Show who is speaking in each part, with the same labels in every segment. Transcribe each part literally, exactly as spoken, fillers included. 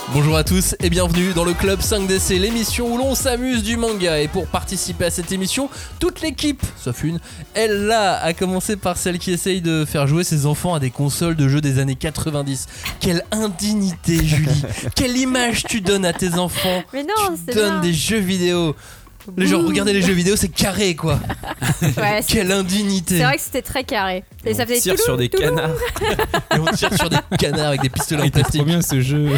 Speaker 1: Bonjour à tous et bienvenue dans le Club cinq D C, l'émission où l'on s'amuse du manga. Et pour participer à cette émission, toute l'équipe, sauf une, elle là, a commencé par celle qui essaye de faire jouer ses enfants à des consoles de jeux des années quatre-vingt-dix. Quelle indignité, Julie. Quelle image tu donnes à tes enfants.
Speaker 2: Mais non,
Speaker 1: tu
Speaker 2: c'est
Speaker 1: donnes
Speaker 2: bien.
Speaker 1: des jeux vidéo. Les gens, regardez les jeux vidéo, c'est carré quoi.
Speaker 2: Ouais, c'est,
Speaker 1: Quelle indignité.
Speaker 2: c'est vrai que c'était très carré. Et,
Speaker 3: Et
Speaker 2: ça
Speaker 3: on
Speaker 2: faisait
Speaker 3: tire
Speaker 2: touloum,
Speaker 3: sur des
Speaker 2: touloum.
Speaker 3: canards.
Speaker 1: Et on tire sur des canards avec des pistolets en
Speaker 4: Il était
Speaker 1: plastique.
Speaker 4: trop bien ce jeu.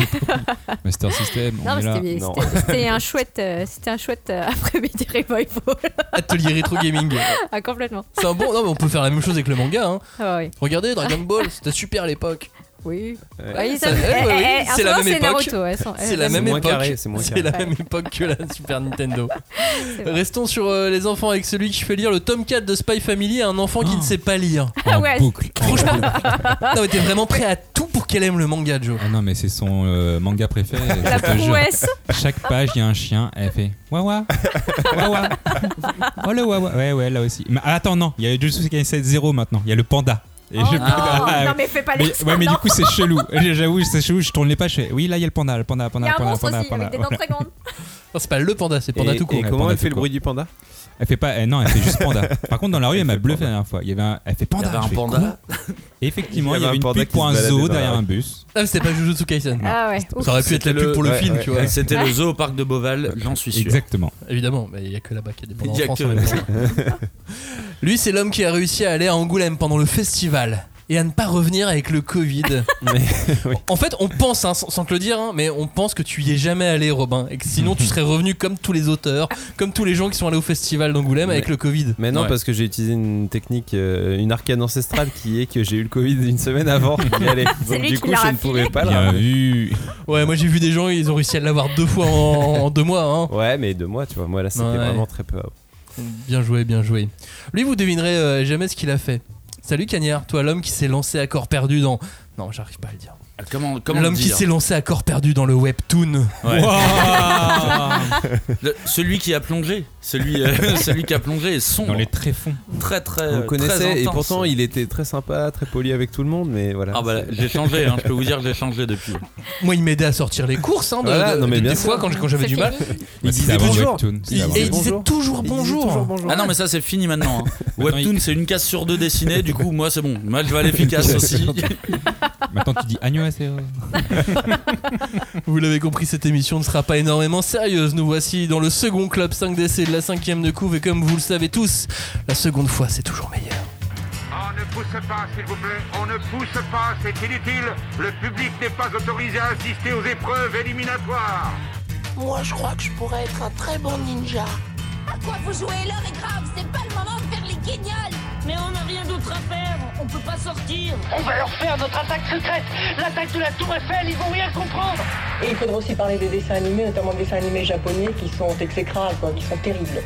Speaker 4: Master System, on
Speaker 2: Non,
Speaker 4: est
Speaker 2: mais
Speaker 4: là.
Speaker 2: c'était,
Speaker 3: Non.
Speaker 2: c'était, c'était un chouette, euh, c'était un chouette euh, après-midi revival.
Speaker 1: Atelier rétro gaming.
Speaker 2: Ah, complètement.
Speaker 1: C'est un bon. Non, mais on peut faire la même chose avec le manga. Hein.
Speaker 2: Ah oui.
Speaker 1: Regardez Dragon Ball, c'était super à l'époque.
Speaker 2: Oui.
Speaker 3: Ouais.
Speaker 2: Oui,
Speaker 1: ça-
Speaker 2: ça,
Speaker 1: ouais,
Speaker 2: eh,
Speaker 1: ouais,
Speaker 2: eh,
Speaker 1: ouais.
Speaker 2: eh, en
Speaker 1: C'est
Speaker 2: ce
Speaker 1: la
Speaker 2: moment,
Speaker 1: même
Speaker 2: c'est
Speaker 1: époque.
Speaker 2: Naruto. Elles sont,
Speaker 1: C'est
Speaker 2: elles
Speaker 1: la
Speaker 2: sont-
Speaker 1: même
Speaker 3: moins
Speaker 1: époque.
Speaker 3: carré, c'est moins
Speaker 1: C'est
Speaker 3: carré.
Speaker 1: la même époque que la Super Nintendo.
Speaker 2: C'est vrai.
Speaker 1: Restons sur euh, les enfants avec celui qui fait lire le tome quatre de Spy Family à un enfant qui
Speaker 4: Oh.
Speaker 1: ne sait pas lire.
Speaker 4: En
Speaker 2: Ouais.
Speaker 4: boucle. en
Speaker 1: Franchement,
Speaker 4: boucle.
Speaker 1: non mais t'es vraiment prêt à tout pour qu'elle aime le manga, Joe.
Speaker 4: Ah non, mais c'est son euh, manga préféré.
Speaker 2: La
Speaker 4: je te jure.
Speaker 2: prouesse.
Speaker 4: Chaque page, il y a un chien. Elle fait Wawa. Wawa. Oh le Wawa. Ouais, ouais, là aussi. Mais ah, attends, non. Il y a Jujutsu Kaisen zéro maintenant. Il y a le panda. Et
Speaker 2: Oh
Speaker 4: je-
Speaker 2: non,
Speaker 4: Ah,
Speaker 2: non, mais fais pas
Speaker 4: mais,
Speaker 2: les
Speaker 4: ouais, mais du coup, c'est chelou. J'avoue, c'est chelou. Je tourne les pages. Je fais, oui, là, il y a le panda. Le panda,
Speaker 2: Il
Speaker 4: panda,
Speaker 2: y a un
Speaker 4: panda,
Speaker 2: monstre
Speaker 4: panda,
Speaker 2: aussi,
Speaker 4: panda.
Speaker 2: avec des dents très grandes.
Speaker 1: Non, c'est pas le panda, c'est panda
Speaker 3: et,
Speaker 1: tout court.
Speaker 3: Et
Speaker 4: Ouais,
Speaker 3: comment
Speaker 4: panda
Speaker 3: elle fait
Speaker 4: tout
Speaker 3: le
Speaker 4: court.
Speaker 3: bruit du panda?
Speaker 4: Elle fait pas. eh, non, elle fait juste panda. Par contre, dans la rue, elle m'a bluffé la dernière fois. Il y avait un. Elle fait
Speaker 5: Il
Speaker 4: panda.
Speaker 5: y avait un
Speaker 4: Je fais,
Speaker 5: panda.
Speaker 4: quoi Et effectivement,
Speaker 3: Il
Speaker 4: il
Speaker 3: y
Speaker 4: y
Speaker 3: avait
Speaker 4: avait
Speaker 3: un
Speaker 4: une
Speaker 3: panda
Speaker 4: pub
Speaker 3: qui
Speaker 4: pour
Speaker 3: se
Speaker 4: un
Speaker 3: baladait
Speaker 4: zoo
Speaker 3: dans la
Speaker 4: derrière
Speaker 3: rue.
Speaker 4: un bus.
Speaker 1: Ah, mais c'était pas Jujutsu Kaisen.
Speaker 2: Ah ouais. Ouf.
Speaker 1: Ça aurait pu être la
Speaker 3: C'était
Speaker 1: pub
Speaker 3: le-
Speaker 1: pour le
Speaker 3: ouais,
Speaker 1: film,
Speaker 3: ouais.
Speaker 1: tu vois.
Speaker 5: C'était le zoo au parc de Beauval, j'en suis sûr.
Speaker 4: Exactement.
Speaker 1: Évidemment, mais il y a que là-bas qu'il y a des bandes
Speaker 5: Il y a
Speaker 1: en France.
Speaker 5: que-
Speaker 1: honnêtement. Lui, c'est l'homme qui a réussi à aller à Angoulême pendant le festival et à ne pas revenir avec le Covid.
Speaker 3: Mais, oui.
Speaker 1: En fait, on pense, hein, sans, sans te le dire, hein, mais on pense que tu y es jamais allé, Robin, et que sinon tu serais revenu comme tous les auteurs, comme tous les gens qui sont allés au festival d'Angoulême avec
Speaker 3: Mais-
Speaker 1: le Covid.
Speaker 3: Mais non,
Speaker 5: Ouais.
Speaker 3: parce que j'ai utilisé une technique, euh, une arcane ancestrale qui est que j'ai eu le Covid une semaine avant d'y aller.
Speaker 2: C'est
Speaker 3: Donc
Speaker 2: lui
Speaker 3: du
Speaker 2: qui
Speaker 3: coup,
Speaker 2: l'a
Speaker 3: je ne
Speaker 2: rafilé.
Speaker 3: pouvais pas le
Speaker 4: Bien
Speaker 3: ramener.
Speaker 4: vu.
Speaker 1: Ouais, moi j'ai vu des gens, ils ont réussi à l'avoir deux fois en, en deux mois. Hein.
Speaker 3: Ouais, mais deux mois, tu vois. Moi là, c'était
Speaker 1: Ouais.
Speaker 3: vraiment très peu.
Speaker 1: Bien joué, bien joué. Lui, vous devinerez euh, jamais ce qu'il a fait. Salut Cagnard, toi l'homme qui s'est lancé à corps perdu dans... Non, j'arrive pas à le dire.
Speaker 5: Comment, comment
Speaker 1: L'homme
Speaker 5: le
Speaker 1: qui
Speaker 5: dire
Speaker 1: s'est lancé à corps perdu dans le webtoon.
Speaker 5: Ouais.
Speaker 4: Waouh.
Speaker 5: Le- Celui qui a plongé, celui, euh, celui qui a plongé est sombre,
Speaker 4: Dans les tréfonds.
Speaker 5: très très.
Speaker 3: On le
Speaker 5: très
Speaker 3: connaissait et
Speaker 5: intense.
Speaker 3: pourtant il était très sympa, très poli avec tout le monde, mais voilà.
Speaker 5: Ah bah
Speaker 3: c'est-
Speaker 5: j'ai changé, hein, je peux vous dire que j'ai changé depuis.
Speaker 1: Moi, il m'aidait à sortir les courses. Hein, de,
Speaker 3: Voilà,
Speaker 1: de-
Speaker 3: non, mais
Speaker 1: des
Speaker 3: bien
Speaker 1: fois,
Speaker 3: sûr.
Speaker 1: quand, quand j'avais
Speaker 2: C'est
Speaker 1: du mal.
Speaker 2: fini.
Speaker 3: Il
Speaker 4: C'était
Speaker 3: disait
Speaker 4: avant
Speaker 3: bonjour.
Speaker 4: Webtoon, c'était
Speaker 1: Il-
Speaker 4: avant
Speaker 1: et il
Speaker 4: Webtoon.
Speaker 1: disait toujours
Speaker 3: Il disait
Speaker 1: bonjour.
Speaker 3: toujours bonjour.
Speaker 5: Ah non mais ça c'est fini maintenant. Hein. Webtoon c'est une case sur deux dessinée, du coup moi c'est bon, moi je vais à l'efficace aussi.
Speaker 4: Maintenant, tu dis annyeonghaseyo.
Speaker 1: Vous l'avez compris, cette émission ne sera pas énormément sérieuse. Nous voici dans le second club cinq D C de la cinquième de couve. Et comme vous le savez tous, la seconde fois, c'est toujours meilleur.
Speaker 6: On ne pousse pas, s'il vous plaît. On ne pousse pas, c'est inutile. Le public n'est pas autorisé à assister aux épreuves éliminatoires.
Speaker 7: Moi, je crois que je pourrais être un très bon ninja.
Speaker 8: À quoi vous jouez? L'heure est grave, c'est pas le moment de faire les guignols. Mais on n'a rien d'autre à faire, on peut pas sortir.
Speaker 7: On va leur faire notre attaque secrète, l'attaque de la Tour Eiffel, ils vont rien comprendre.
Speaker 9: Et il faudra aussi parler des dessins animés, notamment des dessins animés japonais qui sont exécrables, quoi, qui sont terribles.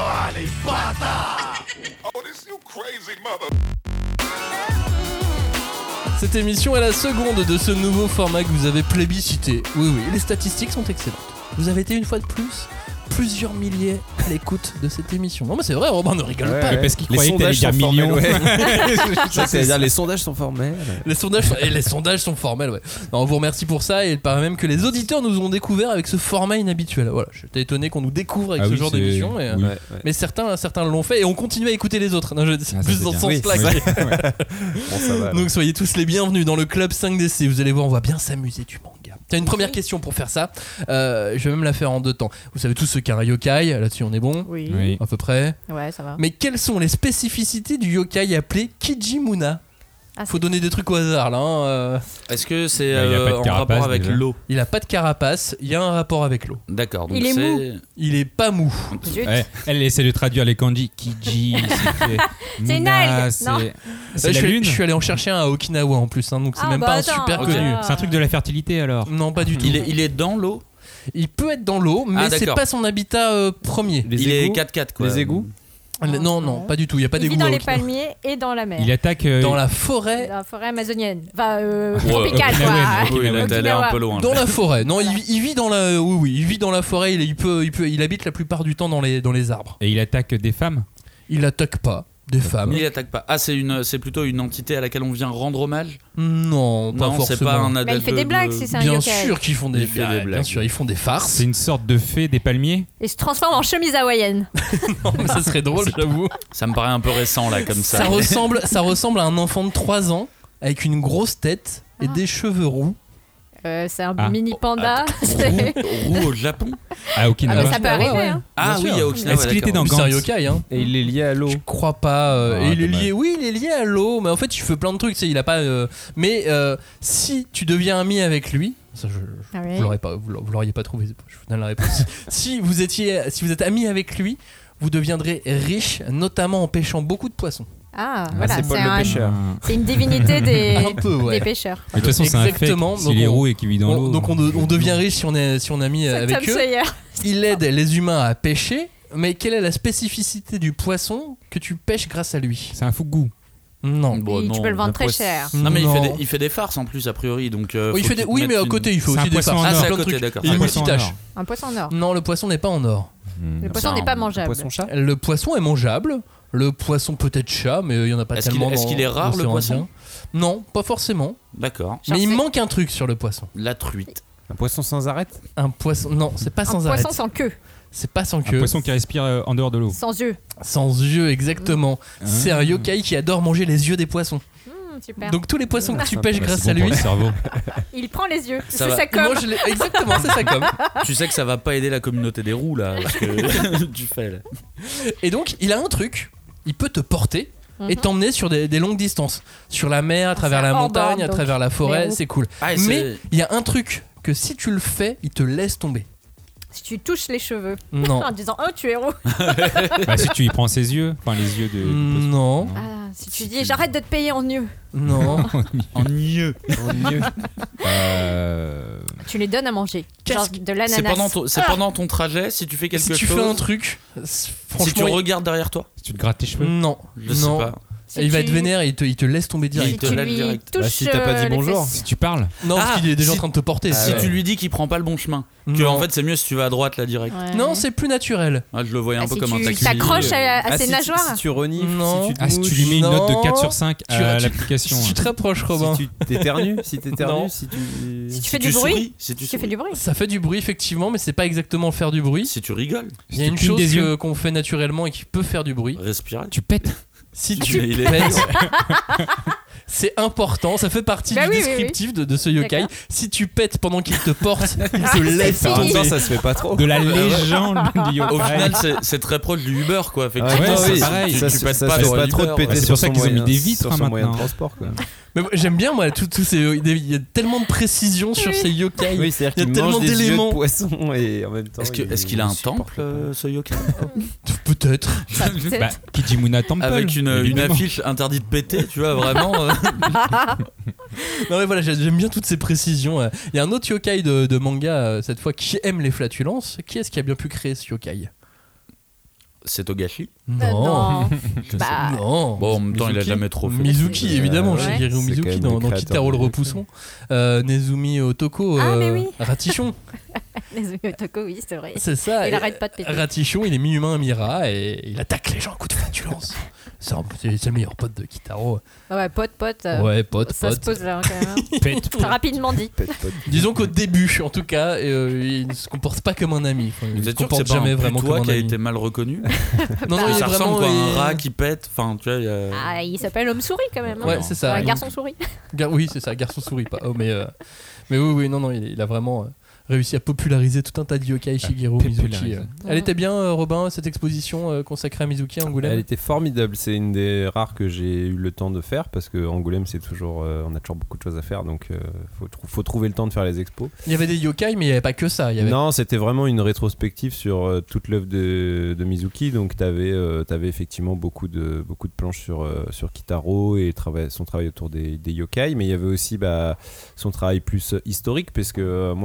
Speaker 1: Cette émission est la seconde de ce nouveau format que vous avez plébiscité. Oui, oui, les statistiques sont excellentes. Vous avez été une fois de plus plusieurs milliers à l'écoute de cette émission. Non mais c'est vrai, Robin ne rigole
Speaker 3: Ouais,
Speaker 1: pas.
Speaker 3: ouais.
Speaker 4: Parce qu'il
Speaker 3: Les
Speaker 4: croyait que t'allais
Speaker 3: sondages
Speaker 4: dire
Speaker 3: sont
Speaker 4: millions.
Speaker 3: formels, ouais. Ça, c'est-à-dire les sondages sont formels.
Speaker 1: Les sondages, sont... et les sondages sont formels, ouais. Non, on vous remercie pour ça et il paraît même que les auditeurs nous ont découvert avec ce format inhabituel. Voilà, j'étais étonné qu'on nous découvre avec
Speaker 4: Ah
Speaker 1: ce
Speaker 4: oui,
Speaker 1: genre
Speaker 4: c'est-
Speaker 1: d'émission. Et, euh,
Speaker 4: oui.
Speaker 3: Ouais, ouais.
Speaker 1: Mais certains, certains l'ont fait et on continue à écouter les autres. Non, je dis
Speaker 4: Ah, ça,
Speaker 1: plus
Speaker 4: c'est
Speaker 1: dans ce
Speaker 4: bien.
Speaker 1: sens-là.
Speaker 3: Oui,
Speaker 1: que-
Speaker 4: Ouais.
Speaker 3: Bon, ça va. alors.
Speaker 1: Donc soyez tous les bienvenus dans le club cinq D C. Vous allez voir, on va bien s'amuser du manga. T'as une première question pour faire ça. Euh, je vais même la faire en deux temps. Vous savez tous ce qu'est un yokai. Là-dessus, on est bon.
Speaker 2: Oui.
Speaker 4: Oui.
Speaker 1: À peu près.
Speaker 2: Ouais, ça va.
Speaker 1: Mais quelles sont les spécificités du yokai appelé Kijimuna?
Speaker 2: Ah,
Speaker 1: Faut donner des trucs au hasard là. hein, euh.
Speaker 5: Est-ce que c'est
Speaker 4: Bah, y a
Speaker 5: euh,
Speaker 4: pas de
Speaker 5: en
Speaker 4: carapace,
Speaker 5: rapport avec
Speaker 4: déjà.
Speaker 5: l'eau?
Speaker 1: Il a pas de carapace. Il y a un rapport avec l'eau.
Speaker 5: D'accord, donc
Speaker 2: Il est
Speaker 5: c'est.
Speaker 2: mou.
Speaker 1: Il est pas mou.
Speaker 2: Zut.
Speaker 4: Ouais, elle essaie de traduire les kanji. Kiji, c'est
Speaker 2: C'est une
Speaker 4: Muna,
Speaker 2: algue,
Speaker 4: c'est-
Speaker 2: non
Speaker 4: C'est
Speaker 1: Là, je,
Speaker 4: la
Speaker 1: suis,
Speaker 4: lune.
Speaker 1: je suis allé en chercher un à Okinawa en plus. hein, donc c'est
Speaker 2: Ah,
Speaker 1: même
Speaker 2: bah
Speaker 1: pas un
Speaker 2: attends.
Speaker 1: super
Speaker 5: Ok.
Speaker 1: connu.
Speaker 4: C'est un truc de la fertilité alors.
Speaker 1: Non, pas du tout.
Speaker 5: Il est, il est dans l'eau.
Speaker 1: Il peut être dans l'eau, mais
Speaker 5: Ah,
Speaker 1: c'est
Speaker 5: d'accord.
Speaker 1: pas son habitat euh, premier.
Speaker 3: Les
Speaker 5: il est
Speaker 3: égouts,
Speaker 5: quatre quatre quoi.
Speaker 3: Les égouts.
Speaker 2: Ah,
Speaker 1: non, non,
Speaker 2: non.
Speaker 1: pas du tout. Il y a pas
Speaker 2: Il vit
Speaker 1: d'égout
Speaker 2: dans
Speaker 1: à
Speaker 2: les
Speaker 1: Okinawa.
Speaker 2: palmiers et dans la mer.
Speaker 4: Il attaque euh,
Speaker 1: Dans la forêt.
Speaker 2: Dans la forêt amazonienne. Enfin, euh,
Speaker 5: Ouais,
Speaker 2: tropicale,
Speaker 4: Okinawa,
Speaker 2: quoi.
Speaker 5: Oui, là, t'es allé un
Speaker 2: Okinawa.
Speaker 5: peu loin.
Speaker 1: Dans la forêt. Non, il, il vit dans la. Oui, oui, il vit dans la forêt. Il, il peut, il peut, il habite la plupart du temps dans les, dans les arbres.
Speaker 4: et il attaque des femmes.
Speaker 1: Il attaque pas. Des femmes.
Speaker 5: Il attaque pas. Ah, c'est, une, c'est plutôt une entité à laquelle on vient rendre hommage.
Speaker 1: Non, pas
Speaker 5: Non,
Speaker 1: forcément.
Speaker 5: c'est pas un
Speaker 2: Mais
Speaker 5: adepte
Speaker 2: il fait des
Speaker 5: de-
Speaker 2: blagues si c'est un
Speaker 1: Bien
Speaker 2: yokai.
Speaker 1: sûr qu'ils font des,
Speaker 5: Il fait des
Speaker 1: bien
Speaker 5: blagues.
Speaker 1: sûr, ils font des farces.
Speaker 4: C'est une sorte de fée des palmiers.
Speaker 2: Il se transforme en chemise hawaïenne.
Speaker 1: Non, mais ça serait drôle, j'avoue.
Speaker 5: Ça me paraît un peu récent là, comme ça.
Speaker 1: Ça ressemble, ça ressemble à un enfant de trois ans avec une grosse tête et
Speaker 2: Ah.
Speaker 1: des cheveux roux.
Speaker 2: Euh, c'est un
Speaker 4: Ah.
Speaker 2: mini panda. C'est-
Speaker 5: Roux au Japon.
Speaker 4: À
Speaker 2: Ah,
Speaker 4: Okinawa.
Speaker 2: mais ça peut
Speaker 1: Ouais,
Speaker 2: arriver.
Speaker 1: ouais.
Speaker 2: Hein.
Speaker 5: Ah
Speaker 1: Bien
Speaker 5: oui,
Speaker 1: sûr.
Speaker 5: il y a Okinawa.
Speaker 4: Est-ce qu'il était
Speaker 5: d'accord.
Speaker 4: dans
Speaker 1: C'est un
Speaker 4: Gantz
Speaker 1: yokai, hein.
Speaker 3: Et il est lié à l'eau.
Speaker 1: Je crois pas. euh,
Speaker 4: Ah,
Speaker 1: et il est
Speaker 4: dommage.
Speaker 1: lié, oui, il est lié à l'eau, mais en fait, il fait plein de trucs. Tu sais, il a pas. euh, mais euh, si tu deviens ami avec lui, ça, je, je-
Speaker 2: Ah oui.
Speaker 1: vous l'aurez pas, vous l'a- vous l'auriez pas trouvé. Je vous donne la réponse. si vous étiez, si vous êtes ami avec lui, vous deviendrez riche, notamment en pêchant beaucoup de poissons.
Speaker 2: Ah,
Speaker 3: Ah,
Speaker 2: voilà.
Speaker 3: c'est Paul
Speaker 2: c'est,
Speaker 3: le
Speaker 2: un-
Speaker 3: pêcheur.
Speaker 2: c'est une divinité des,
Speaker 1: Un peu, ouais.
Speaker 2: des pêcheurs.
Speaker 4: Mais de toute façon, c'est un fake.
Speaker 1: Exactement,
Speaker 4: S'il
Speaker 1: donc
Speaker 4: est
Speaker 1: on-
Speaker 4: roux et qu'il vit dans
Speaker 1: On-
Speaker 4: l'eau.
Speaker 1: donc on, de- on devient riche si on est, si on est ami
Speaker 2: C'est
Speaker 1: avec
Speaker 2: Tom
Speaker 1: eux.
Speaker 2: Sawyer.
Speaker 1: Il aide les humains à pêcher. Mais quelle est la spécificité du poisson que tu pêches grâce à lui?
Speaker 4: C'est un fougou.
Speaker 1: Non.
Speaker 5: Bon,
Speaker 2: Oui,
Speaker 5: non,
Speaker 2: tu peux le vendre
Speaker 3: le
Speaker 2: très
Speaker 3: poisson-
Speaker 2: cher.
Speaker 5: Non, mais il fait,
Speaker 1: Non.
Speaker 5: des, il fait des farces en plus, a priori. Donc, euh,
Speaker 1: Oui, il
Speaker 5: faut
Speaker 1: fait des-
Speaker 5: qu'il
Speaker 1: oui,
Speaker 5: mette
Speaker 1: mais à
Speaker 5: une-
Speaker 1: côté, il fait
Speaker 4: C'est un
Speaker 1: aussi des
Speaker 4: poisson
Speaker 1: farces.
Speaker 4: en
Speaker 5: Ah,
Speaker 4: or.
Speaker 5: c'est à
Speaker 1: Plein de
Speaker 5: côté,
Speaker 1: trucs.
Speaker 5: d'accord.
Speaker 1: Il est
Speaker 4: Un poisson en
Speaker 1: multitâche.
Speaker 4: or.
Speaker 2: Un poisson en or.
Speaker 1: Non, le poisson n'est pas en or.
Speaker 2: Le
Speaker 5: C'est
Speaker 2: poisson
Speaker 5: un-
Speaker 2: n'est pas
Speaker 3: Un
Speaker 2: mangeable.
Speaker 3: poisson chat.
Speaker 1: Le poisson est mangeable. Le poisson peut être chat, mais il y en a pas
Speaker 5: Est-ce qu'il-
Speaker 1: tellement.
Speaker 5: est-ce
Speaker 1: dans
Speaker 5: qu'il est rare, le
Speaker 1: l'océan
Speaker 5: poisson
Speaker 1: Indien. Non, pas forcément.
Speaker 5: D'accord.
Speaker 2: Genre
Speaker 1: mais il
Speaker 2: c'est-
Speaker 1: manque un truc sur le poisson.
Speaker 5: La truite.
Speaker 3: Un poisson sans arête.
Speaker 1: Un poisson. Non, c'est pas
Speaker 2: Un
Speaker 1: sans arrêt.
Speaker 2: poisson sans queue,
Speaker 1: C'est pas sans
Speaker 4: Un
Speaker 1: queue.
Speaker 4: poisson qui respire euh, en dehors de l'eau.
Speaker 2: sans yeux.
Speaker 1: Sans yeux, exactement. C'est un yokai qui adore manger les yeux des poissons.
Speaker 2: Hum, super.
Speaker 1: Donc tous les poissons que tu
Speaker 3: Ah,
Speaker 1: pêches
Speaker 4: Bah,
Speaker 1: grâce
Speaker 4: c'est
Speaker 1: à
Speaker 4: bon pour
Speaker 1: lui.
Speaker 4: le cerveau.
Speaker 2: Il prend les yeux.
Speaker 5: Ça
Speaker 2: C'est
Speaker 5: va.
Speaker 2: sa
Speaker 1: il
Speaker 2: com.
Speaker 1: mange les- Exactement, c'est ça comme.
Speaker 5: Tu sais que ça va pas aider la communauté des roux là, ce que tu fais là.
Speaker 1: Et donc, il a un truc. Il peut te porter et
Speaker 2: Mhm.
Speaker 1: t'emmener sur des, des longues distances. Sur la mer, à travers
Speaker 2: c'est
Speaker 1: la
Speaker 2: hors
Speaker 1: montagne,
Speaker 2: borne,
Speaker 1: à
Speaker 2: donc.
Speaker 1: travers la forêt,
Speaker 2: Mais où
Speaker 1: c'est cool.
Speaker 5: Ah, et
Speaker 1: Mais
Speaker 5: c'est-
Speaker 1: il y a un truc que si tu le fais, il te laisse tomber.
Speaker 2: Si tu touches les cheveux
Speaker 1: Non.
Speaker 2: en disant oh tu es roux.
Speaker 4: Bah, si tu y prends ses yeux, enfin les yeux de. du poisson.
Speaker 1: Non.
Speaker 2: Ah, si tu dis j'arrête de te payer en yeux,
Speaker 1: Non.
Speaker 5: en mieux.
Speaker 4: Euh,
Speaker 2: tu les donnes à manger.
Speaker 1: Qu'est-ce
Speaker 2: Genre
Speaker 1: que-
Speaker 2: de
Speaker 5: C'est
Speaker 2: l'ananas.
Speaker 5: pendant, ton, c'est pendant ton trajet, si tu fais quelque
Speaker 1: si tu
Speaker 5: chose.
Speaker 1: fais un truc, c'est-
Speaker 5: si tu
Speaker 1: franchement, il-
Speaker 5: regardes derrière toi.
Speaker 4: Si tu te grattes tes cheveux.
Speaker 1: non.
Speaker 5: Je sais
Speaker 1: non.
Speaker 5: pas.
Speaker 2: Si
Speaker 1: il va
Speaker 2: tu-
Speaker 1: être vénère et il te, il te laisse tomber
Speaker 2: Si
Speaker 1: direct.
Speaker 5: Il te
Speaker 2: tu
Speaker 5: lève
Speaker 2: lui
Speaker 5: direct.
Speaker 2: touches
Speaker 3: Bah, si t'as pas dit
Speaker 2: euh, les
Speaker 3: bonjour.
Speaker 2: fesses.
Speaker 4: Si tu parles.
Speaker 1: Non, parce
Speaker 5: Ah,
Speaker 1: qu'il est déjà
Speaker 5: si-
Speaker 1: en train de te porter.
Speaker 5: Si
Speaker 1: c'est-
Speaker 5: tu lui dis qu'il prend pas le bon chemin, que
Speaker 1: Non.
Speaker 5: en fait c'est mieux si tu vas à droite là direct.
Speaker 2: Ouais.
Speaker 1: Non, c'est plus naturel.
Speaker 5: Ah, je le voyais un
Speaker 2: Ah,
Speaker 5: peu
Speaker 2: si
Speaker 5: comme un
Speaker 2: tu
Speaker 5: taxi.
Speaker 2: t'accroches à, à
Speaker 3: Ah,
Speaker 2: ses
Speaker 3: si tu-
Speaker 2: nageoires.
Speaker 3: Si tu renifles,
Speaker 1: Non.
Speaker 3: si tu te
Speaker 4: Ah, si tu
Speaker 3: mouches,
Speaker 4: lui mets une note
Speaker 1: Non.
Speaker 4: de quatre sur cinq
Speaker 1: Tu-
Speaker 4: à
Speaker 1: tu-
Speaker 4: l'application.
Speaker 1: Si tu te rapproches, Robin,
Speaker 3: si tu t'éternues, si
Speaker 1: Non.
Speaker 3: t'éternues, si tu.
Speaker 2: Si tu
Speaker 5: Si
Speaker 2: fais
Speaker 5: tu
Speaker 2: du bruit,
Speaker 5: souris, si tu
Speaker 2: tu
Speaker 5: souris.
Speaker 2: fais du bruit.
Speaker 1: ça fait du bruit effectivement, mais c'est pas exactement faire du bruit.
Speaker 5: Si tu rigoles,
Speaker 1: Il y a
Speaker 4: Si
Speaker 1: une
Speaker 4: tu clignes
Speaker 1: chose
Speaker 4: des yeux.
Speaker 1: que- qu'on fait naturellement et qui peut faire du bruit.
Speaker 5: respirer.
Speaker 4: Tu pètes.
Speaker 1: Si
Speaker 5: Tu-
Speaker 1: tu
Speaker 5: il est-
Speaker 1: pètes, c'est important, ça fait partie
Speaker 2: Bah
Speaker 1: du
Speaker 2: oui, oui, oui.
Speaker 1: descriptif de, de ce yokai.
Speaker 2: D'accord.
Speaker 1: Si tu pètes pendant qu'il te porte, il
Speaker 2: Ah,
Speaker 1: te
Speaker 2: c'est
Speaker 1: laisse
Speaker 2: fini.
Speaker 3: En même temps,
Speaker 1: tomber.
Speaker 3: ça se fait pas trop.
Speaker 4: De la légende du yokai.
Speaker 5: Au final, c'est- c'est très proche du Uber quoi.
Speaker 3: Ouais,
Speaker 5: Effectivement,
Speaker 4: Ouais,
Speaker 5: ça,
Speaker 4: c'est
Speaker 5: ça-
Speaker 4: pareil.
Speaker 5: Tu,
Speaker 3: ça,
Speaker 5: tu
Speaker 3: se-
Speaker 5: pètes
Speaker 3: ça
Speaker 5: pas
Speaker 3: se fait
Speaker 5: sur
Speaker 3: pas
Speaker 5: Uber,
Speaker 3: trop de
Speaker 5: ouais.
Speaker 3: péter
Speaker 4: c'est
Speaker 3: sur
Speaker 4: pour ça
Speaker 3: son
Speaker 4: qu'ils ont mis
Speaker 3: moyen,
Speaker 4: des vitres,
Speaker 3: sur son
Speaker 4: hein,
Speaker 3: moyen de
Speaker 4: maintenant.
Speaker 3: transport. Quoi.
Speaker 1: Mais moi, j'aime bien moi tout- tous ces il y a tellement de précision sur
Speaker 2: Oui.
Speaker 1: ces yokai.
Speaker 3: Oui, c'est-à-dire
Speaker 1: Il y a
Speaker 3: qu'il
Speaker 1: tellement
Speaker 3: mange des yeux
Speaker 1: d'éléments.
Speaker 3: de poisson et en même temps.
Speaker 5: Est-ce que-
Speaker 3: il-
Speaker 5: est-ce qu'il a
Speaker 3: il
Speaker 5: un
Speaker 3: supporte
Speaker 5: temple,
Speaker 3: pas.
Speaker 5: euh, ce yokai
Speaker 1: Peut-être.
Speaker 2: Ça, peut-être.
Speaker 4: Bah, Kijimuna Temple.
Speaker 5: Avec une, une
Speaker 4: évidemment.
Speaker 5: affiche interdite de péter, tu vois, vraiment. euh,
Speaker 1: Non mais voilà, j'ai- j'aime bien toutes ces précisions. euh. Il y a un autre yokai de, de manga euh, cette fois qui aime les flatulences. Qui est-ce qui a bien pu créer ce yokai?
Speaker 5: C'est Togashi.
Speaker 2: Euh, non. Bah,
Speaker 1: Non.
Speaker 5: Bon, en même temps, il a
Speaker 1: Mizuki.
Speaker 5: jamais trop fait.
Speaker 1: Mizuki,
Speaker 3: Euh,
Speaker 1: évidemment,
Speaker 2: ouais.
Speaker 1: Shigeru
Speaker 3: C'est quand
Speaker 1: Mizuki
Speaker 3: même
Speaker 1: dans,
Speaker 3: le
Speaker 1: dans
Speaker 3: créateur
Speaker 1: Kitaro le
Speaker 3: du
Speaker 1: repousson. Euh, Nezumi Otoko,
Speaker 2: Ah,
Speaker 1: euh,
Speaker 2: mais oui.
Speaker 1: Ratichon,
Speaker 2: les Otoko, oui, c'est vrai.
Speaker 1: c'est ça.
Speaker 2: Il
Speaker 1: Et
Speaker 2: arrête pas de péter.
Speaker 1: Ratichon, il est mi-humain, mi-rat et il attaque les gens à coups de flatulence. C'est un- c'est c'est le meilleur pote de Kitaro.
Speaker 2: Ah ouais, pote, pote. euh,
Speaker 1: Ouais, pote,
Speaker 2: ça se
Speaker 1: pote.
Speaker 2: pose là quand même. hein.
Speaker 4: Pète.
Speaker 2: Très rapidement dit.
Speaker 3: Pète, pète.
Speaker 1: Disons qu'au début, en tout cas, euh, il ne se comporte pas comme un ami. Enfin, il
Speaker 5: Vous
Speaker 1: ne se
Speaker 5: êtes sûr que
Speaker 1: comporte
Speaker 5: c'est pas
Speaker 1: jamais
Speaker 5: un
Speaker 1: vraiment
Speaker 5: putois
Speaker 1: comme un
Speaker 5: qui a
Speaker 1: ami.
Speaker 5: été mal reconnu
Speaker 1: Non, non, il est
Speaker 5: Ça
Speaker 1: vraiment.
Speaker 5: ressemble quoi, à
Speaker 1: il-
Speaker 5: un rat qui pète. Enfin, tu vois, il y a-
Speaker 2: Ah, il s'appelle homme souris quand même. hein.
Speaker 1: Ouais, c'est ça.
Speaker 2: Un
Speaker 1: Il-
Speaker 2: garçon souris.
Speaker 1: Gar- Oui, c'est ça, garçon souris, pas. Oh, mais, euh, mais oui, oui, non, non, il, il a vraiment euh, réussi à populariser tout un tas de yokai, Shigeru Mizuki.
Speaker 4: populariser.
Speaker 1: euh. Elle était bien, euh, Robin, cette exposition euh, consacrée à Mizuki à Angoulême.
Speaker 3: Elle était formidable. C'est une des rares que j'ai eu le temps de faire parce que Angoulême, c'est toujours, euh, on a toujours beaucoup de choses à faire, donc euh, faut, trou- faut trouver le temps de faire les expos.
Speaker 1: Il y avait des yokai, mais il n'y avait pas que ça. Il y avait...
Speaker 3: Non, c'était vraiment une rétrospective sur euh, toute l'œuvre de, de Mizuki. Donc, tu avais effectivement beaucoup de, beaucoup de planches sur, euh, sur Kitaro et trava- son travail autour des, des yokai. Mais il y avait aussi bah, son travail plus historique, parce que euh, moi, j- en fait,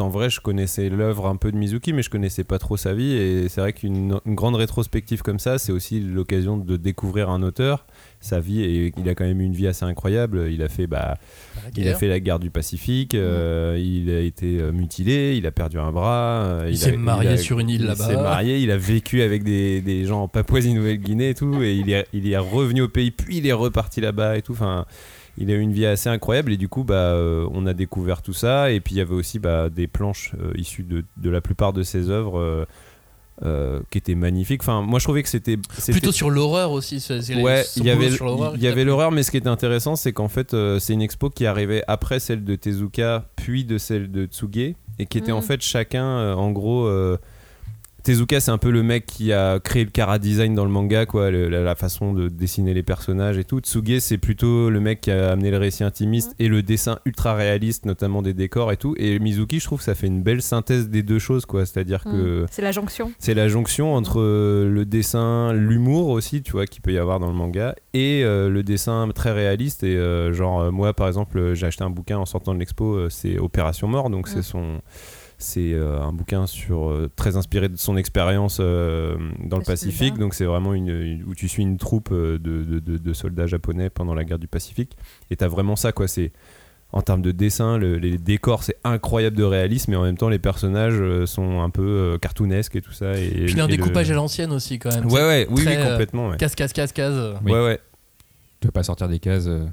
Speaker 3: en vrai, je connaissais l'œuvre un peu de Mizuki, mais je connaissais pas trop sa vie. Et c'est vrai qu'une une grande rétrospective comme ça, c'est aussi l'occasion de découvrir un auteur, sa vie. Et il a quand même eu une vie assez incroyable. Il a fait, bah, il a fait la guerre du Pacifique. Euh, il a été mutilé. Il a perdu un bras. Euh,
Speaker 1: il,
Speaker 3: il
Speaker 1: s'est
Speaker 3: a,
Speaker 1: marié
Speaker 3: il a,
Speaker 1: sur une île
Speaker 3: il
Speaker 1: là-bas.
Speaker 3: Il s'est marié. Il a vécu avec des, des gens en Papouasie-Nouvelle-Guinée et tout. Et il est, il est revenu au pays, puis il est reparti là-bas et tout. Enfin. Il a eu une vie assez incroyable et du coup bah, euh, on a découvert tout ça et puis il y avait aussi bah, des planches euh, issues de, de la plupart de ses œuvres euh, euh, qui étaient magnifiques. Enfin, moi je trouvais que c'était, c'était...
Speaker 1: plutôt sur l'horreur aussi. C'est, c'est
Speaker 3: ouais, il y avait,
Speaker 1: sur l'horreur,
Speaker 3: il y avait l'horreur, mais ce qui était intéressant c'est qu'en fait euh, c'est une expo qui arrivait après celle de Tezuka puis de celle de Tsuge et qui était mmh. en fait chacun euh, en gros... Euh, Tezuka c'est un peu le mec qui a créé le chara design dans le manga quoi, le, la, la façon de dessiner les personnages et tout. Tsuge c'est plutôt le mec qui a amené le récit intimiste mmh. et le dessin ultra réaliste notamment des décors et tout, et Mizuki je trouve que ça fait une belle synthèse des deux choses quoi, c'est-à-dire mmh. que
Speaker 2: c'est la jonction
Speaker 3: c'est la jonction entre euh, le dessin, l'humour aussi tu vois qu'il peut y avoir dans le manga et euh, le dessin très réaliste et euh, genre euh, moi par exemple j'ai acheté un bouquin en sortant de l'expo, euh, c'est Opération Mort donc mmh. c'est son C'est euh, un bouquin sur, euh, très inspiré de son expérience euh, dans le Pacifique. Donc c'est vraiment une, une, où tu suis une troupe euh, de, de, de, de soldats japonais pendant la guerre du Pacifique. Et t'as vraiment ça, quoi. C'est, en termes de dessin, le, les décors, c'est incroyable de réalisme, mais en même temps, les personnages euh, sont un peu euh, cartoonesques et tout ça. Et,
Speaker 1: puis il y a un
Speaker 3: et
Speaker 1: découpage
Speaker 3: le...
Speaker 1: à l'ancienne aussi, quand même.
Speaker 3: Ouais, ouais, oui,
Speaker 1: très,
Speaker 3: oui, complètement. Ouais.
Speaker 1: Case, case, case, case.
Speaker 4: Oui.
Speaker 3: Ouais, ouais.
Speaker 4: Tu peux pas sortir des cases. Euh...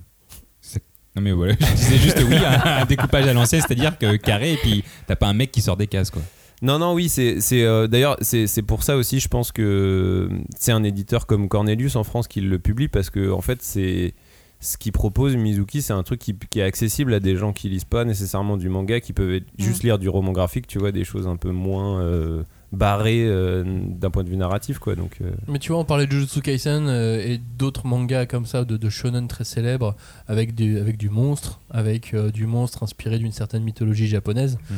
Speaker 4: Non mais voilà, je disais juste oui, un, un découpage à l'ancienne, c'est-à-dire que carré et puis t'as pas un mec qui sort des cases quoi.
Speaker 3: Non, non, oui, c'est, c'est euh, d'ailleurs c'est, c'est pour ça aussi, je pense que c'est un éditeur comme Cornelius en France qui le publie parce que en fait c'est ce qu'il propose Mizuki, c'est un truc qui, qui est accessible à des gens qui lisent pas nécessairement du manga, qui peuvent être, mmh. juste lire du roman graphique, tu vois, des choses un peu moins euh, barrées euh, d'un point de vue narratif quoi. Donc. Euh...
Speaker 1: Mais tu vois, on parlait de Jujutsu Kaisen euh, et d'autres mangas comme ça de, de shonen très célèbres avec du avec du monstre, avec euh, du monstre inspiré d'une certaine mythologie japonaise. Mmh.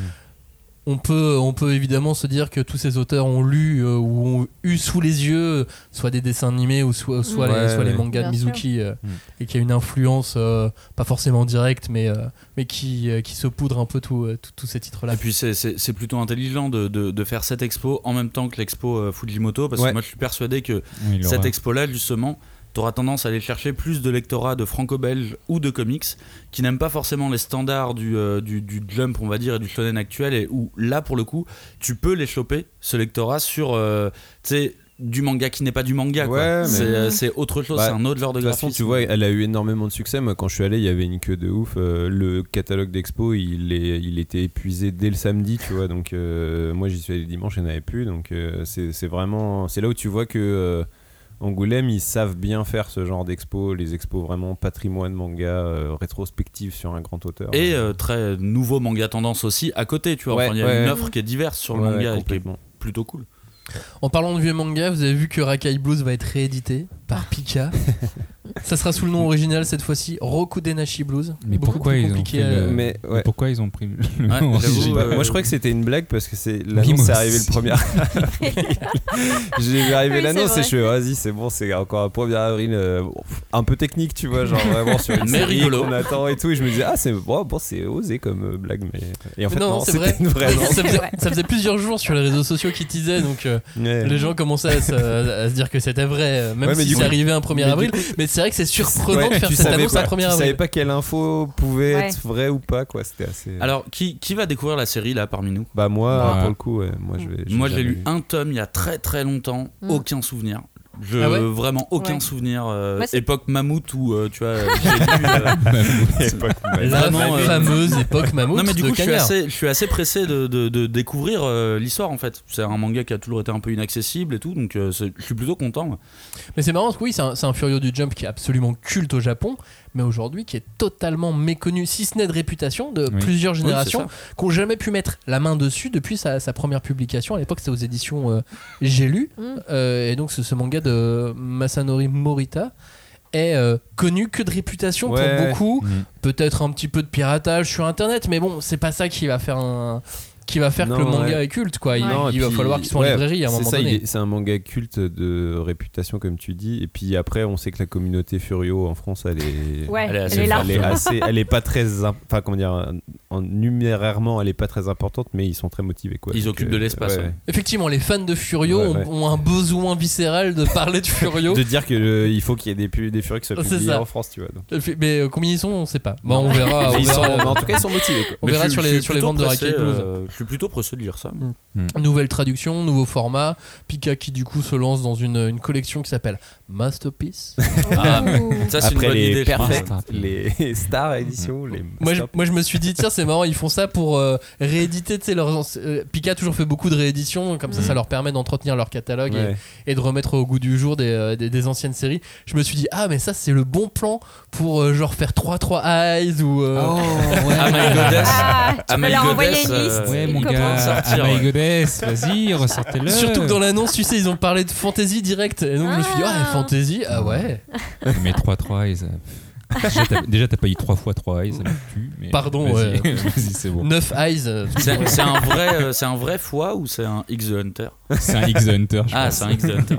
Speaker 1: On peut, on peut évidemment se dire que tous ces auteurs ont lu euh, ou ont eu sous les yeux soit des dessins animés ou soit, soit,
Speaker 3: ouais,
Speaker 1: les, soit
Speaker 3: ouais.
Speaker 1: les mangas
Speaker 2: Bien
Speaker 1: de Mizuki euh,
Speaker 3: mm.
Speaker 1: et qui a une influence euh, pas forcément directe mais, euh, mais qui, euh, qui saupoudre un peu tous tout, tout ces titres-là.
Speaker 5: Et puis c'est, c'est, c'est plutôt intelligent de, de, de faire cette expo en même temps que l'expo euh, Fujimoto parce ouais. que moi je suis persuadé que oui, cette expo-là justement t'auras tendance à aller chercher plus de lectorat de franco-belge ou de comics qui n'aiment pas forcément les standards du, euh, du, du Jump on va dire et du shonen actuel et où là pour le coup tu peux les choper ce lectorat sur euh, tu sais du manga qui n'est pas du manga quoi.
Speaker 3: Ouais,
Speaker 5: c'est, euh, c'est autre chose, bah, c'est un autre genre de graphisme.
Speaker 3: De toute façon tu vois elle a eu énormément de succès, moi quand je suis allé il y avait une queue de ouf, euh, le catalogue d'expo il, est, il était épuisé dès le samedi tu vois donc euh, moi j'y suis allé le dimanche il n'y en avait plus donc euh, c'est, c'est vraiment c'est là où tu vois que euh, Angoulême, ils savent bien faire ce genre d'expo, les expos vraiment patrimoine manga, euh, rétrospective sur un grand auteur.
Speaker 5: Et euh, très nouveau manga tendance aussi à côté, tu vois.
Speaker 3: Ouais,
Speaker 5: enfin, il y a
Speaker 3: ouais,
Speaker 5: une
Speaker 3: ouais.
Speaker 5: offre qui est diverse sur le
Speaker 3: ouais,
Speaker 5: manga
Speaker 3: ouais,
Speaker 5: et qui est plutôt cool.
Speaker 1: En parlant de vieux manga, vous avez vu que Rakai Blues va être réédité par Pika. Ça sera sous le nom original cette fois-ci, Rokudenashi Blues.
Speaker 4: Mais
Speaker 1: Beaucoup
Speaker 4: pourquoi
Speaker 1: plus
Speaker 4: ils ont
Speaker 1: compliqué
Speaker 4: pris
Speaker 1: à-
Speaker 4: le...
Speaker 3: Mais, ouais.
Speaker 4: Mais pourquoi ils ont pris le
Speaker 5: Ouais,
Speaker 4: nom
Speaker 5: j'avoue,
Speaker 4: original
Speaker 5: euh,
Speaker 3: Moi je crois que c'était une blague parce que c'est
Speaker 4: Oui,
Speaker 3: l'annonce
Speaker 4: moi
Speaker 3: c'est arrivé
Speaker 4: aussi.
Speaker 3: le premier avril. J'ai vu arriver
Speaker 2: Oui, c'est
Speaker 3: l'annonce
Speaker 2: vrai.
Speaker 3: et je fais vas-y c'est bon c'est encore un premier avril euh, un peu technique tu vois genre vraiment sur une
Speaker 5: Mais
Speaker 3: série
Speaker 5: rigolo.
Speaker 3: qu'on attend et tout et je me disais ah c'est bon, bon c'est osé comme euh, blague mais et en fait
Speaker 1: non,
Speaker 3: non,
Speaker 1: c'est
Speaker 3: c'était
Speaker 1: vrai.
Speaker 3: une vraie annonce.
Speaker 1: ça, faisait,
Speaker 2: vrai.
Speaker 1: ça faisait plusieurs jours sur les réseaux sociaux qui teasaient, donc euh,
Speaker 3: Ouais.
Speaker 1: les gens commençaient à se, à se dire que c'était vrai, euh, même
Speaker 3: Ouais, mais
Speaker 1: si
Speaker 3: du
Speaker 1: c'est
Speaker 3: coup-
Speaker 1: arrivé un premier
Speaker 3: mais du
Speaker 1: avril.
Speaker 3: coup-
Speaker 1: Mais c'est vrai que c'est surprenant
Speaker 3: Ouais,
Speaker 1: de faire
Speaker 3: tu
Speaker 1: cette
Speaker 3: savais
Speaker 1: annonce
Speaker 3: pas,
Speaker 1: un premier
Speaker 3: tu savais
Speaker 1: avril.
Speaker 3: pas quelle info pouvait
Speaker 2: Ouais.
Speaker 3: être vraie ou pas quoi c'était assez
Speaker 5: Alors, qui, qui va découvrir la série là parmi nous ?
Speaker 3: bah moi
Speaker 4: Ouais.
Speaker 3: pour le coup ouais, moi je vais
Speaker 5: Moi, j'ai
Speaker 3: jamais
Speaker 5: lu
Speaker 3: vu.
Speaker 5: un tome il y a très très longtemps,
Speaker 2: Mm.
Speaker 5: aucun souvenir. Je,
Speaker 1: Ah ouais
Speaker 5: vraiment aucun
Speaker 2: Ouais.
Speaker 5: souvenir. euh,
Speaker 2: Moi, c'est-
Speaker 5: époque mammouth où euh, tu vois, j'ai lu. euh,
Speaker 3: Époque, ouais.
Speaker 1: La
Speaker 5: Vraiment, euh,
Speaker 1: fameuse époque mammouth
Speaker 5: Non mais du
Speaker 1: de
Speaker 5: coup je suis,
Speaker 1: Cagnard.
Speaker 5: assez, je suis assez pressé de, de, de découvrir euh, l'histoire en fait. C'est un manga qui a toujours été un peu inaccessible et tout, donc euh, c'est- je suis plutôt content.
Speaker 1: Mais c'est marrant parce que oui, c'est un, c'est un Furio du Jump qui est absolument culte au Japon, mais aujourd'hui qui est totalement méconnu, si ce n'est de réputation, de
Speaker 4: Oui.
Speaker 1: plusieurs
Speaker 5: Oui,
Speaker 1: générations
Speaker 5: c'est
Speaker 1: qui n'ont jamais pu mettre la main dessus depuis sa, sa première publication. À l'époque, c'était aux éditions euh, J'ai lu.
Speaker 2: Mm.
Speaker 1: Euh, et donc, ce, ce manga de Masanori Morita est euh, connu que de réputation
Speaker 3: Ouais.
Speaker 1: pour beaucoup.
Speaker 4: Mhm.
Speaker 1: Peut-être un petit peu de piratage sur internet, mais bon, c'est pas ça qui va faire un, qui va faire
Speaker 3: Non,
Speaker 1: que le manga
Speaker 3: ouais.
Speaker 1: est culte, quoi. Il,
Speaker 3: Non,
Speaker 1: il
Speaker 3: et
Speaker 1: va
Speaker 3: puis-
Speaker 1: falloir qu'il soit en
Speaker 3: ouais,
Speaker 1: librairie à un
Speaker 3: c'est
Speaker 1: moment
Speaker 3: ça, il
Speaker 1: donné.
Speaker 3: est- c'est un manga culte de réputation, comme tu dis. Et puis après, on sait que la communauté Furio en France, elle est,
Speaker 2: Ouais,
Speaker 5: Elle est
Speaker 2: elle
Speaker 5: assez
Speaker 2: est là.
Speaker 3: elle est assez, elle est pas très, imp- enfin comment dire, en numérairement, elle est pas très importante, mais ils sont très motivés, quoi.
Speaker 5: Ils
Speaker 3: Donc,
Speaker 5: occupent de l'espace, ouais.
Speaker 1: Effectivement, les fans de Furio
Speaker 3: Ouais,
Speaker 1: ont,
Speaker 3: ouais.
Speaker 1: ont un besoin viscéral de parler de Furio.
Speaker 3: De dire qu'il faut qu'il y ait des, pu- des Furio qui soient
Speaker 1: C'est
Speaker 3: publiés
Speaker 1: ça.
Speaker 3: en France, tu vois. Donc.
Speaker 1: Mais euh, combien ils sont, on sait pas. Bon, on verra.
Speaker 3: Mais
Speaker 1: on
Speaker 3: ils
Speaker 1: verra,
Speaker 3: sont-
Speaker 1: euh,
Speaker 3: mais en tout cas, ils sont motivés, quoi.
Speaker 1: on
Speaker 5: Mais
Speaker 1: verra
Speaker 5: je suis-
Speaker 1: sur
Speaker 5: je
Speaker 1: les,
Speaker 5: suis
Speaker 1: sur les
Speaker 5: plutôt
Speaker 1: ventes de
Speaker 5: pressé,
Speaker 1: Arcade Blues.
Speaker 5: euh, Je suis plutôt pressé de lire ça.
Speaker 1: Nouvelle traduction, nouveau format. Pika qui du coup se lance dans une, une collection qui s'appelle Masterpiece.
Speaker 5: Ah, ça, c'est une
Speaker 3: Après
Speaker 5: bonne
Speaker 3: les
Speaker 5: idée. je pense.
Speaker 3: Perfect, les Star Edition, les
Speaker 1: Moi je,
Speaker 3: Master-
Speaker 1: moi je me suis dit tiens c'est marrant, ils font ça pour euh, rééditer, tu sais, leurs anci- euh, Pika a toujours fait beaucoup de rééditions, comme ça ça leur permet d'entretenir leur catalogue
Speaker 3: Ouais.
Speaker 1: et, et de remettre au goût du jour des, euh, des, des anciennes séries. Je me suis dit ah mais ça c'est le bon plan pour euh, genre faire trois trois Eyes ou euh,
Speaker 5: Ah, My Goddess.
Speaker 2: Ah, tu
Speaker 5: Ah,
Speaker 2: peux
Speaker 5: My
Speaker 2: leur envoyer
Speaker 5: Goddess,
Speaker 2: une
Speaker 5: euh,
Speaker 2: liste.
Speaker 4: Ouais,
Speaker 2: et
Speaker 4: mon
Speaker 2: comment
Speaker 4: gars,
Speaker 5: sortir,
Speaker 4: ah my
Speaker 5: ouais.
Speaker 4: goodness, vas-y, ressortez-le.
Speaker 1: surtout que dans l'annonce tu sais ils ont parlé de fantasy direct et donc je me suis dit
Speaker 2: Ah.
Speaker 1: ah fantasy ah ouais
Speaker 4: Mais trois trois eyes. euh, Déjà, t'as, déjà, t'as pas eu trois fois trois eyes, ça me tue. Mais
Speaker 1: Pardon,
Speaker 4: vas-y,
Speaker 1: ouais.
Speaker 4: vas-y, c'est bon.
Speaker 1: neuf Eyes euh,
Speaker 5: C'est c'est un vrai, euh, c'est un vrai foie ou c'est un X the Hunter?
Speaker 4: C'est un X Hunter, je
Speaker 5: Ah,
Speaker 4: pense.
Speaker 5: c'est un X the Hunter.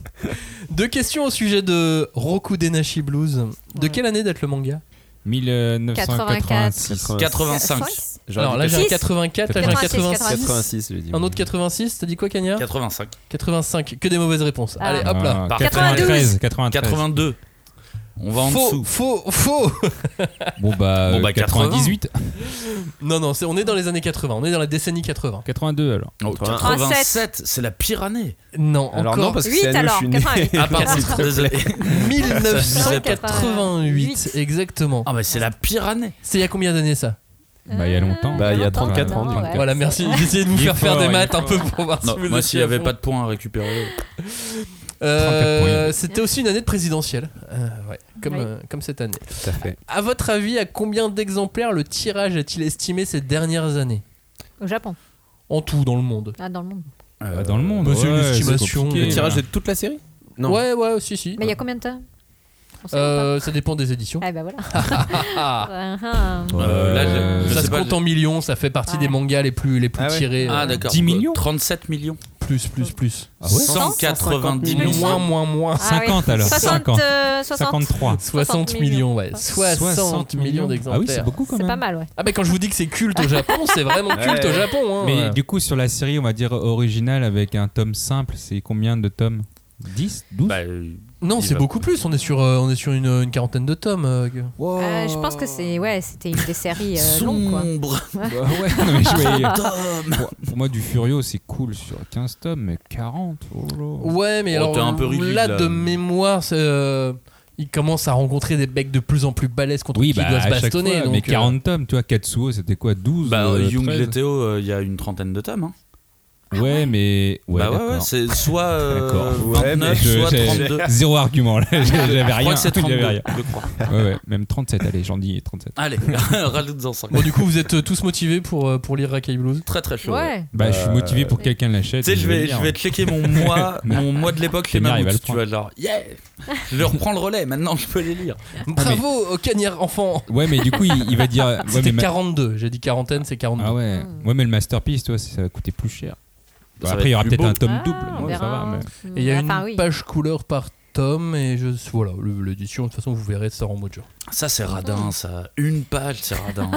Speaker 1: Deux questions au sujet de Roku Denashi Blues. De
Speaker 2: Ouais.
Speaker 1: quelle année date le manga?
Speaker 4: mille neuf cent quatre-vingt-six.
Speaker 5: quatre-vingt-cinq.
Speaker 1: Alors là j'ai un
Speaker 2: Six.
Speaker 1: quatre-vingt-quatre, là j'ai un
Speaker 2: quatre-vingt-six,
Speaker 1: quatre-vingt-six.
Speaker 3: quatre-vingt-six, j'ai dit.
Speaker 1: Un autre quatre-vingt-six, t'as dit quoi Cagnard?
Speaker 5: quatre-vingt-cinq.
Speaker 1: quatre-vingt-cinq, que des mauvaises réponses.
Speaker 2: Ah.
Speaker 1: Allez hop là.
Speaker 4: Ah,
Speaker 2: quatre-vingt-douze.
Speaker 4: quatre-vingt-treize.
Speaker 5: quatre-vingt-deux. On va en
Speaker 1: Faux,
Speaker 5: dessous.
Speaker 1: faux, faux.
Speaker 4: Bon bah,
Speaker 5: Bon, bah,
Speaker 4: euh, quatre-vingt-dix-huit.
Speaker 1: Non, non, c'est- on est dans les années quatre-vingts, on est dans la décennie quatre-vingts.
Speaker 4: quatre-vingt-deux alors.
Speaker 5: Oh, quatre-vingt-sept, c'est la pire année.
Speaker 1: Non,
Speaker 3: Alors
Speaker 1: encore
Speaker 3: non, parce que
Speaker 2: huit
Speaker 3: c'est l'année où je
Speaker 2: alors,
Speaker 3: suis né.
Speaker 2: quatre-vingt-huit.
Speaker 5: Ah pardon, désolé.
Speaker 1: dix-neuf cent quatre-vingt-huit, exactement.
Speaker 5: Ah mais c'est la pire année.
Speaker 1: C'est il y a combien d'années ça?
Speaker 4: Bah, il y a longtemps.
Speaker 3: Bah, il y a
Speaker 2: longtemps,
Speaker 3: trente-quatre ans,
Speaker 2: maintenant,
Speaker 3: du coup.
Speaker 2: ouais.
Speaker 1: Voilà, merci. J'essayais de vous
Speaker 4: Il est
Speaker 1: faire faire
Speaker 4: fort,
Speaker 1: des
Speaker 4: il est
Speaker 1: maths un peu
Speaker 4: fort.
Speaker 1: pour voir
Speaker 5: Non,
Speaker 1: si vous
Speaker 5: moi
Speaker 1: étiez
Speaker 5: s'il y
Speaker 1: à
Speaker 5: avait
Speaker 1: fond.
Speaker 5: pas de points à récupérer.
Speaker 1: Euh, C'était aussi une année de présidentielle, euh, ouais, comme,
Speaker 2: Oui.
Speaker 1: euh, comme cette année.
Speaker 3: Tout à fait.
Speaker 1: À votre avis, à combien d'exemplaires le tirage est-il estimé ces dernières années?
Speaker 2: Au Japon.
Speaker 1: En tout, dans le monde.
Speaker 2: Ah, dans le monde.
Speaker 4: Bah, dans le monde.
Speaker 1: bah, c'est une
Speaker 4: ouais,
Speaker 1: estimation.
Speaker 4: compliqué,
Speaker 3: Le tirage
Speaker 4: là.
Speaker 3: de toute la série? Non.
Speaker 1: Ouais, ouais, si, si.
Speaker 2: Mais il y a combien de temps On sait
Speaker 1: Euh, ça dépend des éditions.
Speaker 2: pas. Ah, bah voilà.
Speaker 1: Ah,
Speaker 2: Ah, ah.
Speaker 5: Euh, là, je- je
Speaker 1: ça
Speaker 5: sais
Speaker 1: se
Speaker 5: pas,
Speaker 1: compte en millions, ça fait partie
Speaker 2: Ouais.
Speaker 1: des mangas les plus, les plus
Speaker 3: Ah ouais.
Speaker 1: tirés.
Speaker 5: Ah
Speaker 1: euh,
Speaker 5: d'accord.
Speaker 4: dix millions
Speaker 5: trente-sept millions.
Speaker 1: Plus, plus, plus.
Speaker 4: Ah ouais
Speaker 5: cent quatre-vingt-dix
Speaker 2: millions.
Speaker 5: millions.
Speaker 1: Moins, moins, moins.
Speaker 2: Ah, oui.
Speaker 4: cinquante alors.
Speaker 2: soixante,
Speaker 4: cinquante.
Speaker 2: euh, soixante.
Speaker 4: cinquante-trois.
Speaker 1: soixante
Speaker 2: soixante
Speaker 1: millions, ouais.
Speaker 2: millions.
Speaker 1: soixante millions d'exemplaires.
Speaker 4: Ah oui, c'est beaucoup quand
Speaker 2: C'est
Speaker 4: même.
Speaker 2: pas mal, ouais.
Speaker 1: Ah, bah quand je vous dis que c'est culte au Japon, c'est vraiment culte
Speaker 3: Ouais.
Speaker 1: au Japon. Hein.
Speaker 4: Mais du coup, sur la série, on va dire originale avec un tome simple, c'est combien de tomes? dix? douze?
Speaker 5: Bah, euh,
Speaker 1: Non,
Speaker 5: il
Speaker 1: c'est
Speaker 5: va-
Speaker 1: beaucoup plus. On est sur, euh, on est sur une, une quarantaine de tomes. euh, que-
Speaker 2: Euh, je pense que c'est ouais, c'était une des séries euh, longues quoi.
Speaker 5: sombre.
Speaker 4: Bah ouais, non, mais je voyais-
Speaker 5: Tom.
Speaker 4: pour, pour moi, du Furio, c'est cool sur quinze tomes, mais quarante. Oh là.
Speaker 1: Ouais, mais
Speaker 5: Oh,
Speaker 1: alors
Speaker 5: t'es un peu rigide,
Speaker 1: là,
Speaker 5: là.
Speaker 1: de mémoire, c'est, euh, il commence à rencontrer des becs de plus en plus balèzes contre
Speaker 4: Oui,
Speaker 1: qui
Speaker 4: bah,
Speaker 1: il doit se
Speaker 4: à chaque
Speaker 1: bastonner.
Speaker 4: fois,
Speaker 1: donc,
Speaker 4: mais
Speaker 1: euh,
Speaker 4: quarante tomes, tu vois, Katsuo, c'était quoi, douze?
Speaker 5: Bah,
Speaker 4: euh,
Speaker 5: Young
Speaker 4: treize?
Speaker 5: Leteo, euh, il y a une trentaine de tomes. Hein.
Speaker 4: Ouais, mais. Ouais,
Speaker 5: bah ouais,
Speaker 4: d'accord.
Speaker 5: ouais, c'est soit euh,
Speaker 4: D'accord.
Speaker 3: Ouais, mais
Speaker 5: vingt-neuf,
Speaker 4: Je-
Speaker 5: soit
Speaker 4: j'ai-
Speaker 5: trente-deux.
Speaker 4: Zéro argument là, j'avais
Speaker 5: Je
Speaker 4: rien.
Speaker 5: crois que c'est
Speaker 4: j'avais
Speaker 5: trente-deux,
Speaker 4: rien.
Speaker 5: je crois.
Speaker 4: Ouais, ouais, même trente-sept, allez, j'en dis trente-sept.
Speaker 5: Allez, rajoute-en cinq.
Speaker 1: Bon, du coup, vous êtes euh, tous motivés pour, euh, pour lire Rakai Blues.
Speaker 5: Très très chaud. ouais.
Speaker 2: Ouais.
Speaker 4: Bah, je suis
Speaker 3: Euh,
Speaker 4: motivé pour que quelqu'un l'achète.
Speaker 5: Tu sais,
Speaker 4: et
Speaker 5: je vais,
Speaker 4: lire.
Speaker 5: je vais checker mon mois, mon mois de l'époque chez
Speaker 4: Cagnard, il va
Speaker 5: Mammouth,
Speaker 4: le
Speaker 5: tu vois, genre, yeah, je reprends le relais, maintenant je peux les lire.
Speaker 1: Bravo, au Cagnard enfant.
Speaker 4: Ouais, mais du coup, il, il va dire. Ouais,
Speaker 1: C'était
Speaker 4: mais ma-
Speaker 1: quarante-deux. J'ai dit quarantaine, c'est quarante-deux.
Speaker 4: Ah ouais. Ouais, mais le Masterpiece, toi, ça va coûter plus cher. Bon,
Speaker 5: Ça va
Speaker 4: après, il y
Speaker 5: être
Speaker 4: aura
Speaker 5: plus
Speaker 4: peut-être
Speaker 5: beau.
Speaker 4: un tome
Speaker 2: Ah,
Speaker 4: double.
Speaker 2: on
Speaker 4: Ouais, ça
Speaker 2: verra.
Speaker 4: va, mais-
Speaker 1: Et il y a
Speaker 2: Enfin,
Speaker 1: une
Speaker 2: oui.
Speaker 1: page couleur par tome et je voilà le- l'édition de toute façon vous verrez ça en mode jour.
Speaker 5: Ça c'est radin, ça. Une page, c'est radin.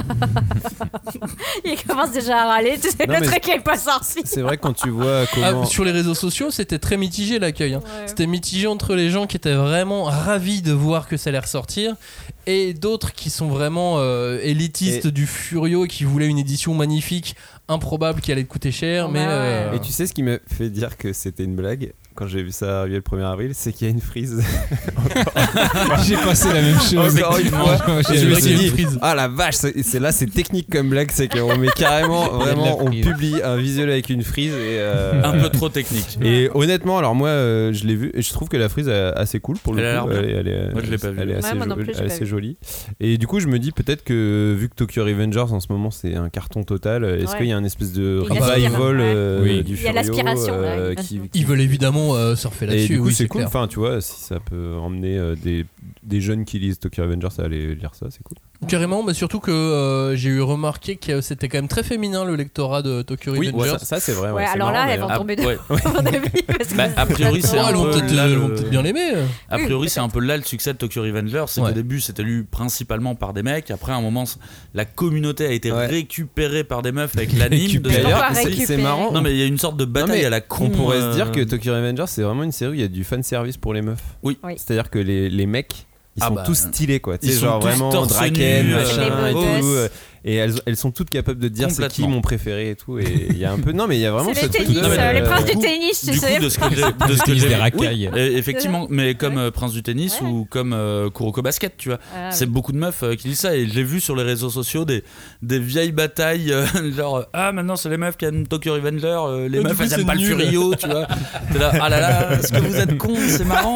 Speaker 2: Il commence déjà à râler, tu sais,
Speaker 3: Non,
Speaker 2: le
Speaker 3: mais-
Speaker 2: truc est pas sorti.
Speaker 3: C'est vrai quand tu vois comment.
Speaker 1: Ah, sur les réseaux sociaux c'était très mitigé l'accueil. Hein.
Speaker 2: Ouais.
Speaker 1: C'était mitigé entre les gens qui étaient vraiment ravis de voir que ça allait ressortir et d'autres qui sont vraiment euh, élitistes
Speaker 3: Et-
Speaker 1: du Furio et qui voulaient une édition magnifique, improbable qui allait te coûter cher.
Speaker 2: Oh,
Speaker 1: mais
Speaker 2: bah ouais.
Speaker 1: euh,
Speaker 3: Et tu sais ce qui m'a fait dire que c'était une blague quand j'ai vu ça arriver le premier avril, c'est qu'il y a une frise.
Speaker 4: J'ai passé la même chose.
Speaker 3: Encore une fois.
Speaker 4: J'ai-
Speaker 3: Je me
Speaker 1: vrai
Speaker 3: suis
Speaker 1: qu'il y a
Speaker 3: dit,
Speaker 1: une frise.
Speaker 3: ah la vache, c'est c'est là, c'est technique comme blague, c'est qu'on met carrément,
Speaker 4: Il y a de la
Speaker 3: vraiment, on
Speaker 4: frise.
Speaker 3: publie un visuel avec une frise et. euh,
Speaker 5: Un peu trop technique.
Speaker 3: Et honnêtement, alors moi, euh, je l'ai vu et je trouve que la frise est assez cool pour le
Speaker 5: Elle a
Speaker 3: coup.
Speaker 5: l'air bien.
Speaker 3: Elle, est- elle est,
Speaker 5: Moi, je l'ai pas vu.
Speaker 3: Elle est
Speaker 2: Ouais,
Speaker 3: assez,
Speaker 2: moi non
Speaker 3: jo-
Speaker 2: plus, j'ai
Speaker 3: elle est
Speaker 2: pas
Speaker 3: assez
Speaker 2: vu.
Speaker 3: jolie. Et du coup, je me dis peut-être que vu que Tokyo Revengers en ce moment c'est un carton total, est-ce
Speaker 2: Ouais.
Speaker 3: qu'il y a un espèce de
Speaker 2: Il
Speaker 1: aspire,
Speaker 3: revival
Speaker 2: ouais.
Speaker 3: euh,
Speaker 4: Oui.
Speaker 3: du
Speaker 2: Il y a
Speaker 3: Furio,
Speaker 2: l'aspiration, là,
Speaker 3: euh,
Speaker 2: il-
Speaker 3: qui,
Speaker 1: ils veulent évidemment euh, surfer
Speaker 3: Et
Speaker 1: là-dessus.
Speaker 3: du coup,
Speaker 1: oui,
Speaker 3: c'est cool.
Speaker 1: clair.
Speaker 3: Enfin, tu vois, si ça peut emmener euh, des, des jeunes qui lisent Tokyo Revengers allez lire ça, c'est cool.
Speaker 1: Carrément, mais surtout que euh, j'ai eu remarqué que c'était quand même très féminin le lectorat de Tokyo
Speaker 3: Oui,
Speaker 1: Revengers.
Speaker 3: ouais, ça, ça, c'est vrai.
Speaker 2: Ouais,
Speaker 3: Ouais, c'est
Speaker 2: alors
Speaker 3: marrant,
Speaker 2: là, elles
Speaker 3: mais,
Speaker 2: vont
Speaker 3: euh,
Speaker 2: tomber
Speaker 5: ah,
Speaker 2: de
Speaker 5: ouais.
Speaker 2: mon avis. parce que
Speaker 5: Bah,
Speaker 2: c'est
Speaker 5: a priori,
Speaker 2: pas
Speaker 5: c'est
Speaker 2: trop-
Speaker 5: un
Speaker 1: elles vont
Speaker 5: peu
Speaker 1: peut-être
Speaker 5: là,
Speaker 1: elles
Speaker 5: le-
Speaker 1: vont peut-être bien l'aimer.
Speaker 5: A
Speaker 2: Oui,
Speaker 5: priori, c'est un peu là le succès de Tokyo Revengers, c'est
Speaker 1: Ouais.
Speaker 5: qu'au début c'était lu principalement par des mecs, après à un moment la communauté a été
Speaker 3: Ouais.
Speaker 5: récupérée par des meufs avec l'anime. de
Speaker 3: D'ailleurs,
Speaker 2: Pourquoi
Speaker 3: c'est-
Speaker 2: récupérer
Speaker 3: c'est marrant.
Speaker 5: Non mais il y a une sorte de bataille
Speaker 3: mais
Speaker 5: à la con.
Speaker 3: On pourrait se dire
Speaker 5: euh,
Speaker 3: que Tokyo Revengers, c'est vraiment une série où il y a du fan service pour les meufs.
Speaker 5: Oui.
Speaker 2: Oui.
Speaker 3: C'est-à-dire que les, les mecs, ils
Speaker 5: Ah
Speaker 3: sont
Speaker 5: bah,
Speaker 3: tous stylés, quoi. Tu
Speaker 5: ils
Speaker 3: sais,
Speaker 5: sont
Speaker 3: genre
Speaker 5: tous
Speaker 3: vraiment
Speaker 5: torse
Speaker 3: Draken,
Speaker 5: nu,
Speaker 3: machin,
Speaker 2: euh,
Speaker 3: et
Speaker 2: beaux
Speaker 3: tout.
Speaker 2: gosses.
Speaker 3: euh, Et elles, elles sont toutes capables de te dire c'est qui
Speaker 5: Complètement.
Speaker 3: mon préféré et tout. Et il y a un peu. Non, mais il y a vraiment
Speaker 2: C'est
Speaker 3: ce
Speaker 2: les
Speaker 3: truc
Speaker 2: tennis,
Speaker 3: de.
Speaker 5: Non, mais
Speaker 2: euh, les
Speaker 5: euh,
Speaker 2: princes
Speaker 5: du
Speaker 2: du
Speaker 5: coup-
Speaker 2: tennis, tu
Speaker 5: Du
Speaker 2: sais.
Speaker 5: coup, de ce que j'ai, de ce que
Speaker 4: Utilise
Speaker 5: j'ai
Speaker 4: des
Speaker 5: oui,
Speaker 4: racailles.
Speaker 5: et effectivement, mais comme
Speaker 2: Ouais.
Speaker 5: euh, Prince du tennis
Speaker 2: Ouais.
Speaker 5: ou comme euh, Kuroko Basket, tu vois.
Speaker 2: Ah,
Speaker 5: C'est
Speaker 2: oui.
Speaker 5: beaucoup de meufs euh, qui disent ça et j'ai vu sur les réseaux sociaux des, des vieilles batailles euh, genre euh, ah maintenant c'est les meufs qui aiment Tokyo Revenger, euh, les
Speaker 1: Oh, du
Speaker 5: meufs
Speaker 1: coup,
Speaker 5: elles
Speaker 1: c'est
Speaker 5: aiment pas le
Speaker 1: nul.
Speaker 5: Furio, tu vois. T'es là ah là là, est-ce que vous êtes cons, c'est marrant.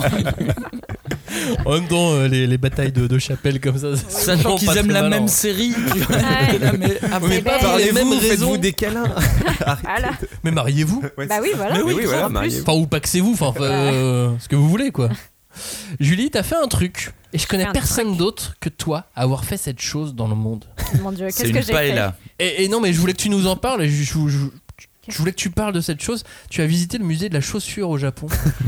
Speaker 1: En même temps, euh, les, les batailles de, de chapelle comme ça, c'est
Speaker 5: Sachant
Speaker 1: souvent
Speaker 5: qu'ils
Speaker 1: pas
Speaker 5: aiment
Speaker 1: très
Speaker 5: la
Speaker 1: malin.
Speaker 5: même série, tu vois.
Speaker 2: Ouais.
Speaker 5: T'es là, mais ah,
Speaker 1: Oui, mais
Speaker 2: C'est
Speaker 1: pas
Speaker 2: belle.
Speaker 1: par les
Speaker 3: Parlez-vous,
Speaker 1: mêmes
Speaker 3: faites-vous
Speaker 1: raisons.
Speaker 3: des câlins.
Speaker 2: Voilà.
Speaker 1: Mais mariez-vous.
Speaker 3: Ouais,
Speaker 2: Bah
Speaker 3: c'est
Speaker 2: oui,
Speaker 3: ça.
Speaker 2: voilà.
Speaker 3: Mais oui,
Speaker 2: grave,
Speaker 3: voilà,
Speaker 2: en plus.
Speaker 3: mariez-vous.
Speaker 1: Enfin, ou paxez-vous, enfin, euh, ce que vous voulez, quoi. Julie, t'as fait un truc, et je connais
Speaker 2: fait un
Speaker 1: personne d'autre que toi à avoir fait cette chose dans le monde.
Speaker 2: Mon Dieu,
Speaker 5: c'est
Speaker 2: qu'est-ce que
Speaker 5: une
Speaker 2: j'ai fait
Speaker 5: paella.
Speaker 1: Et, et non, mais je voulais que tu nous en parles, et je, je- je- je voulais que tu parles de cette chose. Tu as visité le musée de la chaussure au Japon.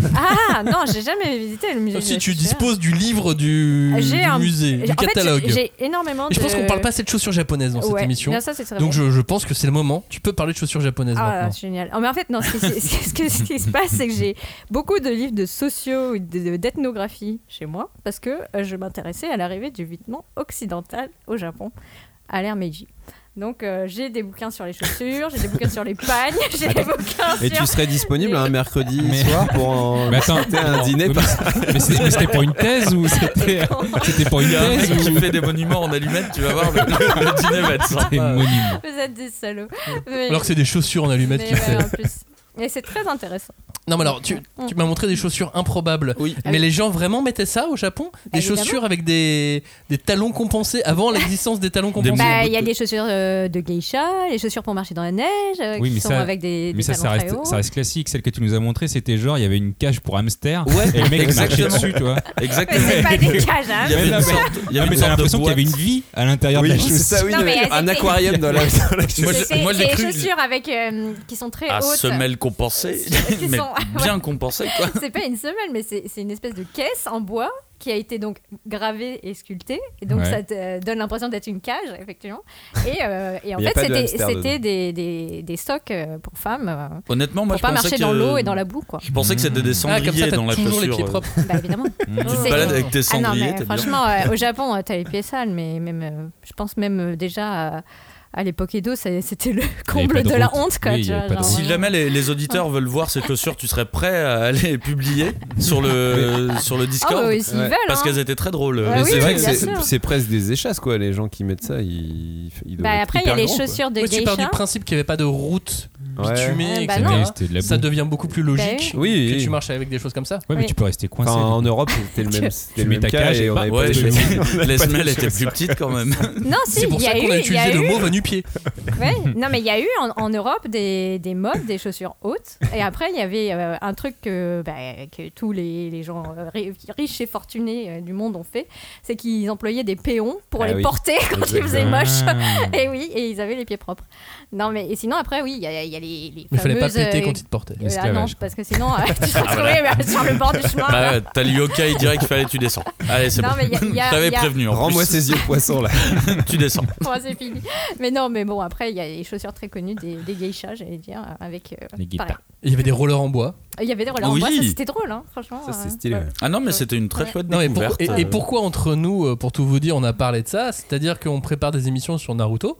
Speaker 2: Ah non, j'ai jamais visité le musée.
Speaker 1: Si
Speaker 2: de
Speaker 1: tu
Speaker 2: la chaussure.
Speaker 1: disposes du livre du,
Speaker 2: J'ai
Speaker 1: du
Speaker 2: un-
Speaker 1: musée, du
Speaker 2: En fait,
Speaker 1: catalogue.
Speaker 2: j'ai énormément de.
Speaker 1: Et je pense qu'on parle pas assez de chaussures japonaises dans cette
Speaker 2: Ouais,
Speaker 1: émission.
Speaker 2: bien ça, c'est très
Speaker 1: Donc
Speaker 2: vrai.
Speaker 1: je, je pense que c'est le moment. Tu peux parler de chaussures japonaises
Speaker 2: Ah,
Speaker 1: maintenant.
Speaker 2: c'est génial. Oh, mais en fait, non, ce qui, ce qui- ce qui- ce qui se passe, c'est que j'ai beaucoup de livres de sociaux ou de- d'ethnographie chez moi parce que euh, je m'intéressais à l'arrivée du vêtement occidental au Japon à l'ère Meiji. Donc, euh, j'ai des bouquins sur les chaussures, j'ai des bouquins sur les pagnes, j'ai des bouquins
Speaker 3: Et
Speaker 2: sur.
Speaker 3: tu serais disponible
Speaker 2: les-
Speaker 3: un mercredi
Speaker 4: Mais-
Speaker 3: soir pour en
Speaker 4: Mais attends,
Speaker 3: discuter un dîner
Speaker 4: mais,
Speaker 3: par-
Speaker 4: mais c'était mais c'était pour une thèse ou c'était c'était pour une
Speaker 5: Il y a un
Speaker 4: thèse
Speaker 5: mec
Speaker 4: ou
Speaker 5: qui fait des monuments en allumettes, tu vas voir, le, le dîner va être
Speaker 4: des
Speaker 5: sympa.
Speaker 4: monuments?
Speaker 2: Vous êtes des salauds. Mais-
Speaker 1: Alors que c'est des chaussures en allumettes
Speaker 2: mais
Speaker 1: qu'il fait.
Speaker 2: ouais, en plus. Et c'est très intéressant.
Speaker 1: Non, mais alors, tu, tu m'as montré des chaussures improbables.
Speaker 5: Oui.
Speaker 1: Mais les gens vraiment mettaient ça au Japon? Des
Speaker 2: Évidemment.
Speaker 1: chaussures avec des, des talons compensés avant l'existence des talons compensés?
Speaker 2: Bah, il y a des chaussures euh, de geisha, les chaussures pour marcher dans la neige, euh,
Speaker 4: Oui,
Speaker 2: qui
Speaker 4: mais
Speaker 2: sont
Speaker 4: ça-
Speaker 2: avec des,
Speaker 4: Mais
Speaker 2: des
Speaker 4: ça,
Speaker 2: talons
Speaker 4: ça
Speaker 2: très
Speaker 4: reste,
Speaker 2: hauts.
Speaker 4: ça reste classique. Celle que tu nous as montré, c'était genre, il y avait une cage pour hamster.
Speaker 5: Ouais,
Speaker 4: Et le mec marchait
Speaker 5: exactement.
Speaker 4: dessus, tu vois.
Speaker 2: Mais
Speaker 5: Exactement.
Speaker 2: c'est pas des cages, hein.
Speaker 5: Il y avait
Speaker 4: Mais
Speaker 5: une
Speaker 4: non, mais-
Speaker 5: sorte, il y
Speaker 4: Ah,
Speaker 5: avait
Speaker 4: mais
Speaker 5: une
Speaker 4: t'as
Speaker 5: sorte de
Speaker 4: l'impression qu'il y avait une
Speaker 5: boîte.
Speaker 4: vie à l'intérieur
Speaker 3: Oui,
Speaker 4: de la
Speaker 3: c'est
Speaker 4: chaussure.
Speaker 3: ça, oui,
Speaker 2: Non, mais
Speaker 3: un
Speaker 2: c'était-
Speaker 3: aquarium dans la, dans la
Speaker 5: Moi,
Speaker 3: chaussure.
Speaker 5: j'ai-
Speaker 2: C'est
Speaker 5: moi, j'ai
Speaker 2: c'est
Speaker 5: cru-
Speaker 2: des chaussures avec, euh, qui sont très
Speaker 5: À
Speaker 2: hautes.
Speaker 5: semelle compensée,
Speaker 2: Qui
Speaker 5: mais
Speaker 2: sont-
Speaker 5: bien compensée quoi.
Speaker 2: C'est pas une semelle, mais c'est c'est une espèce de caisse en bois qui a été donc gravée et sculptée. Et donc
Speaker 4: Ouais.
Speaker 2: ça te euh, donne l'impression d'être une cage, effectivement. Et, euh, et en
Speaker 3: Mais y a
Speaker 2: fait,
Speaker 3: pas de
Speaker 2: c'était
Speaker 3: hamster
Speaker 2: c'était
Speaker 3: dedans.
Speaker 2: des, des, des stocks euh, pour femmes euh,
Speaker 5: Honnêtement, moi
Speaker 2: pour
Speaker 5: je
Speaker 2: pas
Speaker 5: pensais
Speaker 2: marcher
Speaker 5: que
Speaker 2: dans l'eau et dans la boue, quoi.
Speaker 5: Je pensais que c'était des
Speaker 1: Ah, comme ça,
Speaker 5: cendriers
Speaker 1: t'as
Speaker 5: dans la
Speaker 1: toujours les
Speaker 5: chaussure.
Speaker 1: pieds propres.
Speaker 2: Bah évidemment.
Speaker 5: Tu te
Speaker 2: C'est-
Speaker 5: balades avec tes
Speaker 2: Ah non,
Speaker 5: cendriers,
Speaker 2: mais
Speaker 5: t'es bien.
Speaker 2: franchement, euh, au Japon, euh, t'as les pieds sales, mais même, euh, je pense même euh, déjà à, à l'époque Edo, ça- c'était le comble
Speaker 4: pas
Speaker 2: de,
Speaker 4: de
Speaker 2: la
Speaker 4: route.
Speaker 2: honte, quoi.
Speaker 4: Oui, il
Speaker 2: tu
Speaker 4: y
Speaker 2: vois,
Speaker 4: avait pas de
Speaker 2: genre,
Speaker 4: route.
Speaker 5: Si
Speaker 2: vraiment.
Speaker 5: jamais les, les auditeurs veulent voir ces chaussures, tu serais prêt à les publier sur le, sur le
Speaker 2: Ah
Speaker 5: Discord
Speaker 2: bah oui, s'ils
Speaker 3: Ouais.
Speaker 2: veulent.
Speaker 5: parce
Speaker 2: hein.
Speaker 5: qu'elles étaient très drôles.
Speaker 2: Ouais,
Speaker 3: Mais
Speaker 2: oui,
Speaker 3: c'est vrai
Speaker 2: oui,
Speaker 3: que
Speaker 2: bien
Speaker 3: c'est-
Speaker 2: sûr.
Speaker 3: c'est presque des échasses, quoi. Les gens qui mettent ça, ils, ils doivent
Speaker 2: Bah,
Speaker 3: être
Speaker 2: après, il y a
Speaker 3: hyper
Speaker 2: les
Speaker 3: grands, quoi.
Speaker 2: chaussures de
Speaker 1: Oui, tu pars du
Speaker 2: geisha.
Speaker 1: principe qu'il n'y avait pas de route
Speaker 3: Ouais.
Speaker 1: bitumée,
Speaker 2: Ouais, bah
Speaker 1: et cetera.
Speaker 2: non.
Speaker 4: C'était de la
Speaker 1: Ça
Speaker 4: boue.
Speaker 1: devient beaucoup plus logique
Speaker 3: Oui,
Speaker 1: que
Speaker 3: oui.
Speaker 1: tu marches avec des choses comme ça.
Speaker 4: Ouais, mais
Speaker 2: Oui.
Speaker 4: tu peux rester coincé.
Speaker 3: Enfin, en
Speaker 4: du coup.
Speaker 3: Europe, c'était le même, c'était
Speaker 4: Tu
Speaker 3: le
Speaker 4: mets
Speaker 3: même
Speaker 4: ta
Speaker 3: cas
Speaker 4: cage
Speaker 3: et
Speaker 4: et
Speaker 3: on
Speaker 4: pas-
Speaker 3: avait pas
Speaker 5: Ouais,
Speaker 3: de
Speaker 5: mais
Speaker 3: chaussures. On avait
Speaker 5: les
Speaker 3: pas de
Speaker 5: semelles étaient
Speaker 3: chaussures.
Speaker 5: plus petites quand même.
Speaker 2: Non, si,
Speaker 1: C'est pour
Speaker 2: il y
Speaker 1: ça
Speaker 2: a
Speaker 1: qu'on
Speaker 2: eu,
Speaker 1: a
Speaker 2: il y
Speaker 1: utilisé
Speaker 2: a
Speaker 1: le
Speaker 2: eu-
Speaker 1: mot va-nu-pied.
Speaker 2: Ouais. Non, mais il y a eu en, en Europe des, des modes, des chaussures hautes. Et après, il y avait euh, un truc que, bah, que tous les, les gens euh, ri- riches et fortunés euh, du monde ont fait, c'est qu'ils employaient des péons pour
Speaker 3: Ah
Speaker 2: les
Speaker 3: oui.
Speaker 2: porter quand il faisait
Speaker 3: Exactement.
Speaker 2: moche.
Speaker 4: Ah.
Speaker 2: Et oui, et ils avaient les pieds propres. Non, mais et sinon, après, oui, il y a, il y a les, les
Speaker 1: Mais fallait pas
Speaker 2: fameuses,
Speaker 1: péter
Speaker 2: euh,
Speaker 1: quand il te portait.
Speaker 2: euh, ah non,
Speaker 4: L'esclavage.
Speaker 2: parce que sinon, euh, tu te
Speaker 5: Ah, voilà.
Speaker 2: retrouvais bah, sur le bord du chemin.
Speaker 5: Bah,
Speaker 2: là.
Speaker 5: ouais, t'as le yokai direct qu'il fallait tu descends. Allez, c'est
Speaker 2: Non,
Speaker 5: bon.
Speaker 2: mais il y a- il y a-
Speaker 5: Je t'avais
Speaker 2: il y a-
Speaker 5: prévenu. en
Speaker 3: Rends-moi
Speaker 5: plus.
Speaker 3: ces yeux de poisson là.
Speaker 5: Tu descends.
Speaker 2: Moi, c'est fini. Mais non, mais bon, après, il y a les chaussures très connues des, des geishas, j'allais dire, avec. euh,
Speaker 4: Les guitares.
Speaker 2: pareil.
Speaker 1: Il y avait des rollers en bois.
Speaker 2: Il y avait des rollers en
Speaker 5: Oui.
Speaker 2: bois, ça, c'était drôle, hein, franchement.
Speaker 3: Ça, c'est
Speaker 2: euh,
Speaker 3: stylé.
Speaker 2: ouais.
Speaker 3: ouais.
Speaker 5: Ah non, mais c'était une très
Speaker 2: Ouais.
Speaker 5: chouette
Speaker 1: Non, mais pour-
Speaker 5: découverte.
Speaker 1: et, et
Speaker 5: euh,
Speaker 1: pourquoi entre nous, euh, pour tout vous dire, on a parlé de ça? C'est-à-dire qu'on prépare des émissions sur Naruto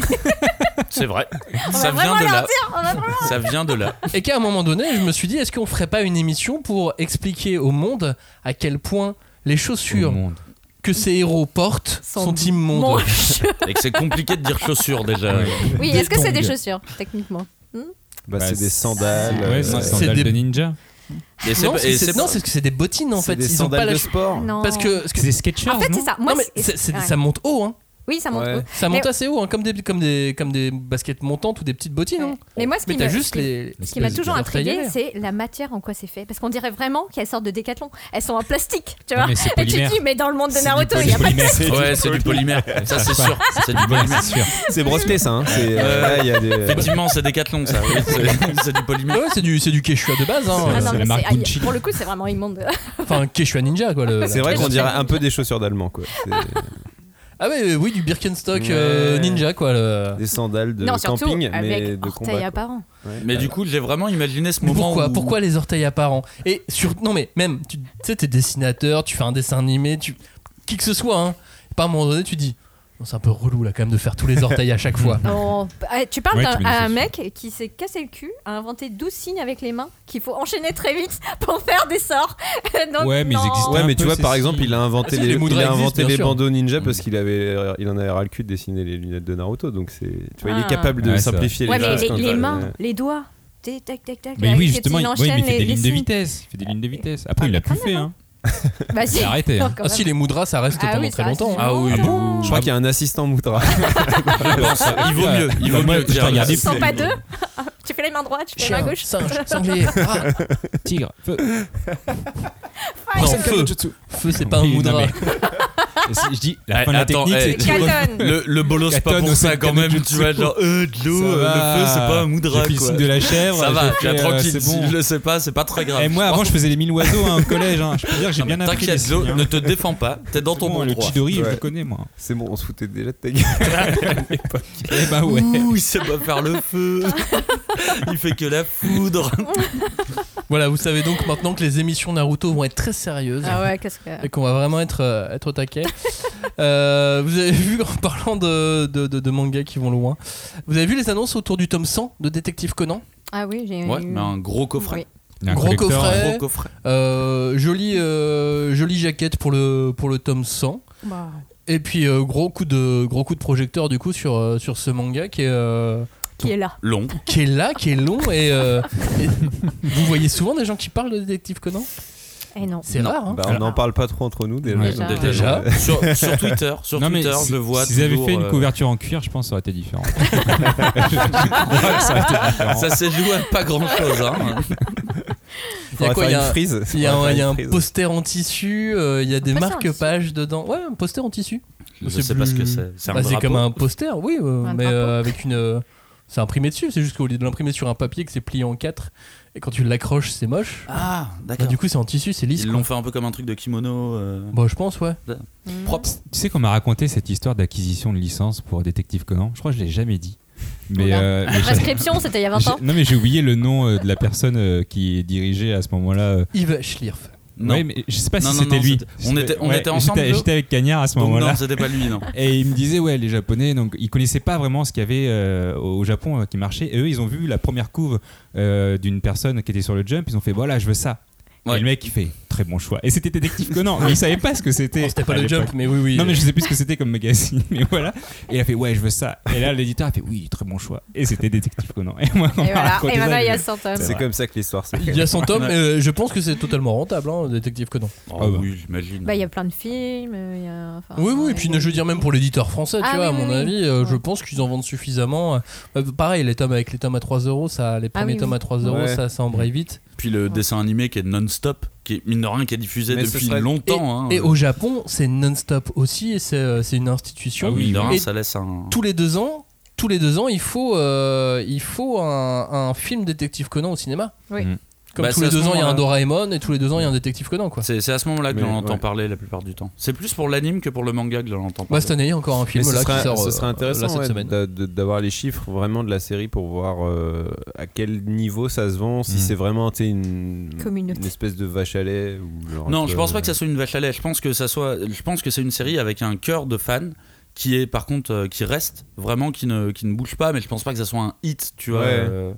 Speaker 5: C'est vrai.
Speaker 2: On
Speaker 5: Ça
Speaker 2: va
Speaker 5: vient
Speaker 2: vraiment
Speaker 5: de
Speaker 2: leur
Speaker 5: là.
Speaker 2: dire, on va vraiment-
Speaker 5: Ça vient de là.
Speaker 1: et qu'à un moment donné, je me suis dit, est-ce qu'on ferait pas une émission pour expliquer au monde à quel point les
Speaker 4: Au
Speaker 1: chaussures
Speaker 4: monde.
Speaker 1: que ces héros portent
Speaker 2: Sont
Speaker 1: sont, immondes?
Speaker 2: moches.
Speaker 5: Et que c'est compliqué de dire chaussures déjà.
Speaker 4: Ouais.
Speaker 2: Oui,
Speaker 1: Des
Speaker 2: est-ce que c'est des
Speaker 1: tongs.
Speaker 2: chaussures, techniquement?
Speaker 3: Bah,
Speaker 4: Bah,
Speaker 3: c'est des sandales.
Speaker 4: Ouais,
Speaker 3: euh,
Speaker 4: c'est
Speaker 1: c'est
Speaker 4: sandales
Speaker 1: des-
Speaker 4: de ninja.
Speaker 5: Et c'est
Speaker 1: Non,
Speaker 5: pas-
Speaker 1: c'est-
Speaker 5: et
Speaker 1: c'est-
Speaker 5: c'est
Speaker 1: non,
Speaker 5: pas-
Speaker 1: c'est que c'est des bottines en
Speaker 3: c'est
Speaker 1: fait.
Speaker 3: des
Speaker 1: Ils ont pas
Speaker 3: sandales
Speaker 1: la
Speaker 3: de
Speaker 1: ch-
Speaker 3: sport.
Speaker 2: Non.
Speaker 1: Parce que, parce que-
Speaker 4: C'est des Skechers,
Speaker 2: En fait,
Speaker 4: non
Speaker 2: c'est ça. Moi,
Speaker 1: non, mais
Speaker 2: c'est-
Speaker 1: c'est- c'est-
Speaker 2: ouais.
Speaker 1: ça monte haut, hein.
Speaker 2: Oui, ça monte.
Speaker 3: Ouais.
Speaker 2: haut.
Speaker 1: Ça monte
Speaker 2: Mais-
Speaker 1: assez haut, hein, comme, des, comme, des, comme des baskets montantes ou des petites bottines.
Speaker 2: Ouais.
Speaker 1: hein.
Speaker 2: Mais moi, ce
Speaker 1: Mais
Speaker 2: qui
Speaker 1: t'as
Speaker 2: me-
Speaker 1: juste
Speaker 2: ce qui-
Speaker 1: les.
Speaker 2: Ce qui m'a
Speaker 1: les
Speaker 2: toujours
Speaker 1: orteils à
Speaker 2: intrigué,
Speaker 1: l'air.
Speaker 2: c'est la matière en quoi c'est fait. Parce qu'on dirait vraiment qu'elles sortent de Décathlon. Elles sont en plastique, tu vois.
Speaker 4: Non, mais c'est
Speaker 2: Et tu te
Speaker 4: polymère.
Speaker 2: dis, mais dans le monde de
Speaker 4: C'est du
Speaker 2: Naruto, il n'y a pas de
Speaker 4: polymère.
Speaker 5: Ouais, c'est du polymère. Ça, c'est sûr. C'est du polymère.
Speaker 4: C'est sûr.
Speaker 3: C'est Brosselet, ça. Hein. C'est, euh,
Speaker 5: Euh,
Speaker 3: là, il y a des...
Speaker 5: Effectivement, c'est Décathlon, ça. Oui, c'est- c'est du polymère.
Speaker 1: Ouais, c'est du, c'est du Quechua de base. Hein.
Speaker 2: Ah non,
Speaker 4: c'est
Speaker 2: mais
Speaker 4: la marque
Speaker 2: c'est- ah,
Speaker 4: Gucci.
Speaker 2: pour le coup, c'est vraiment immonde.
Speaker 1: Enfin, Quechua Ninja, quoi. Le,
Speaker 3: C'est vrai qu'on dirait un peu des chaussures d'allemand, quoi. C'est
Speaker 1: Ah, ouais, oui, du Birkenstock euh,
Speaker 3: Ouais.
Speaker 1: Ninja, quoi. Le...
Speaker 3: des sandales de
Speaker 2: Non, surtout
Speaker 3: camping, mais
Speaker 2: avec
Speaker 3: de
Speaker 2: orteils
Speaker 3: combat. quoi.
Speaker 2: apparents.
Speaker 3: Ouais.
Speaker 5: Mais du coup, j'ai vraiment imaginé ce
Speaker 1: Mais
Speaker 5: moment
Speaker 1: pourquoi,
Speaker 5: où...
Speaker 1: pourquoi les orteils apparents? Et sur, non mais même, tu tu sais, t'es dessinateur, tu fais un dessin animé, tu, qui que ce soit, hein. Et pas à un moment donné, tu dis, non, c'est un peu relou là quand même de faire tous les orteils à chaque fois.
Speaker 2: Oh, ah, tu parles
Speaker 4: Ouais,
Speaker 2: d'un
Speaker 4: tu mets
Speaker 2: à un
Speaker 4: des
Speaker 2: mec qui s'est cassé le cul, a inventé douze signes avec les mains qu'il faut enchaîner très vite pour faire des sorts. Donc,
Speaker 4: Ouais, mais ils
Speaker 2: non.
Speaker 4: existent.
Speaker 3: Ouais,
Speaker 4: un
Speaker 3: mais tu
Speaker 4: peu,
Speaker 3: vois,
Speaker 4: c'est
Speaker 3: par
Speaker 4: si-
Speaker 3: exemple, il a inventé
Speaker 1: Ah, si,
Speaker 3: les,
Speaker 1: les Moudras
Speaker 3: il a
Speaker 1: existent,
Speaker 3: inventé
Speaker 1: bien
Speaker 3: les
Speaker 1: sûr.
Speaker 3: bandeaux ninja parce qu'il avait, il en avait ras le cul de dessiner les lunettes de Naruto. Donc c'est, tu vois, il
Speaker 2: Ah.
Speaker 3: est capable de
Speaker 4: Ouais, c'est
Speaker 3: simplifier
Speaker 2: Ouais,
Speaker 3: les
Speaker 2: mais
Speaker 3: choses.
Speaker 2: les,
Speaker 3: quand
Speaker 2: les
Speaker 3: t'as-
Speaker 2: mains, les doigts. Tac, tac, tac, tac.
Speaker 4: Mais
Speaker 2: avec
Speaker 4: oui,
Speaker 2: les
Speaker 4: justement,
Speaker 2: petits
Speaker 4: il, oui, mais
Speaker 2: enchaîne
Speaker 4: il fait
Speaker 2: les-
Speaker 4: des
Speaker 2: les
Speaker 4: lignes de
Speaker 2: signes.
Speaker 4: vitesse. Il fait des lignes de vitesse. Après,
Speaker 2: Ah,
Speaker 4: il a
Speaker 2: mais
Speaker 4: plus
Speaker 2: quand
Speaker 4: fait.
Speaker 2: même,
Speaker 4: Hein.
Speaker 2: Bah, si.
Speaker 4: C'est arrêté. Hein.
Speaker 2: Quand
Speaker 1: Ah
Speaker 2: même.
Speaker 1: si, les Moudras, ça reste
Speaker 2: Ah
Speaker 1: pendant
Speaker 2: oui,
Speaker 1: très
Speaker 2: ça reste
Speaker 1: longtemps. hein.
Speaker 5: Ah oui.
Speaker 2: Ah
Speaker 5: bon
Speaker 3: Je crois qu'il y a un assistant Moudra.
Speaker 5: Il vaut mieux. Il vaut
Speaker 4: Moi,
Speaker 5: mieux
Speaker 4: je
Speaker 5: dire.
Speaker 4: t'ai regardé
Speaker 2: Ils sont
Speaker 4: plus.
Speaker 2: pas deux. Tu fais les mains droites, tu fais les mains
Speaker 1: Chien,
Speaker 2: gauche.
Speaker 1: singe, sanglier. Ah,
Speaker 4: Tigre. Feu.
Speaker 1: non, feu. Feu, c'est pas un
Speaker 4: Oui, non,
Speaker 1: Moudra.
Speaker 4: mais- Et si je dis la
Speaker 5: Eh,
Speaker 4: fin de la
Speaker 5: attends,
Speaker 4: technique,
Speaker 5: eh,
Speaker 4: c'est
Speaker 5: tu vois,
Speaker 2: Katon.
Speaker 5: Le, le bolos pas
Speaker 4: Katon
Speaker 5: pour
Speaker 4: au
Speaker 5: ça
Speaker 4: set
Speaker 5: quand même,
Speaker 4: Kanjutsu.
Speaker 5: tu vois, genre euh, de l'eau,
Speaker 4: Ça
Speaker 5: euh,
Speaker 4: va.
Speaker 5: le feu c'est pas un moudra
Speaker 4: J'ai fait le
Speaker 5: quoi.
Speaker 4: signe de la chèvre.
Speaker 5: Ça va,
Speaker 4: j'ai
Speaker 5: tiens,
Speaker 4: fait, euh,
Speaker 5: tranquille,
Speaker 4: c'est
Speaker 5: si
Speaker 4: bon.
Speaker 5: je le sais pas, c'est pas très grave.
Speaker 4: Et moi, avant, je faisais les mille oiseaux hein, au collège. Hein. Je peux dire que j'ai bien appris. les
Speaker 5: T'inquiète, Zo,
Speaker 4: signes, hein.
Speaker 5: ne te défends pas, t'es dans ton
Speaker 4: Bon,
Speaker 5: bon
Speaker 4: le
Speaker 5: droit.
Speaker 4: Chidori, je
Speaker 3: Ouais.
Speaker 4: le connais, moi.
Speaker 3: C'est bon, on se foutait déjà de ta gueule.
Speaker 4: Eh bah ouais.
Speaker 5: Ouh, il sait pas faire le feu. Il fait que la foudre.
Speaker 1: Voilà, vous savez donc maintenant que les émissions Naruto vont être très sérieuses.
Speaker 2: Ah ouais, qu'est-ce que.
Speaker 1: Et qu'on va vraiment être, euh, être au taquet. Euh, vous avez vu, en parlant de, de, de, de mangas qui vont loin, vous avez vu les annonces autour du tome cent de Détective Conan?
Speaker 2: Ah oui, j'ai
Speaker 5: Ouais,
Speaker 2: eu.
Speaker 5: mais un gros coffret.
Speaker 2: Oui.
Speaker 4: Il y a un
Speaker 1: Gros
Speaker 4: collector,
Speaker 1: coffret.
Speaker 4: hein.
Speaker 5: Gros coffret.
Speaker 1: Euh, jolie, euh, jolie jaquette pour le, pour le tome cent.
Speaker 2: Bah,
Speaker 1: Et puis euh, gros coup de gros coup de projecteur du coup sur euh, sur ce manga qui est euh,
Speaker 2: qui est là.
Speaker 5: Long.
Speaker 1: qui est là, qui est long et, euh, et vous voyez souvent des gens qui parlent de Détective Conan?
Speaker 2: Eh non.
Speaker 1: C'est
Speaker 5: Non.
Speaker 1: rare. Hein.
Speaker 3: Bah, on n'en parle pas trop entre nous déjà.
Speaker 4: Ouais.
Speaker 2: Déjà.
Speaker 1: Déjà.
Speaker 5: Sur, sur Twitter, sur
Speaker 4: Non, mais
Speaker 5: Twitter,
Speaker 4: si-
Speaker 5: je le vois.
Speaker 4: S'ils avaient
Speaker 5: toujours,
Speaker 4: fait une
Speaker 5: euh,
Speaker 4: couverture en cuir, je pense que ça aurait été différent. ça aurait été différent.
Speaker 5: Ça s'est joué à pas grand chose. Hein.
Speaker 1: Il y a quoi? Il y a un-
Speaker 3: frise.
Speaker 1: Il y a un, il y a un
Speaker 3: frise.
Speaker 1: poster en tissu, euh, il y a des
Speaker 2: poster en
Speaker 1: marque-pages dedans. Ouais, un poster en tissu.
Speaker 5: Je
Speaker 1: C'est
Speaker 5: sais pas ce que
Speaker 1: plus-
Speaker 5: c'est. C'est un
Speaker 1: Bah, c'est
Speaker 5: drapeau.
Speaker 1: comme un poster, oui, euh,
Speaker 2: Un
Speaker 1: mais
Speaker 2: drapeau.
Speaker 1: euh, avec une. euh, c'est imprimé dessus, c'est juste qu'au lieu de l'imprimer sur un papier, que c'est plié en quatre, et quand tu l'accroches, c'est moche.
Speaker 5: Ah,
Speaker 1: Bah,
Speaker 5: d'accord.
Speaker 1: du coup, c'est en tissu, c'est lisse.
Speaker 5: Ils
Speaker 1: quoi.
Speaker 5: l'ont fait un peu comme un truc de kimono. euh,
Speaker 1: Bon, je pense, ouais.
Speaker 2: Mm.
Speaker 5: Propre.
Speaker 4: Tu sais qu'on m'a raconté cette histoire d'acquisition de licence pour Détective Conan. Je crois que je l'ai jamais dit. Mais,
Speaker 2: Oula.
Speaker 4: euh, mais j'ai-
Speaker 2: Prescription, c'était il y a vingt ans.
Speaker 4: j'ai- non mais j'ai oublié le nom euh, de la personne euh, qui dirigeait à ce moment-là. euh.
Speaker 1: Yves Schlierf.
Speaker 5: Non.
Speaker 4: Ouais, mais je sais pas
Speaker 5: Non,
Speaker 4: si
Speaker 5: non,
Speaker 4: c'était
Speaker 5: non,
Speaker 4: lui.
Speaker 5: c'était- on était- on était ensemble,
Speaker 4: J'étais
Speaker 5: Joe
Speaker 4: j'étais avec Cagnard à ce
Speaker 5: Donc
Speaker 4: moment-là.
Speaker 5: non, c'était pas lui, non.
Speaker 4: Et il me disait, ouais, les Japonais, donc ils connaissaient pas vraiment ce qu'il y avait euh, au Japon euh, qui marchait. Et eux, ils ont vu la première couve euh, d'une personne qui était sur le jump. Ils ont fait, voilà, je veux ça.
Speaker 5: Ouais.
Speaker 4: Et le mec, il fait, très bon choix. Et c'était Détective Conan. Mais il savait pas ce que c'était.
Speaker 1: Bon, c'était pas
Speaker 4: à
Speaker 1: le
Speaker 4: l'époque.
Speaker 1: Jump, mais oui, oui.
Speaker 4: Non, mais je sais plus ce que c'était comme magazine. Mais voilà. Et il a fait, ouais, je veux ça. Et là, l'éditeur a fait, oui, très bon choix. Et c'était Détective Conan. Et moi, on
Speaker 2: Et
Speaker 4: m'a
Speaker 2: voilà,
Speaker 4: raconté
Speaker 2: et
Speaker 4: ça,
Speaker 2: maintenant il y a
Speaker 4: je-
Speaker 2: cent tomes.
Speaker 3: C'est comme ça que l'histoire se fait.
Speaker 1: Il y a cent tomes,
Speaker 5: Ouais.
Speaker 1: euh, je pense que c'est totalement rentable, hein, Détective Conan.
Speaker 5: Oh,
Speaker 4: Ah bah.
Speaker 5: oui, j'imagine.
Speaker 2: Bah, il y a plein de films. euh, il y a, enfin,
Speaker 1: Oui, oui, et
Speaker 2: ouais,
Speaker 1: puis
Speaker 2: il y a-
Speaker 1: je veux dire, même pour l'éditeur français, tu
Speaker 2: Ah
Speaker 1: vois,
Speaker 2: oui,
Speaker 1: à mon
Speaker 2: oui, oui.
Speaker 1: avis, euh, je
Speaker 2: Ouais.
Speaker 1: pense qu'ils en vendent suffisamment. Euh, pareil, les tomes avec les tomes à trois euros, ça, les premiers
Speaker 2: oui,
Speaker 1: tomes
Speaker 2: oui.
Speaker 1: à trois euros,
Speaker 3: Ouais.
Speaker 1: ça, ça embraye vite.
Speaker 5: Puis le dessin animé qui est non-stop, qui est mine de rien, qui est diffusé
Speaker 3: Mais ce
Speaker 5: depuis
Speaker 3: serait-
Speaker 5: longtemps. hein.
Speaker 1: Et au Japon, c'est non-stop aussi, et c'est euh, c'est une institution.
Speaker 5: Ah oui, mine de rien,
Speaker 1: Et
Speaker 5: ça laisse un.
Speaker 1: tous les deux ans, tous les deux ans, il faut, euh, il faut un, un film Détective Conan au cinéma.
Speaker 2: Oui.
Speaker 4: Mm.
Speaker 1: Comme
Speaker 5: Bah,
Speaker 1: tous
Speaker 5: c'est
Speaker 1: les
Speaker 5: à ce
Speaker 1: deux ans, il y a un
Speaker 5: moment-là.
Speaker 1: Doraemon, et tous les deux ans, il y a un Détective Conan, quoi.
Speaker 5: C'est c'est à ce moment-là que
Speaker 3: Mais,
Speaker 5: l'on entend
Speaker 3: ouais.
Speaker 5: parler la plupart du temps. C'est plus pour l'anime que pour le manga que l'on entend
Speaker 1: Bah,
Speaker 5: parler.
Speaker 1: cette année, il y a encore un film
Speaker 3: Mais ce
Speaker 1: là
Speaker 3: serait,
Speaker 1: qui sort
Speaker 3: ce
Speaker 1: euh,
Speaker 3: serait
Speaker 1: là,
Speaker 3: intéressant
Speaker 1: cette
Speaker 3: ouais,
Speaker 1: semaine.
Speaker 3: d'a- de- d'avoir les chiffres vraiment de la série pour voir euh, à quel niveau ça se vend, si
Speaker 4: Mm.
Speaker 3: c'est vraiment tu sais, une,
Speaker 2: Communauté.
Speaker 3: une espèce de vache à lait. Ou genre un
Speaker 5: Non,
Speaker 3: peu-
Speaker 5: je pense pas que ça soit une vache à lait. Je pense que ça soit. Je pense que c'est une série avec un cœur de fans qui est par contre euh, qui reste vraiment qui ne qui ne bouge pas. Mais je pense pas que ça soit un hit. Tu vois.
Speaker 3: Ouais.
Speaker 5: euh,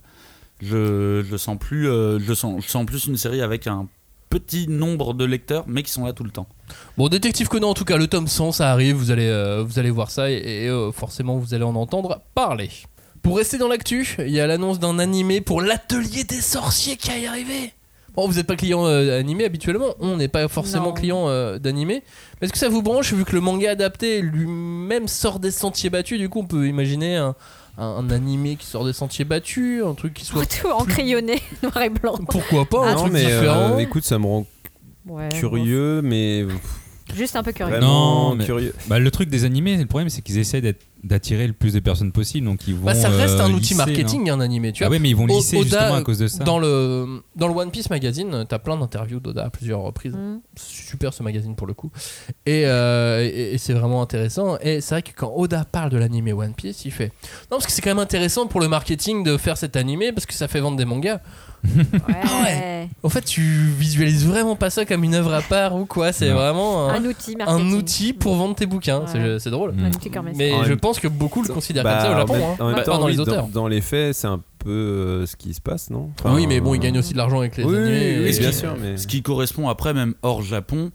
Speaker 5: je je le sens plus. euh, je sens je sens plus une série avec un petit nombre de lecteurs, mais qui sont là tout le temps.
Speaker 1: Bon, Détective Conan, en tout cas, le tome cent, ça arrive, vous allez, euh, vous allez voir ça, et, et, euh, forcément, vous allez en entendre parler. Pour rester dans l'actu, il y a l'annonce d'un animé pour l'Atelier des Sorciers qui est arrivé. Bon, vous n'êtes pas client euh, animé habituellement, on n'est pas forcément
Speaker 2: Non.
Speaker 1: client euh, d'animé. Mais est-ce que ça vous branche vu que le manga adapté lui-même sort des sentiers battus? Du coup, on peut imaginer un, un, un animé qui sort des sentiers battus, un truc qui soit.
Speaker 2: Tout en crayonné, noir et blanc.
Speaker 1: Pourquoi pas, un
Speaker 3: non,
Speaker 1: truc
Speaker 3: mais
Speaker 1: différent.
Speaker 3: euh, écoute, ça me rend
Speaker 2: Ouais,
Speaker 3: curieux, mais.
Speaker 2: Juste un peu curieux.
Speaker 3: Vraiment
Speaker 4: Non, mais-
Speaker 3: curieux.
Speaker 4: Bah, le truc des animés, le problème, c'est qu'ils essaient d'être- d'attirer le plus de personnes possible. Donc ils vont.
Speaker 1: Bah, ça reste
Speaker 4: euh,
Speaker 1: un outil
Speaker 4: lisser,
Speaker 1: marketing, un animé. Tu
Speaker 4: Ah
Speaker 1: vois.
Speaker 4: ouais, mais ils vont
Speaker 1: O-
Speaker 4: lisser
Speaker 1: Oda,
Speaker 4: justement à cause de ça.
Speaker 1: Dans le, dans le One Piece magazine, t'as plein d'interviews d'Oda à plusieurs reprises.
Speaker 2: Mm.
Speaker 1: Super ce magazine pour le coup. Et, euh, et, et c'est vraiment intéressant. Et c'est vrai que quand Oda parle de l'animé One Piece, il fait non, parce que c'est quand même intéressant pour le marketing de faire cet animé parce que ça fait vendre des mangas.
Speaker 2: Ouais.
Speaker 1: Ah ouais. En fait, tu visualises vraiment pas ça comme une œuvre à part ou quoi. C'est
Speaker 4: Non.
Speaker 1: vraiment un,
Speaker 2: Un outil marketing.
Speaker 1: un outil pour vendre tes bouquins.
Speaker 2: Ouais.
Speaker 1: C'est, c'est drôle.
Speaker 2: Un outil commercial.
Speaker 1: Mais
Speaker 3: En
Speaker 1: je
Speaker 3: même-
Speaker 1: pense que beaucoup le considèrent
Speaker 3: Bah,
Speaker 1: comme ça au
Speaker 3: en
Speaker 1: Japon.
Speaker 3: même-
Speaker 1: hein.
Speaker 3: en même
Speaker 1: Pas
Speaker 3: temps,
Speaker 1: dans
Speaker 3: oui,
Speaker 1: les auteurs.
Speaker 3: dans, dans les faits, c'est un peu euh, ce qui se passe, non Enfin,
Speaker 1: Oui, mais bon, ils gagnent aussi de l'argent avec les
Speaker 3: oui,
Speaker 1: animés.
Speaker 3: oui, oui,
Speaker 1: et-
Speaker 3: bien sûr. Mais...
Speaker 5: Ce qui correspond après, même hors Japon,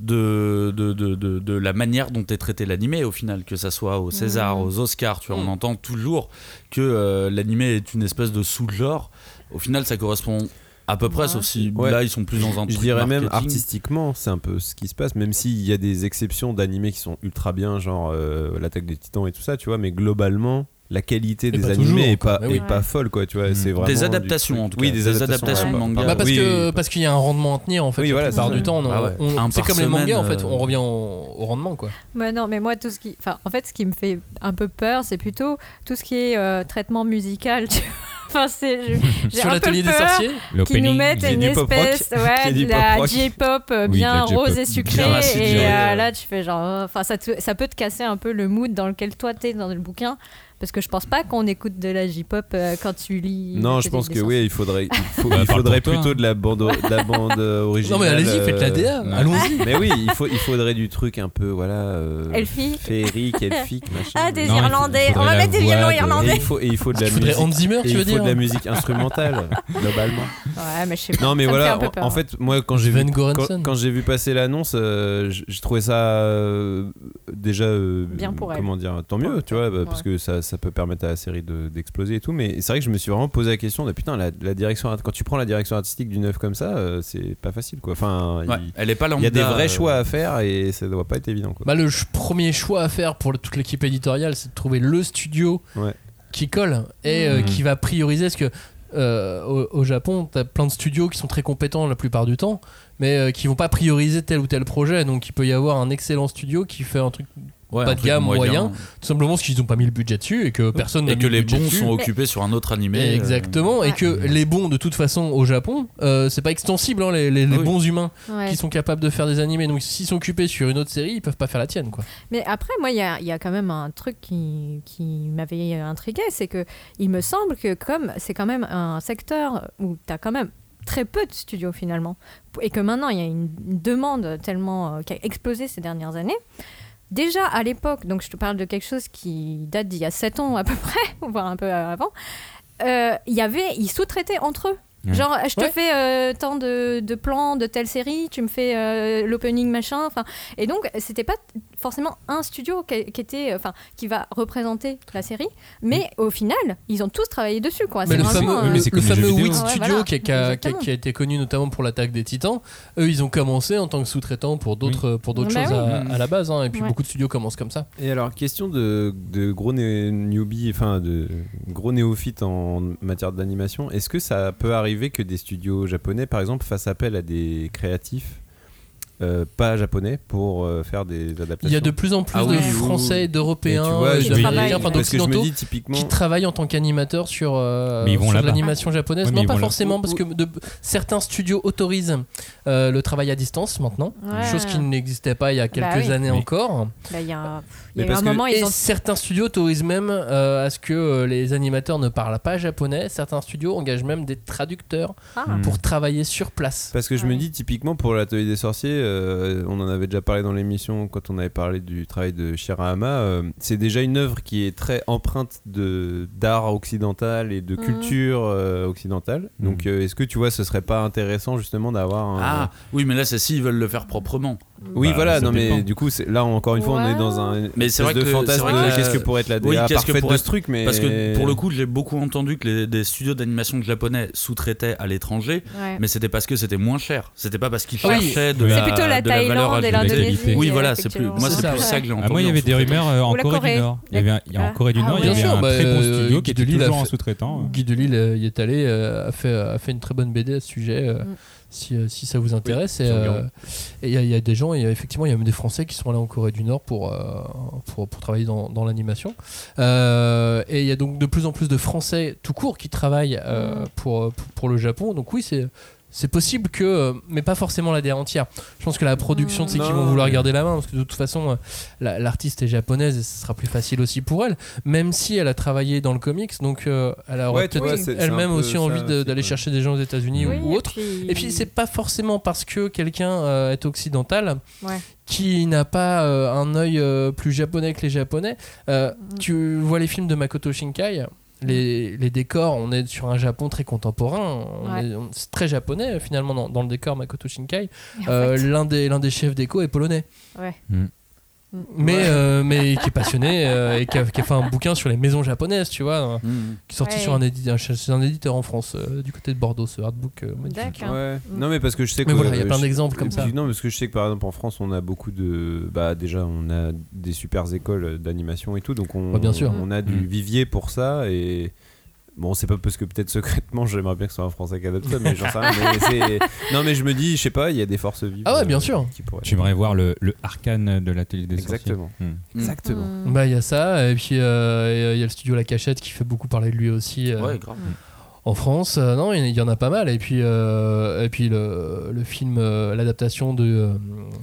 Speaker 5: de, de, de, de, de la manière dont est traité l'animé au final, que ça soit au César,
Speaker 2: Mmh.
Speaker 5: aux Oscars, tu vois, on
Speaker 1: Mmh.
Speaker 5: entend toujours que euh, l'animé est une espèce de sous-genre. Au final, ça correspond à peu près,
Speaker 2: Ouais.
Speaker 5: sauf si
Speaker 3: Ouais.
Speaker 5: là ils sont plus dans un
Speaker 3: Je
Speaker 5: truc
Speaker 3: dirais même
Speaker 5: marketing.
Speaker 3: artistiquement, c'est un peu ce qui se passe, même s'il y a des exceptions d'animés qui sont ultra bien, genre euh, l'Attaque des Titans et tout ça, tu vois, mais globalement, la qualité
Speaker 1: Et
Speaker 3: des
Speaker 1: pas
Speaker 3: animés
Speaker 1: toujours,
Speaker 3: est
Speaker 1: encore,
Speaker 3: pas,
Speaker 1: mais oui.
Speaker 3: est pas folle, quoi, tu vois.
Speaker 4: Mm.
Speaker 3: C'est vraiment
Speaker 5: Des
Speaker 3: du
Speaker 5: adaptations,
Speaker 3: truc-
Speaker 5: en tout
Speaker 3: oui,
Speaker 5: cas.
Speaker 3: des,
Speaker 5: Des
Speaker 3: adaptations,
Speaker 5: adaptations
Speaker 3: ouais,
Speaker 5: de
Speaker 3: pardon.
Speaker 5: manga.
Speaker 1: Bah parce
Speaker 3: Oui,
Speaker 1: que
Speaker 3: oui.
Speaker 1: parce qu'il y a un rendement à tenir en fait.
Speaker 3: Oui,
Speaker 1: la
Speaker 3: voilà,
Speaker 1: plupart
Speaker 3: c'est
Speaker 1: du
Speaker 3: ça.
Speaker 1: temps, on-
Speaker 5: Ah ouais.
Speaker 1: on-
Speaker 5: Un
Speaker 1: c'est
Speaker 5: par
Speaker 1: comme les mangas
Speaker 5: semaine,
Speaker 1: en fait.
Speaker 5: euh,
Speaker 1: On revient au, au rendement quoi.
Speaker 2: Ouais, non, mais moi, tout ce qui. Enfin, en fait, ce qui me fait un peu peur, c'est plutôt tout ce qui est euh, traitement musical. tu vois. Enfin, c'est. je- J'ai
Speaker 1: Sur
Speaker 2: un
Speaker 1: l'atelier
Speaker 2: peu
Speaker 1: des
Speaker 2: peur
Speaker 1: sorciers.
Speaker 2: qu'ils nous
Speaker 4: L'opening.
Speaker 2: mettent
Speaker 3: c'est
Speaker 2: une
Speaker 3: du pop rock.
Speaker 2: espèce ouais,
Speaker 3: C'est du
Speaker 2: de la
Speaker 3: pop rock.
Speaker 2: J-pop euh,
Speaker 4: Oui, de
Speaker 2: bien
Speaker 4: la J-pop.
Speaker 2: rose et sucrée.
Speaker 5: Bien acidulée,
Speaker 2: Et euh,
Speaker 5: ouais.
Speaker 2: là, tu fais genre. euh, Enfin, ça, te- ça peut te casser un peu le mood dans lequel toi t'es dans le bouquin. Parce que je pense pas qu'on écoute de la J-pop euh, quand tu lis.
Speaker 3: Non, je
Speaker 2: L'Atelier
Speaker 3: pense
Speaker 2: des
Speaker 3: que
Speaker 2: sorciers.
Speaker 3: oui, il faudrait, il faut-
Speaker 4: Bah,
Speaker 3: il
Speaker 4: parle
Speaker 3: faudrait
Speaker 4: pour toi,
Speaker 3: plutôt
Speaker 4: hein.
Speaker 3: de la bande, de la bande euh, originale.
Speaker 1: Non mais allez-y, faites la D A.
Speaker 3: euh,
Speaker 1: Allons-y.
Speaker 3: Mais oui, il, faut, il faudrait du truc un peu, voilà. Euh,
Speaker 2: Elfique.
Speaker 3: Féerique, elfique, machin.
Speaker 2: Ah, des
Speaker 4: Non, il faut-
Speaker 2: Irlandais.
Speaker 4: il faudrait
Speaker 2: On va
Speaker 4: la
Speaker 2: mettre des
Speaker 4: voix
Speaker 2: violons
Speaker 4: de-
Speaker 3: Et
Speaker 2: irlandais.
Speaker 3: il faut, et il faut de la
Speaker 1: Il faudrait
Speaker 3: musique.
Speaker 1: Hans Zimmer,
Speaker 3: et
Speaker 1: tu
Speaker 3: il
Speaker 1: veux
Speaker 3: faut
Speaker 1: dire
Speaker 3: de la musique instrumentale, globalement.
Speaker 2: Ouais, mais je sais pas.
Speaker 3: Non mais
Speaker 2: ça me
Speaker 3: voilà,
Speaker 2: fait un peu
Speaker 3: en,
Speaker 2: peur,
Speaker 3: en
Speaker 2: hein.
Speaker 3: fait moi quand j'ai
Speaker 1: Sven
Speaker 3: vu
Speaker 1: Goranson.
Speaker 3: quand, quand j'ai vu passer l'annonce, euh, j- j'ai trouvé ça euh, déjà euh,
Speaker 2: Bien pour elle.
Speaker 3: comment dire, tant mieux, tu vois, bah, parce que ça, ça peut permettre à la série de- d'exploser et tout. Mais c'est vrai que je me suis vraiment posé la question de putain la, la direction art- quand tu prends la direction artistique d'une œuvre comme ça, euh, c'est pas facile quoi. Enfin,
Speaker 5: Ouais,
Speaker 3: il,
Speaker 5: elle est pas
Speaker 3: il
Speaker 5: lambda.
Speaker 3: y a des vrais
Speaker 5: euh,
Speaker 3: choix à faire et ça doit pas être évident quoi.
Speaker 1: Bah le ch- premier choix à faire pour le- toute l'équipe éditoriale, c'est de trouver le studio
Speaker 3: Ouais.
Speaker 1: qui colle et euh,
Speaker 4: Mhm.
Speaker 1: qui va prioriser. Parce que euh, au, au Japon, t'as plein de studios qui sont très compétents la plupart du temps, mais euh, qui vont pas prioriser tel ou tel projet. Donc il peut y avoir un excellent studio qui fait un truc
Speaker 5: ouais,
Speaker 1: pas
Speaker 5: un
Speaker 1: de
Speaker 5: truc
Speaker 1: gamme, moyen, tout simplement parce qu'ils ont pas mis le budget dessus et que personne n'a
Speaker 5: Et
Speaker 1: mis
Speaker 5: que
Speaker 1: le
Speaker 5: les
Speaker 1: budget
Speaker 5: bons
Speaker 1: dessus.
Speaker 5: sont occupés sur un autre animé. euh,
Speaker 1: Exactement, et
Speaker 2: Ouais.
Speaker 1: que les bons de toute façon au Japon, euh, c'est pas extensible, hein, les, les- les
Speaker 5: Oui.
Speaker 1: bons humains
Speaker 2: Ouais.
Speaker 1: qui sont capables de faire des animés. Donc s'ils sont occupés sur une autre série, ils peuvent pas faire la tienne quoi.
Speaker 2: Mais après, moi, il y a, il y a quand même un truc qui, qui m'avait intrigué, c'est que il me semble que comme c'est quand même un secteur où tu as quand même très peu de studios finalement, et que maintenant il y a une une demande tellement euh, qui a explosé ces dernières années. Déjà à l'époque, donc je te parle de quelque chose qui date d'il y a sept ans à peu près, voire un peu avant, euh, il y avait, ils sous-traitaient entre eux.
Speaker 4: Ouais.
Speaker 2: Genre, je te
Speaker 1: Ouais.
Speaker 2: fais euh, tant de, de plans de telle série, tu me fais euh, l'opening machin. Enfin, et donc, c'était pas forcément un studio qui, qui était, enfin, qui va représenter la série, mais au final, ils ont tous travaillé dessus, quoi.
Speaker 1: Mais
Speaker 2: C'est
Speaker 1: le
Speaker 2: vraiment,
Speaker 1: fameux,
Speaker 2: euh,
Speaker 4: oui, mais
Speaker 1: le-
Speaker 4: c'est
Speaker 1: le
Speaker 4: comme les
Speaker 1: fameux
Speaker 4: jeux vidéo.
Speaker 1: Wit
Speaker 2: Ouais,
Speaker 1: Studio
Speaker 2: voilà.
Speaker 1: qui, a, qui a- qui a-
Speaker 2: Exactement.
Speaker 1: qui a été connu notamment pour l'attaque des Titans, eux ils ont commencé en tant que sous-traitants pour d'autres pour d'autres
Speaker 2: Bah
Speaker 1: choses
Speaker 2: oui.
Speaker 1: à, à la base, hein, et puis
Speaker 2: Ouais.
Speaker 1: beaucoup de studios commencent comme ça.
Speaker 3: Et alors, question de, de gros né- newbies, enfin de gros néophytes en matière d'animation, est-ce que ça peut arriver que des studios japonais, par exemple, fassent appel à des créatifs euh, pas japonais pour euh, faire des adaptations?
Speaker 1: Il y a de plus en plus
Speaker 5: Ah
Speaker 1: de
Speaker 5: oui,
Speaker 1: Français,
Speaker 3: Et
Speaker 1: d'Européens,
Speaker 3: tu vois,
Speaker 1: et
Speaker 3: je me-
Speaker 1: d'Américains, enfin
Speaker 3: parce que je me
Speaker 1: d'Occidentaux
Speaker 3: dis typiquement.
Speaker 1: qui travaillent en tant qu'animateurs sur, euh,
Speaker 4: Mais ils vont
Speaker 1: sur
Speaker 4: là-bas.
Speaker 1: l'animation japonaise.
Speaker 4: Ouais, mais
Speaker 1: non,
Speaker 4: ils
Speaker 1: pas
Speaker 4: vont là-
Speaker 1: forcément, parce que de, certains studios autorisent euh, le travail à distance maintenant,
Speaker 2: Ouais.
Speaker 1: chose qui n'existait pas il y a quelques
Speaker 2: Bah oui.
Speaker 1: années
Speaker 4: Oui.
Speaker 1: encore.
Speaker 2: bah, il y a, il y
Speaker 3: Mais
Speaker 2: a eu
Speaker 3: parce
Speaker 2: un
Speaker 3: que-
Speaker 2: moment,
Speaker 1: Et
Speaker 2: ils ont.
Speaker 1: certains studios autorisent même euh, à ce que euh, les animateurs ne parlent pas japonais. Certains studios engagent même des traducteurs
Speaker 2: Ah.
Speaker 4: Mm.
Speaker 1: pour travailler sur place.
Speaker 3: Parce que je me
Speaker 2: Ouais.
Speaker 3: dis typiquement pour l'atelier des sorciers, euh, on en avait déjà parlé dans l'émission quand on avait parlé du travail de Shirahama, euh, c'est déjà une œuvre qui est très empreinte de d'art occidental et de
Speaker 2: Mhm.
Speaker 3: culture euh, occidentale. Donc euh, est-ce que tu vois ce serait pas intéressant justement d'avoir un...
Speaker 5: Ah oui, mais là c'est s'ils veulent le faire proprement.
Speaker 3: Oui,
Speaker 4: Bah,
Speaker 3: voilà,
Speaker 4: ça
Speaker 3: non, mais
Speaker 4: dépend.
Speaker 3: du coup, c'est, là encore une fois, on
Speaker 2: Ouais.
Speaker 3: est dans un
Speaker 5: Mais c'est vrai
Speaker 3: espèce
Speaker 5: que
Speaker 3: de
Speaker 5: le-
Speaker 3: fantasme
Speaker 5: c'est vrai
Speaker 3: de
Speaker 5: que-
Speaker 3: qu'est-ce que pourrait être la D A
Speaker 5: Oui, qu'est-ce que
Speaker 3: parfaite
Speaker 5: pourrait
Speaker 3: de ce truc, mais
Speaker 5: Parce que pour le coup, j'ai beaucoup entendu que les, des studios d'animation japonais sous-traitaient à l'étranger,
Speaker 2: Ouais.
Speaker 5: mais c'était parce que c'était moins cher. C'était pas parce qu'ils
Speaker 1: Ah oui.
Speaker 5: cherchaient de
Speaker 4: C'est
Speaker 5: la,
Speaker 2: plutôt la
Speaker 5: de la valeur
Speaker 2: Thaïlande et
Speaker 5: ajoutée.
Speaker 2: l'Indonésie.
Speaker 5: Oui, voilà, c'est plus,
Speaker 2: effectivement.
Speaker 5: moi
Speaker 1: C'est
Speaker 5: c'est
Speaker 1: ça,
Speaker 5: plus
Speaker 1: ouais.
Speaker 5: ça que j'ai
Speaker 4: Ah,
Speaker 5: entendu.
Speaker 4: moi, il y avait
Speaker 5: en
Speaker 4: des
Speaker 5: sous-traitance.
Speaker 4: rumeurs euh, en
Speaker 2: Ou la
Speaker 4: Corée,
Speaker 2: Corée.
Speaker 4: du Nord. Il y avait, il y a en
Speaker 2: Ah.
Speaker 4: Corée du
Speaker 2: Ah
Speaker 4: Nord, il y
Speaker 1: bien
Speaker 4: avait
Speaker 1: sûr,
Speaker 4: un
Speaker 1: bah,
Speaker 4: très bon
Speaker 1: euh,
Speaker 4: studio qui
Speaker 1: Guy
Speaker 4: était
Speaker 1: Delisle a
Speaker 4: toujours en
Speaker 1: fait-
Speaker 4: sous-traitant.
Speaker 1: Guy Delisle euh, y est allé, euh, a, fait, a fait une très bonne B D à ce sujet. euh,
Speaker 2: Mm.
Speaker 1: Si, euh, si ça vous intéresse,
Speaker 3: Oui,
Speaker 1: et
Speaker 3: sur
Speaker 1: euh,
Speaker 3: Lyon.
Speaker 1: et il y, a- il y a des gens, et effectivement, il y a même des Français qui sont allés en Corée du Nord pour, euh, pour, pour travailler dans, dans l'animation. Euh, et il y a donc de plus en plus de Français tout court qui travaillent euh,
Speaker 2: Mm.
Speaker 1: pour, pour, pour le Japon. Donc oui, c'est c'est possible que, euh, mais pas forcément la D A entière. Je pense que la production,
Speaker 2: Mm.
Speaker 1: c'est qu'ils
Speaker 3: Non,
Speaker 1: vont vouloir
Speaker 3: mais-
Speaker 1: garder la main, parce que de toute façon, euh, la- l'artiste est japonaise et ce sera plus facile aussi pour elle, même si elle a travaillé dans le comics, donc euh, elle a
Speaker 3: Ouais, tu
Speaker 1: peut-être
Speaker 3: vois, c'est- c'est
Speaker 1: elle-même
Speaker 3: un peu
Speaker 1: aussi
Speaker 3: ça
Speaker 1: envie de-
Speaker 3: aussi,
Speaker 1: d'aller
Speaker 3: quoi.
Speaker 1: chercher des gens aux États-Unis
Speaker 2: Oui,
Speaker 1: ou, ou
Speaker 2: et
Speaker 1: autre.
Speaker 2: puis-
Speaker 1: Et puis c'est pas forcément parce que quelqu'un euh, est occidental
Speaker 2: Ouais.
Speaker 1: qui n'a pas euh, un œil euh, plus japonais que les japonais. Euh,
Speaker 2: Mm.
Speaker 1: Tu vois les films de Makoto Shinkai, les, les décors, on est sur un Japon très contemporain, on
Speaker 2: Ouais.
Speaker 1: est- on- c'est très japonais finalement dans, dans le décor Makoto Shinkai.
Speaker 2: Et en
Speaker 1: Euh,
Speaker 2: fait,
Speaker 1: l'un des l'un des chefs déco est polonais,
Speaker 2: ouais.
Speaker 1: mais euh, mais qui est passionné euh, et qui a, qui a fait un bouquin sur les maisons japonaises, tu vois,
Speaker 5: Mhm.
Speaker 1: qui est sorti
Speaker 2: Ouais.
Speaker 1: sur un, édi- un- chez un éditeur en France, euh, du côté de Bordeaux, ce artbook euh, magnifique.
Speaker 2: D'accord.
Speaker 3: Ouais.
Speaker 2: Mm.
Speaker 3: Non, mais parce que je sais que.
Speaker 1: Mais voilà, il y a
Speaker 3: euh,
Speaker 1: plein
Speaker 3: je-
Speaker 1: d'exemples comme
Speaker 3: et
Speaker 1: ça.
Speaker 3: puis, non, parce que je sais que par exemple en France, on a beaucoup de. Bah, déjà, on a des super écoles d'animation et tout, donc on,
Speaker 1: Ouais, bien sûr.
Speaker 3: on a du
Speaker 4: Mm.
Speaker 3: vivier pour ça. Et. Bon, c'est pas parce que peut-être secrètement, j'aimerais bien que ce soit un Français qui adopte ça, mais j'en sais rien. Mais c'est... Non, mais je me dis, je sais pas, il y a des forces vives.
Speaker 1: Ah ouais, bien
Speaker 3: euh,
Speaker 1: sûr.
Speaker 3: Qui pourraient...
Speaker 4: J'aimerais voir le, le Arcane de la télé des
Speaker 3: Exactement.
Speaker 4: sorciers. Hmm.
Speaker 3: Exactement.
Speaker 2: Mm.
Speaker 1: Bah il y a ça, et puis euh, il y a le studio La Cachette qui fait beaucoup parler de lui aussi euh,
Speaker 5: Ouais, grave.
Speaker 1: en France. Euh, non, il y en a pas mal. Et puis, euh, et puis le, le film, euh, l'adaptation de, euh,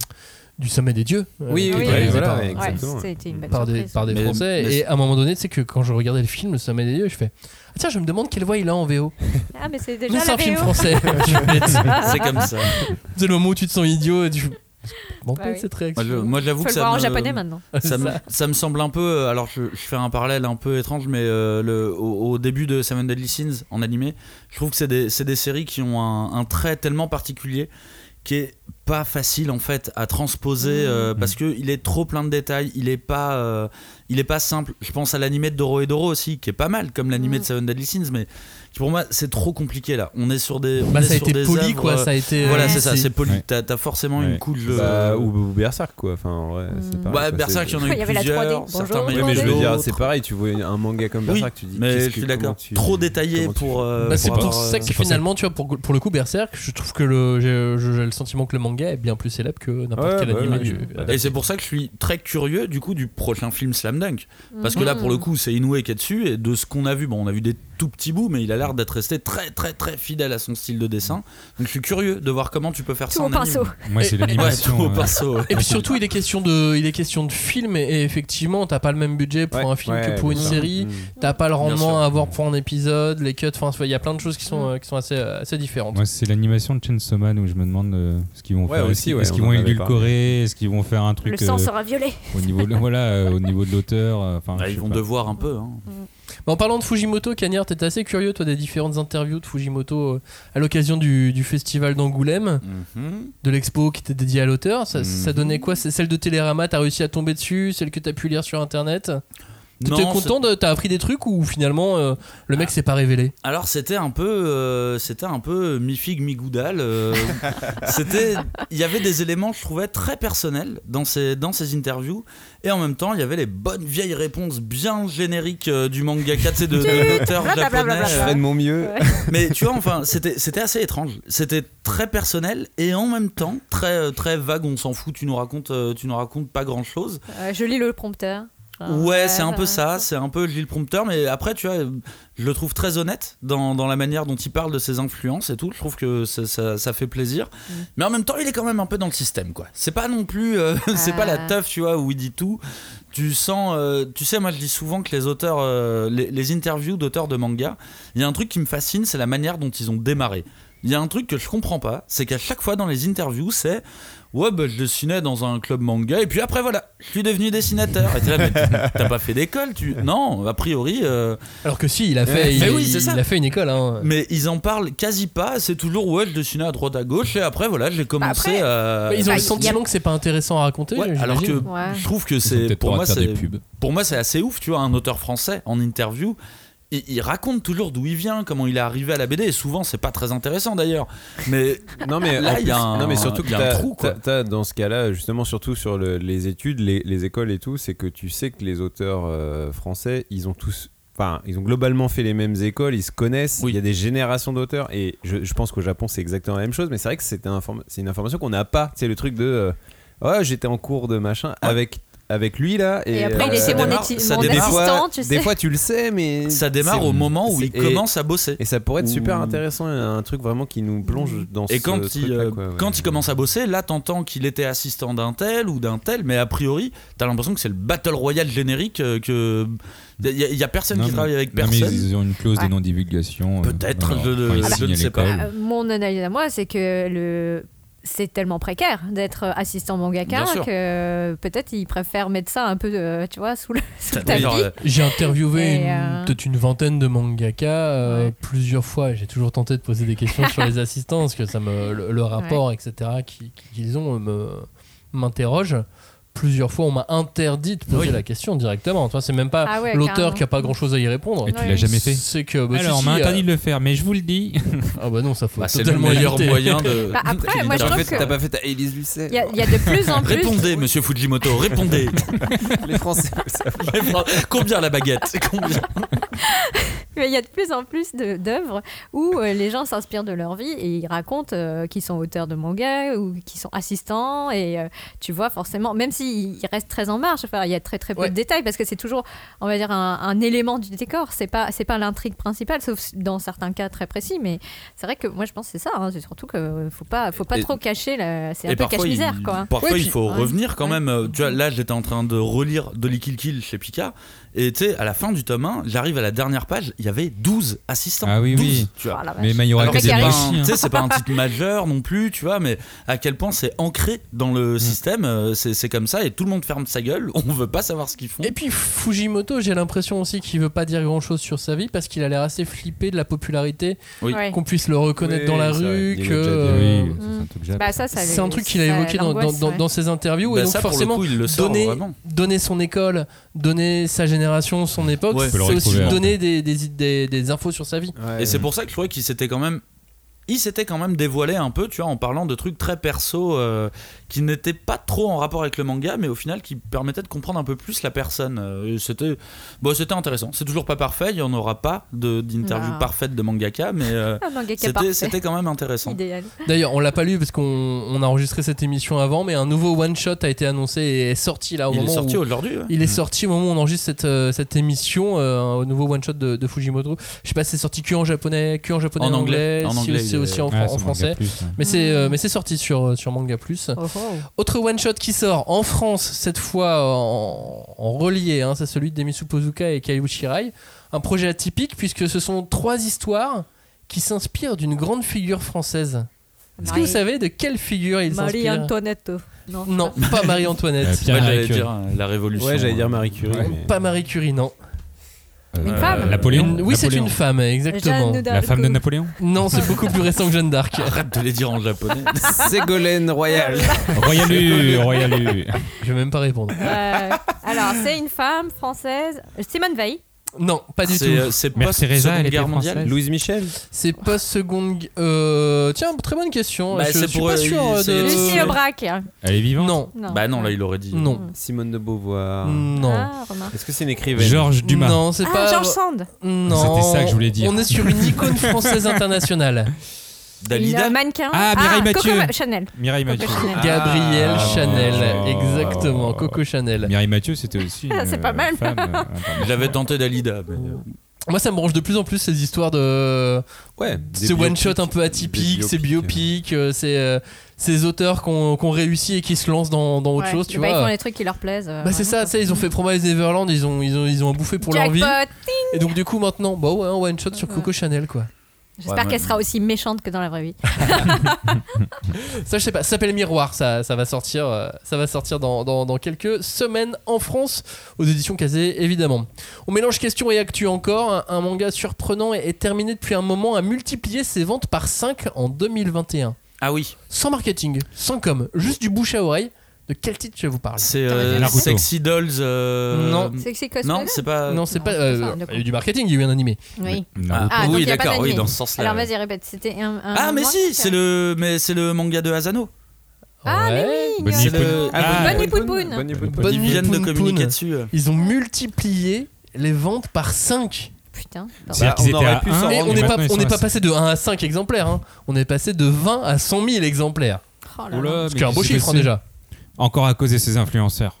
Speaker 1: du Sommet des Dieux. euh,
Speaker 3: Oui,
Speaker 1: qui
Speaker 2: oui,
Speaker 1: est
Speaker 2: oui,
Speaker 1: réalisé
Speaker 3: voilà,
Speaker 1: par,
Speaker 3: ouais,
Speaker 2: Ouais,
Speaker 3: exactement.
Speaker 2: ça a été une belle
Speaker 1: par des,
Speaker 2: surprise.
Speaker 1: par des
Speaker 5: Mais-
Speaker 1: Français.
Speaker 5: mais-
Speaker 1: Et à un moment donné, tu sais que quand je regardais le film, Le Sommet des Dieux, je fais ah, tiens, je me demande quelle voix il a en V O.
Speaker 2: Ah, mais c'est
Speaker 1: Mais
Speaker 2: déjà
Speaker 1: c'est
Speaker 2: la
Speaker 1: un film
Speaker 2: V O.
Speaker 1: français. Je suis bête.
Speaker 5: C'est comme ça.
Speaker 1: C'est le moment où tu te sens idiot et tu fais bon,
Speaker 2: Bah
Speaker 1: peut-être
Speaker 2: oui.
Speaker 1: cette
Speaker 5: Moi,
Speaker 1: réaction.
Speaker 5: je- moi, j'avoue
Speaker 2: Faut
Speaker 5: que
Speaker 2: le
Speaker 5: ça
Speaker 2: voir en
Speaker 5: me-
Speaker 2: japonais maintenant.
Speaker 5: ça, me, ça me semble un peu. euh, Alors, je, je fais un parallèle un peu étrange, mais euh, le, au, au début de Seven Deadly Sins en animé, je trouve que c'est des, c'est des séries qui ont un, un trait tellement particulier qui est pas facile en fait à transposer euh, parce que il est trop plein de détails, il est pas euh, il est pas simple. Je pense à l'animé de Doro et Doro aussi qui est pas mal comme l'animé
Speaker 2: Mm.
Speaker 5: de Seven Deadly Sins, mais pour moi c'est trop compliqué là. On est sur des on
Speaker 1: Bah,
Speaker 5: est
Speaker 1: ça a
Speaker 5: sur
Speaker 1: été
Speaker 5: des
Speaker 1: poli,
Speaker 5: œuvres,
Speaker 1: quoi.
Speaker 5: euh,
Speaker 1: Ça a été.
Speaker 5: voilà,
Speaker 1: euh,
Speaker 5: c'est ça, c'est poli.
Speaker 4: Ouais.
Speaker 5: T'as, t'as forcément
Speaker 4: Ouais.
Speaker 5: une couche de
Speaker 3: Bah, ou, ou Berserk, quoi. Enfin, en vrai,
Speaker 2: Mm.
Speaker 3: c'est pareil.
Speaker 5: Ouais,
Speaker 3: quoi,
Speaker 5: Berserk,
Speaker 3: c'est-
Speaker 5: il y en a eu
Speaker 2: Il y avait la
Speaker 5: plusieurs.
Speaker 2: trois D.
Speaker 5: Certains
Speaker 2: Bonjour,
Speaker 5: meilleurs
Speaker 3: Ouais, mais je veux
Speaker 5: que
Speaker 3: dire,
Speaker 5: d'autres.
Speaker 3: c'est pareil, tu vois un manga comme
Speaker 5: Oui,
Speaker 3: Berserk, tu dis.
Speaker 5: mais
Speaker 3: qu'est-ce
Speaker 5: je
Speaker 3: que-
Speaker 5: suis d'accord.
Speaker 3: comment tu-
Speaker 5: Trop détaillé
Speaker 3: comment tu
Speaker 5: pour.
Speaker 3: fais
Speaker 5: euh,
Speaker 1: Bah, c'est
Speaker 5: pour
Speaker 1: pour
Speaker 5: avoir,
Speaker 1: ça
Speaker 5: euh,
Speaker 1: que
Speaker 4: c'est pour ça
Speaker 1: finalement, tu vois, pour, pour le coup, Berserk, je trouve que le, j'ai, j'ai le sentiment que le manga est bien plus célèbre que n'importe
Speaker 3: Ouais,
Speaker 1: quel
Speaker 3: bah,
Speaker 1: animé
Speaker 3: ouais,
Speaker 1: du.
Speaker 3: ouais.
Speaker 1: adapté.
Speaker 5: Et c'est pour ça que je suis très curieux du coup du prochain film Slam Dunk. Parce que là pour le
Speaker 2: Mm.
Speaker 5: coup c'est Inoue qui est dessus et de ce qu'on a vu, bon on a vu des tout petits bouts mais il a l'air d'être resté très très très fidèle à son style de dessin. Donc je suis curieux de voir comment tu peux faire
Speaker 2: Tout
Speaker 5: ça
Speaker 2: au
Speaker 5: en anime.
Speaker 2: pinceau.
Speaker 4: Moi, c'est
Speaker 1: Et-
Speaker 5: Ouais,
Speaker 4: l'animation.
Speaker 5: tout au
Speaker 4: euh,
Speaker 5: pinceau. ouais.
Speaker 1: Et puis surtout, il est question de, il est question de film et, et effectivement, t'as pas le même budget pour
Speaker 3: Ouais,
Speaker 1: un film
Speaker 3: ouais,
Speaker 1: que pour une
Speaker 3: bien sûr.
Speaker 1: série.
Speaker 3: Mm.
Speaker 1: T'as pas le
Speaker 5: Bien sûr.
Speaker 1: rendement à avoir pour un épisode, les cuts. Enfin, il y a plein de choses qui sont, euh, qui sont assez, euh, assez différentes.
Speaker 4: Moi, c'est l'animation de Chainsaw Man où je me demande euh, ce qu'ils vont
Speaker 3: Ouais,
Speaker 4: faire.
Speaker 3: aussi,
Speaker 4: Est-ce qu'ils-
Speaker 3: ouais,
Speaker 4: est-ce qu'ils
Speaker 3: on
Speaker 4: vont
Speaker 3: en avait
Speaker 4: édulcorer Est-ce qu'ils vont faire un truc
Speaker 2: Le sang
Speaker 4: euh,
Speaker 2: sera violet.
Speaker 4: au niveau de, voilà, euh, au niveau de l'auteur euh, enfin,
Speaker 5: Bah,
Speaker 4: je
Speaker 5: ils
Speaker 4: sais
Speaker 5: vont
Speaker 4: pas.
Speaker 5: devoir un peu. Hein.
Speaker 1: Mais en parlant de Fujimoto, Cagnard, t'étais assez curieux, toi, des différentes interviews de Fujimoto euh, à l'occasion du, du festival d'Angoulême,
Speaker 5: Mhm.
Speaker 1: de l'expo qui était dédiée à l'auteur. Ça, ça
Speaker 5: Mhm.
Speaker 1: donnait quoi? C'est celle de Télérama, t'as réussi à tomber dessus? Celle que t'as pu lire sur internet? T'étais
Speaker 5: Non,
Speaker 1: content de, t'as appris des trucs ou finalement euh, le mec s'est pas révélé?
Speaker 5: Alors c'était un peu, euh, c'était un peu mi figue mi goudal. euh, c'était, il y avait des éléments je trouvais très personnels dans ces dans ces interviews et en même temps il y avait les bonnes vieilles réponses bien génériques euh, du mangaka, tu sais, de, de l'auteur
Speaker 2: Blablabla.
Speaker 5: japonais.
Speaker 3: Je ferai de mon mieux.
Speaker 2: Ouais.
Speaker 5: Mais tu vois, enfin, c'était c'était assez étrange. C'était très personnel et en même temps très euh, très vague. On s'en fout. Tu nous racontes, euh, tu nous racontes pas grand chose.
Speaker 2: Euh, je lis le prompteur. Enfin,
Speaker 5: Ouais, c'est un peu
Speaker 2: ouais.
Speaker 5: ça, c'est un peu le prompteur, mais après, tu vois, je le trouve très honnête dans, dans la manière dont il parle de ses influences et tout. Je trouve que ça, ça, ça fait plaisir.
Speaker 2: Mm.
Speaker 5: Mais en même temps, il est quand même un peu dans le système, quoi. C'est pas non plus, euh, c'est pas la
Speaker 2: Ah.
Speaker 5: teuf, tu vois, où il dit tout. Tu sens, euh, tu sais, moi je dis souvent que les auteurs, euh, les, les interviews d'auteurs de manga, il y a un truc qui me fascine, c'est la manière dont ils ont démarré. il y a un truc que je comprends pas, c'est qu'à chaque fois dans les interviews, c'est ouais, bah je dessinais dans un club manga et puis après voilà, je suis devenu dessinateur. Et t'es là, mais t'as pas fait d'école, tu non, a priori. Euh...
Speaker 1: Alors que si, il a fait, il,
Speaker 5: oui, c'est ça.
Speaker 1: il a fait une école. Hein.
Speaker 5: Mais ils en parlent quasi pas. C'est toujours ouais, je dessinais à droite à gauche et après voilà, j'ai commencé
Speaker 2: après,
Speaker 5: à.
Speaker 1: Bah, ils ont
Speaker 2: bah,
Speaker 1: le sentiment
Speaker 2: a...
Speaker 1: que c'est pas intéressant à raconter.
Speaker 5: Ouais, alors que
Speaker 2: ouais.
Speaker 5: je trouve que c'est pour moi c'est
Speaker 4: des pubs.
Speaker 5: pour moi c'est assez ouf, tu vois, un auteur français en interview. Il, il raconte toujours d'où il vient, comment il est arrivé à la B D, et souvent c'est pas très intéressant d'ailleurs. Mais
Speaker 3: non mais
Speaker 5: là il y a un,
Speaker 3: non mais surtout que
Speaker 5: y a
Speaker 3: t'as,
Speaker 5: un trou quoi.
Speaker 3: T'as, t'as dans ce cas-là justement surtout sur le, les études, les, les écoles et tout, c'est que tu sais que les auteurs euh, français, ils ont tous, enfin ils ont globalement fait les mêmes écoles, ils se connaissent.
Speaker 5: Oui.
Speaker 3: Il y a des générations d'auteurs et je, je pense qu'au Japon c'est exactement la même chose. Mais c'est vrai que c'est, un, c'est une information qu'on n'a pas. C'est le truc de euh, oh j'étais en cours de machin ouais. avec. Avec lui là et,
Speaker 2: et après il
Speaker 3: euh,
Speaker 2: était mon,
Speaker 5: démarre,
Speaker 2: éti-
Speaker 5: ça
Speaker 2: mon
Speaker 5: démarre,
Speaker 2: assistant tu sais
Speaker 3: des fois tu le sais mais
Speaker 5: ça démarre au moment où il
Speaker 3: et,
Speaker 5: commence à bosser
Speaker 3: et ça pourrait être super
Speaker 5: Ouh.
Speaker 3: intéressant, un truc vraiment qui nous plonge dans
Speaker 5: et
Speaker 3: ce
Speaker 5: quand
Speaker 3: truc
Speaker 5: il,
Speaker 3: là, quoi, ouais.
Speaker 5: quand il commence à bosser là t'entends qu'il était assistant d'un tel ou d'un tel mais a priori t'as l'impression que c'est le battle royale générique euh, que il y, y a personne
Speaker 4: non,
Speaker 5: qui
Speaker 4: mais,
Speaker 5: travaille avec
Speaker 4: non,
Speaker 5: personne
Speaker 4: mais ils ont une clause
Speaker 2: ouais.
Speaker 4: de non-divulgation
Speaker 5: peut-être
Speaker 4: euh,
Speaker 5: je, je ne sais pas
Speaker 2: euh, mon analyse à moi c'est que le c'est tellement précaire d'être assistant mangaka que peut-être ils préfèrent mettre ça un peu, euh, tu vois, sous le, sous le tapis.
Speaker 1: Euh, j'ai interviewé une,
Speaker 2: euh...
Speaker 1: peut-être une vingtaine de mangaka euh,
Speaker 2: ouais.
Speaker 1: plusieurs fois. J'ai toujours tenté de poser des questions sur les assistants parce que ça me, le, le rapport, ouais. et cetera qu'ils, qu'ils ont me, m'interroge. Plusieurs fois, on m'a interdit de poser oui. la question directement. Toi, c'est même pas ah ouais, l'auteur carrément. Qui a pas grand-chose à y répondre.
Speaker 4: Et tu l'as jamais fait.
Speaker 1: C'est que bah,
Speaker 4: alors,
Speaker 1: si,
Speaker 4: on m'a
Speaker 1: si,
Speaker 4: interdit
Speaker 1: euh...
Speaker 4: de le faire, mais je vous le dis.
Speaker 1: Ah bah non, ça faut
Speaker 5: bah,
Speaker 1: totalement
Speaker 5: c'est le meilleur
Speaker 1: éviter.
Speaker 5: moyen de.
Speaker 2: Bah après, moi je trouve que
Speaker 3: t'as pas fait ta Élise Lucet.
Speaker 2: Il y, y a de plus en plus.
Speaker 5: Répondez, Monsieur Fujimoto, répondez.
Speaker 3: Les Français.
Speaker 5: Combien la baguette? Combien?
Speaker 2: Il y a de plus en plus de, d'œuvres où euh, les gens s'inspirent de leur vie et ils racontent euh, qu'ils sont auteurs de manga ou qu'ils sont assistants et euh, tu vois forcément, même s'ils restent très en marge, enfin, il y a très très peu ouais. de détails parce que c'est toujours, on va dire, un, un élément du décor, c'est pas, c'est pas l'intrigue principale, sauf dans certains cas très précis, mais c'est vrai que moi je pense que c'est ça, hein, c'est surtout qu'il faut pas, faut pas et, trop cacher, la, c'est un peu cache-misère.
Speaker 5: Il,
Speaker 2: quoi.
Speaker 5: Parfois
Speaker 2: ouais,
Speaker 5: il faut
Speaker 2: puis,
Speaker 5: revenir
Speaker 2: ouais.
Speaker 5: quand
Speaker 2: ouais.
Speaker 5: même, tu vois, là j'étais en train de relire Dolly Kill Kill chez Pika. Et tu sais, à la fin du tome un, j'arrive à la dernière page, il y avait douze assistants.
Speaker 4: Ah oui,
Speaker 5: douze,
Speaker 4: oui.
Speaker 5: Tu vois.
Speaker 2: Oh,
Speaker 4: mais Mayura
Speaker 5: Academia,
Speaker 4: hein.
Speaker 5: tu sais, c'est pas un titre majeur non plus, tu vois, mais à quel point c'est ancré dans le mmh. système, c'est, c'est comme ça, et tout le monde ferme sa gueule, on veut pas savoir ce qu'ils font.
Speaker 1: Et puis Fujimoto, j'ai l'impression aussi qu'il veut pas dire grand chose sur sa vie parce qu'il a l'air assez flippé de la popularité, oui. ouais. qu'on puisse le reconnaître oui, dans la rue, que.
Speaker 4: Euh, oui,
Speaker 2: c'est, un bah, ça, ça
Speaker 1: c'est un truc qu'il a évoqué dans, dans, dans,
Speaker 2: ouais.
Speaker 1: dans ses interviews, bah, et donc
Speaker 5: ça,
Speaker 1: forcément,
Speaker 5: coup, il le sort,
Speaker 1: donner,
Speaker 5: vraiment.
Speaker 1: donner son école, donner sa génération, son époque,
Speaker 5: ouais.
Speaker 1: c'est aussi donner des, des, des, des infos sur sa vie.
Speaker 5: Ouais. Et c'est pour ça que je trouvais qu'il s'était quand même il s'était quand même dévoilé un peu, tu vois, en parlant de trucs très perso euh, qui n'étaient pas trop en rapport avec le manga, mais au final qui permettaient de comprendre un peu plus la personne. Euh, c'était, bon, c'était intéressant. C'est toujours pas parfait, il n'y en aura pas de, d'interview non. parfaite de mangaka, mais euh,
Speaker 2: mangaka
Speaker 5: c'était, c'était quand même intéressant.
Speaker 2: Idéal.
Speaker 1: D'ailleurs, on l'a pas lu parce qu'on on a enregistré cette émission avant, mais un nouveau one shot a été annoncé et est sorti là au
Speaker 5: il
Speaker 1: moment
Speaker 5: est sorti
Speaker 1: où
Speaker 5: aujourd'hui. Ouais.
Speaker 1: Il est sorti au moment où on enregistre cette, euh, cette émission, euh, un nouveau one shot de, de Fujimoto. Je sais pas si c'est sorti que en japonais, que en japonais,
Speaker 5: en
Speaker 1: anglais,
Speaker 5: anglais, en
Speaker 1: si
Speaker 5: anglais
Speaker 1: c'est aussi en,
Speaker 4: ah,
Speaker 1: en français.
Speaker 4: Plus, ouais.
Speaker 1: Mais c'est euh, mais c'est sorti sur sur Manga Plus.
Speaker 2: Oh, oh.
Speaker 1: Autre one shot qui sort en France cette fois en, en relié, hein, c'est celui de Demisu Pozuka et Kaiju Shirai. Un projet atypique puisque ce sont trois histoires qui s'inspirent d'une grande figure française. Est-ce que vous savez de quelle figure il s'inspire?
Speaker 2: Marie-Antoinette. Non,
Speaker 1: non pas Marie-Antoinette.
Speaker 4: Euh, Pierre
Speaker 5: ouais, j'allais dire la Révolution.
Speaker 3: Ouais, j'allais dire Marie Curie.
Speaker 1: Ouais,
Speaker 3: mais...
Speaker 1: Pas Marie Curie, non.
Speaker 2: Une euh, femme
Speaker 4: Napoléon.
Speaker 1: Une, oui,
Speaker 4: Napoléon.
Speaker 1: c'est une femme, exactement.
Speaker 4: La femme de Napoléon.
Speaker 1: Non, c'est beaucoup plus récent que Jeanne d'Arc.
Speaker 5: Arrête de les dire en japonais.
Speaker 3: Ségolène Royal.
Speaker 4: Royalu, Royalu.
Speaker 1: Je vais même pas répondre.
Speaker 2: Euh, alors, c'est une femme française. Simone Veil.
Speaker 1: Non, pas du
Speaker 5: c'est,
Speaker 1: tout.
Speaker 5: Euh, c'est post-Seconde Guerre mondiale.
Speaker 3: Louise Michel.
Speaker 1: C'est post-seconde. Euh... Tiens, très bonne question.
Speaker 5: Bah,
Speaker 1: je
Speaker 5: c'est
Speaker 1: suis
Speaker 5: pour
Speaker 1: pas
Speaker 5: euh,
Speaker 1: sûr
Speaker 5: c'est
Speaker 1: de.
Speaker 2: Lucie Aubrac.
Speaker 4: Elle est vivante.
Speaker 1: Non.
Speaker 2: non.
Speaker 5: Bah non, là il aurait dit.
Speaker 1: Non.
Speaker 3: Simone de Beauvoir.
Speaker 1: Non.
Speaker 2: Ah,
Speaker 3: Est-ce que c'est une écrivaine?
Speaker 4: Georges Dumas.
Speaker 1: Non, c'est
Speaker 2: ah,
Speaker 1: pas.
Speaker 2: Georges Sand.
Speaker 1: Non.
Speaker 4: C'était ça que je voulais dire.
Speaker 1: On est sur une icône française internationale.
Speaker 5: Dalida.
Speaker 2: Une mannequin.
Speaker 4: Ah, Mireille
Speaker 2: ah,
Speaker 4: Mathieu.
Speaker 2: Coco Chanel.
Speaker 4: Mireille Mathieu.
Speaker 2: Chanel.
Speaker 1: Gabrielle
Speaker 4: Ah,
Speaker 1: Chanel,
Speaker 4: oh.
Speaker 1: exactement. Coco Chanel.
Speaker 4: Mireille Mathieu, c'était aussi. Une,
Speaker 2: C'est pas mal.
Speaker 4: Femme, euh,
Speaker 5: J'avais tenté Dalida. Mais...
Speaker 1: Moi, ça me branche de plus en plus ces histoires de.
Speaker 3: Ouais.
Speaker 1: Ces one shot un peu atypiques, ces biopics, euh, ces, euh, ces auteurs qui ont réussi et qui se lancent dans, dans autre
Speaker 2: ouais.
Speaker 1: chose, tu
Speaker 2: bah,
Speaker 1: vois.
Speaker 2: Ils font les trucs qui leur plaisent. Euh,
Speaker 1: bah, c'est ça, tu sais, ils ont fait Promise Neverland, ils ont, ils ont, ils ont bouffé pour
Speaker 2: Jackpot,
Speaker 1: leur vie.
Speaker 2: ting.
Speaker 1: Et donc, du coup, maintenant, bah ouais, un one shot sur Coco Chanel, quoi.
Speaker 2: J'espère
Speaker 5: Ouais,
Speaker 2: qu'elle
Speaker 5: moi-
Speaker 2: sera aussi méchante que dans la vraie vie.
Speaker 1: Ça, je sais pas. Ça s'appelle Miroir. Ça, ça va sortir. euh, Ça va sortir dans, dans, dans quelques semaines en France, aux éditions Kazé, évidemment. On mélange questions et actu encore. Un, un manga surprenant est, est terminé depuis un moment à multiplier ses ventes par cinq en deux mille vingt et un.
Speaker 5: Ah oui,
Speaker 1: Sans marketing, sans com, juste du bouche à oreille. De quel titre je vous parle?
Speaker 5: c'est euh,
Speaker 4: Naruto.
Speaker 5: Sexy Dolls. euh,
Speaker 1: Non.
Speaker 2: Sexy Cosplay.
Speaker 5: Non, c'est pas.
Speaker 1: Non, c'est
Speaker 2: non,
Speaker 1: pas.
Speaker 2: c'est
Speaker 1: euh,
Speaker 2: ça,
Speaker 1: il y a
Speaker 2: d'accord.
Speaker 1: eu du marketing, il y a eu un animé.
Speaker 2: Oui.
Speaker 4: Naruto.
Speaker 2: Ah, donc
Speaker 5: oui,
Speaker 2: il y a pas
Speaker 5: d'accord, oui,
Speaker 2: d'anime.
Speaker 5: dans ce sens-là.
Speaker 2: Alors
Speaker 5: ouais.
Speaker 2: vas-y, répète. C'était un. un
Speaker 5: Ah, mais
Speaker 2: mois
Speaker 5: si, c'est le, mais c'est le manga de Asano.
Speaker 2: Ah, mais
Speaker 1: Ouais.
Speaker 2: oui.
Speaker 4: Bonne
Speaker 2: il y a-
Speaker 4: nuit,
Speaker 5: le-
Speaker 4: Ah,
Speaker 2: Bonne nuit, Poun Poun.
Speaker 3: Bonne nuit, Poun Poun.
Speaker 1: Bonne
Speaker 5: Ils
Speaker 1: nuit,
Speaker 5: viennent de
Speaker 1: Poun Poun.
Speaker 5: communiquer dessus. euh.
Speaker 1: Ils ont multiplié les ventes par cinq.
Speaker 2: Putain.
Speaker 4: C'est-à-dire qu'ils
Speaker 3: on
Speaker 4: étaient
Speaker 3: aurait
Speaker 4: à
Speaker 3: pu
Speaker 4: un,
Speaker 3: s'en
Speaker 1: Et
Speaker 3: rendre
Speaker 1: on n'est
Speaker 4: et
Speaker 1: pas,
Speaker 4: maintenant, ils
Speaker 1: on
Speaker 4: sont
Speaker 1: n'est
Speaker 4: à
Speaker 1: pas
Speaker 4: cinq.
Speaker 1: passé de un à cinq exemplaires, hein. On est passé de vingt à cent mille exemplaires.
Speaker 2: Oh là
Speaker 4: Oula,
Speaker 2: là.
Speaker 1: Ce
Speaker 4: mais
Speaker 1: qui est un beau
Speaker 4: qu'est-ce que
Speaker 1: chiffre hein,
Speaker 4: c'est
Speaker 1: déjà.
Speaker 4: Encore à cause de ces influenceurs.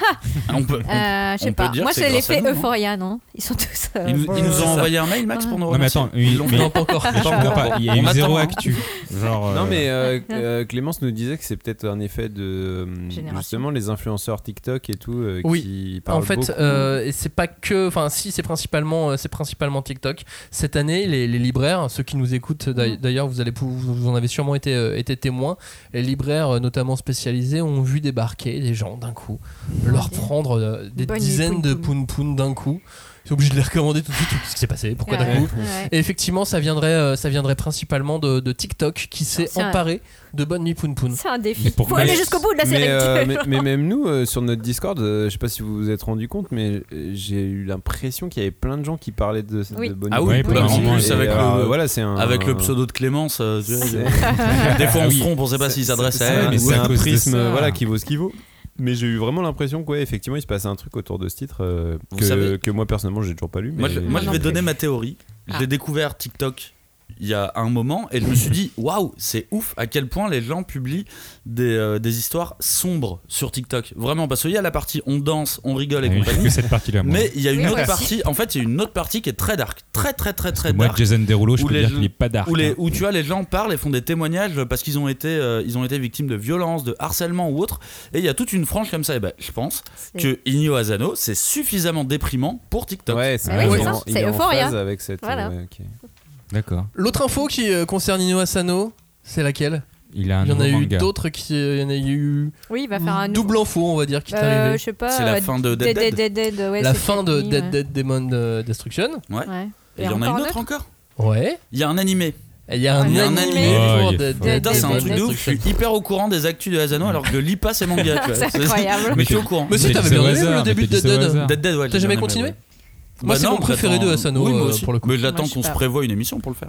Speaker 5: On peut.
Speaker 2: Euh, je sais
Speaker 5: on peut
Speaker 2: pas.
Speaker 5: dire
Speaker 2: Moi,
Speaker 5: que c'est
Speaker 2: c'est
Speaker 5: grâce à
Speaker 2: l'effet
Speaker 5: nous, hein.
Speaker 2: Euphoria, non? Ils sont tous. euh,
Speaker 5: Ils nous, ils nous ont
Speaker 1: ça.
Speaker 5: envoyé un mail, Max, pour nous
Speaker 4: Non mais
Speaker 5: remercier.
Speaker 4: attends, ils
Speaker 5: l'ont
Speaker 4: mais-
Speaker 1: Non, pas encore.
Speaker 4: pas encore pas. Il y a
Speaker 5: On
Speaker 4: eu zéro
Speaker 5: attend, hein.
Speaker 4: actu. Genre.
Speaker 3: Non
Speaker 4: euh,
Speaker 3: mais euh, euh, Clémence nous disait que c'est peut-être un effet de euh,
Speaker 2: Génération.
Speaker 3: justement les influenceurs TikTok et tout euh,
Speaker 1: Oui.
Speaker 3: qui parlent
Speaker 1: En fait,
Speaker 3: beaucoup.
Speaker 1: euh, et c'est pas que, enfin, si c'est principalement, euh, c'est principalement TikTok. Cette année, les, les libraires, ceux qui nous écoutent, d'ailleurs, d'ailleurs, vous allez, pou- vous en avez sûrement été, euh, été témoins. Les libraires, euh, notamment spécialisés, ont vu débarquer des gens d'un coup, leur
Speaker 2: Dieu.
Speaker 1: prendre euh, des
Speaker 2: Bonne nuit,
Speaker 1: dizaines de
Speaker 2: Poun
Speaker 1: poun poun d'un coup. Ils sont obligés de les recommander tout de suite. Ce qui s'est passé Pourquoi d'un
Speaker 2: Ouais.
Speaker 1: coup
Speaker 2: Ouais.
Speaker 1: Et effectivement, ça viendrait, euh, ça viendrait principalement de, de TikTok qui s'est
Speaker 2: C'est un-
Speaker 1: emparé de Bonne Nuit Poun Poun.
Speaker 2: C'est un défi.
Speaker 4: Mais
Speaker 2: Faut
Speaker 4: pourquoi
Speaker 2: aller
Speaker 4: les-
Speaker 2: jusqu'au bout de la série.
Speaker 3: mais, euh, mais, mais même nous euh, sur notre Discord, euh, je sais pas si vous vous êtes rendu compte, mais euh, j'ai eu l'impression qu'il y avait plein de gens qui parlaient de,
Speaker 2: Oui.
Speaker 3: de Bonne
Speaker 5: Ah
Speaker 3: Nuit,
Speaker 5: oui,
Speaker 3: Poun
Speaker 4: bah,
Speaker 3: Poun.
Speaker 4: en
Speaker 3: Et,
Speaker 4: plus,
Speaker 5: avec
Speaker 3: alors,
Speaker 5: le-
Speaker 3: voilà, c'est un
Speaker 5: Avec le pseudo de Clémence, euh, tu vois,
Speaker 3: C'est-
Speaker 5: des fois
Speaker 4: Ah
Speaker 5: on
Speaker 4: oui.
Speaker 5: se trompe, on sait pas s'il s'adresse à
Speaker 3: c'est-
Speaker 5: elle.
Speaker 3: mais
Speaker 5: ou-
Speaker 3: c'est
Speaker 4: à
Speaker 3: un
Speaker 4: cause de
Speaker 3: prisme
Speaker 4: ça.
Speaker 3: euh, voilà, qui vaut ce qu'il vaut. Mais j'ai eu vraiment l'impression que ouais, effectivement il se passait un truc autour de ce titre euh,
Speaker 5: Vous
Speaker 3: que,
Speaker 5: savez-
Speaker 3: que moi personnellement j'ai toujours pas lu.
Speaker 5: Moi,
Speaker 3: mais-
Speaker 5: je, moi, je
Speaker 2: non
Speaker 5: vais
Speaker 2: plus.
Speaker 5: donner ma théorie.
Speaker 2: Ah.
Speaker 5: J'ai découvert TikTok il y a un moment et je me suis dit waouh, c'est ouf à quel point les gens publient des, euh, des histoires sombres sur TikTok. Vraiment, parce qu'il y a la partie on danse, on rigole et
Speaker 4: ah oui,
Speaker 5: compagnie.
Speaker 4: que cette partie-là. moi.
Speaker 5: Mais il y a une
Speaker 2: Oui,
Speaker 5: autre
Speaker 2: moi aussi.
Speaker 5: partie. En fait, il y a une autre partie qui est très dark, très très très très
Speaker 4: Moi,
Speaker 5: dark.
Speaker 4: Jason Derulo, je
Speaker 5: Où
Speaker 4: peux
Speaker 5: les
Speaker 4: dire
Speaker 5: gens-
Speaker 4: qu'il est pas dark.
Speaker 5: Où, les,
Speaker 4: hein.
Speaker 5: où tu vois les gens parlent et font des témoignages parce qu'ils ont été euh, ils ont été victimes de violences, de harcèlement ou autre. Et il y a toute une frange comme ça. Et ben, je pense
Speaker 2: C'est-
Speaker 5: que Inyo Asano c'est suffisamment déprimant pour TikTok.
Speaker 3: Ouais, c'est
Speaker 2: Ah
Speaker 4: oui,
Speaker 3: il
Speaker 4: c'est
Speaker 3: est
Speaker 2: ça,
Speaker 3: en- il
Speaker 2: c'est
Speaker 3: est en
Speaker 2: Euphoria.
Speaker 3: phase avec cette.
Speaker 2: Voilà.
Speaker 3: ouais, ok.
Speaker 4: D'accord.
Speaker 1: L'autre info qui euh, concerne Ino Asano, c'est laquelle?
Speaker 4: Il a un
Speaker 1: Il y en a
Speaker 4: nouveau
Speaker 1: eu
Speaker 4: manga.
Speaker 1: d'autres qui, il y en a eu
Speaker 2: Oui, il va faire un
Speaker 1: double info, on va dire, qui est
Speaker 2: Euh,
Speaker 1: arrivé.
Speaker 2: je sais pas.
Speaker 5: C'est la
Speaker 2: euh,
Speaker 5: fin de Dead
Speaker 2: Dead
Speaker 5: Dead.
Speaker 2: Dead, ouais,
Speaker 1: La
Speaker 2: c'est
Speaker 1: fin de
Speaker 2: fini,
Speaker 1: Dead
Speaker 2: ouais.
Speaker 1: Dead Demon euh, Destruction.
Speaker 5: Ouais.
Speaker 2: Ouais.
Speaker 5: Et il y en a
Speaker 2: encore
Speaker 5: une
Speaker 2: un
Speaker 5: autre encore.
Speaker 1: Ouais.
Speaker 5: Il y a un animé.
Speaker 1: Et il y a un
Speaker 2: Il y a un
Speaker 1: animé
Speaker 5: animé.
Speaker 1: pour
Speaker 4: Oh, il est
Speaker 1: Dead
Speaker 4: fort.
Speaker 1: Dead
Speaker 5: Putain, c'est un
Speaker 1: Demon
Speaker 5: truc de ouf. Je suis
Speaker 1: Destruction.
Speaker 5: hyper au courant des actus de Asano alors que je lis pas ses mangas. tu vois.
Speaker 2: C'est incroyable.
Speaker 5: Mais je suis au courant.
Speaker 1: Mais si,
Speaker 4: Mais
Speaker 1: t'avais
Speaker 4: c'est
Speaker 1: bien
Speaker 4: au
Speaker 1: aimé
Speaker 4: hasard,
Speaker 1: le début
Speaker 4: mais
Speaker 1: de
Speaker 4: c'est au
Speaker 1: Dead.
Speaker 4: hasard.
Speaker 5: Dead Dead, ouais.
Speaker 1: T'as
Speaker 5: j'ai
Speaker 1: jamais
Speaker 5: bien aimé,
Speaker 1: continué
Speaker 5: ouais.
Speaker 1: Moi,
Speaker 5: Bah
Speaker 1: c'est
Speaker 5: non,
Speaker 1: mon préféré de
Speaker 5: j'attends-
Speaker 1: Asano,
Speaker 5: oui, moi
Speaker 1: euh,
Speaker 5: aussi.
Speaker 1: pour le coup.
Speaker 5: Mais
Speaker 2: Moi,
Speaker 5: j'attends
Speaker 2: je
Speaker 5: qu'on
Speaker 2: sais
Speaker 5: se
Speaker 2: pas.
Speaker 5: prévoie une émission pour le faire.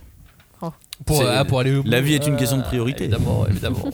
Speaker 1: Pour,
Speaker 5: C'est-
Speaker 1: ah, pour aller au
Speaker 5: la
Speaker 1: bout.
Speaker 5: vie est une
Speaker 1: Euh,
Speaker 5: question de priorité.
Speaker 1: Évidemment, évidemment.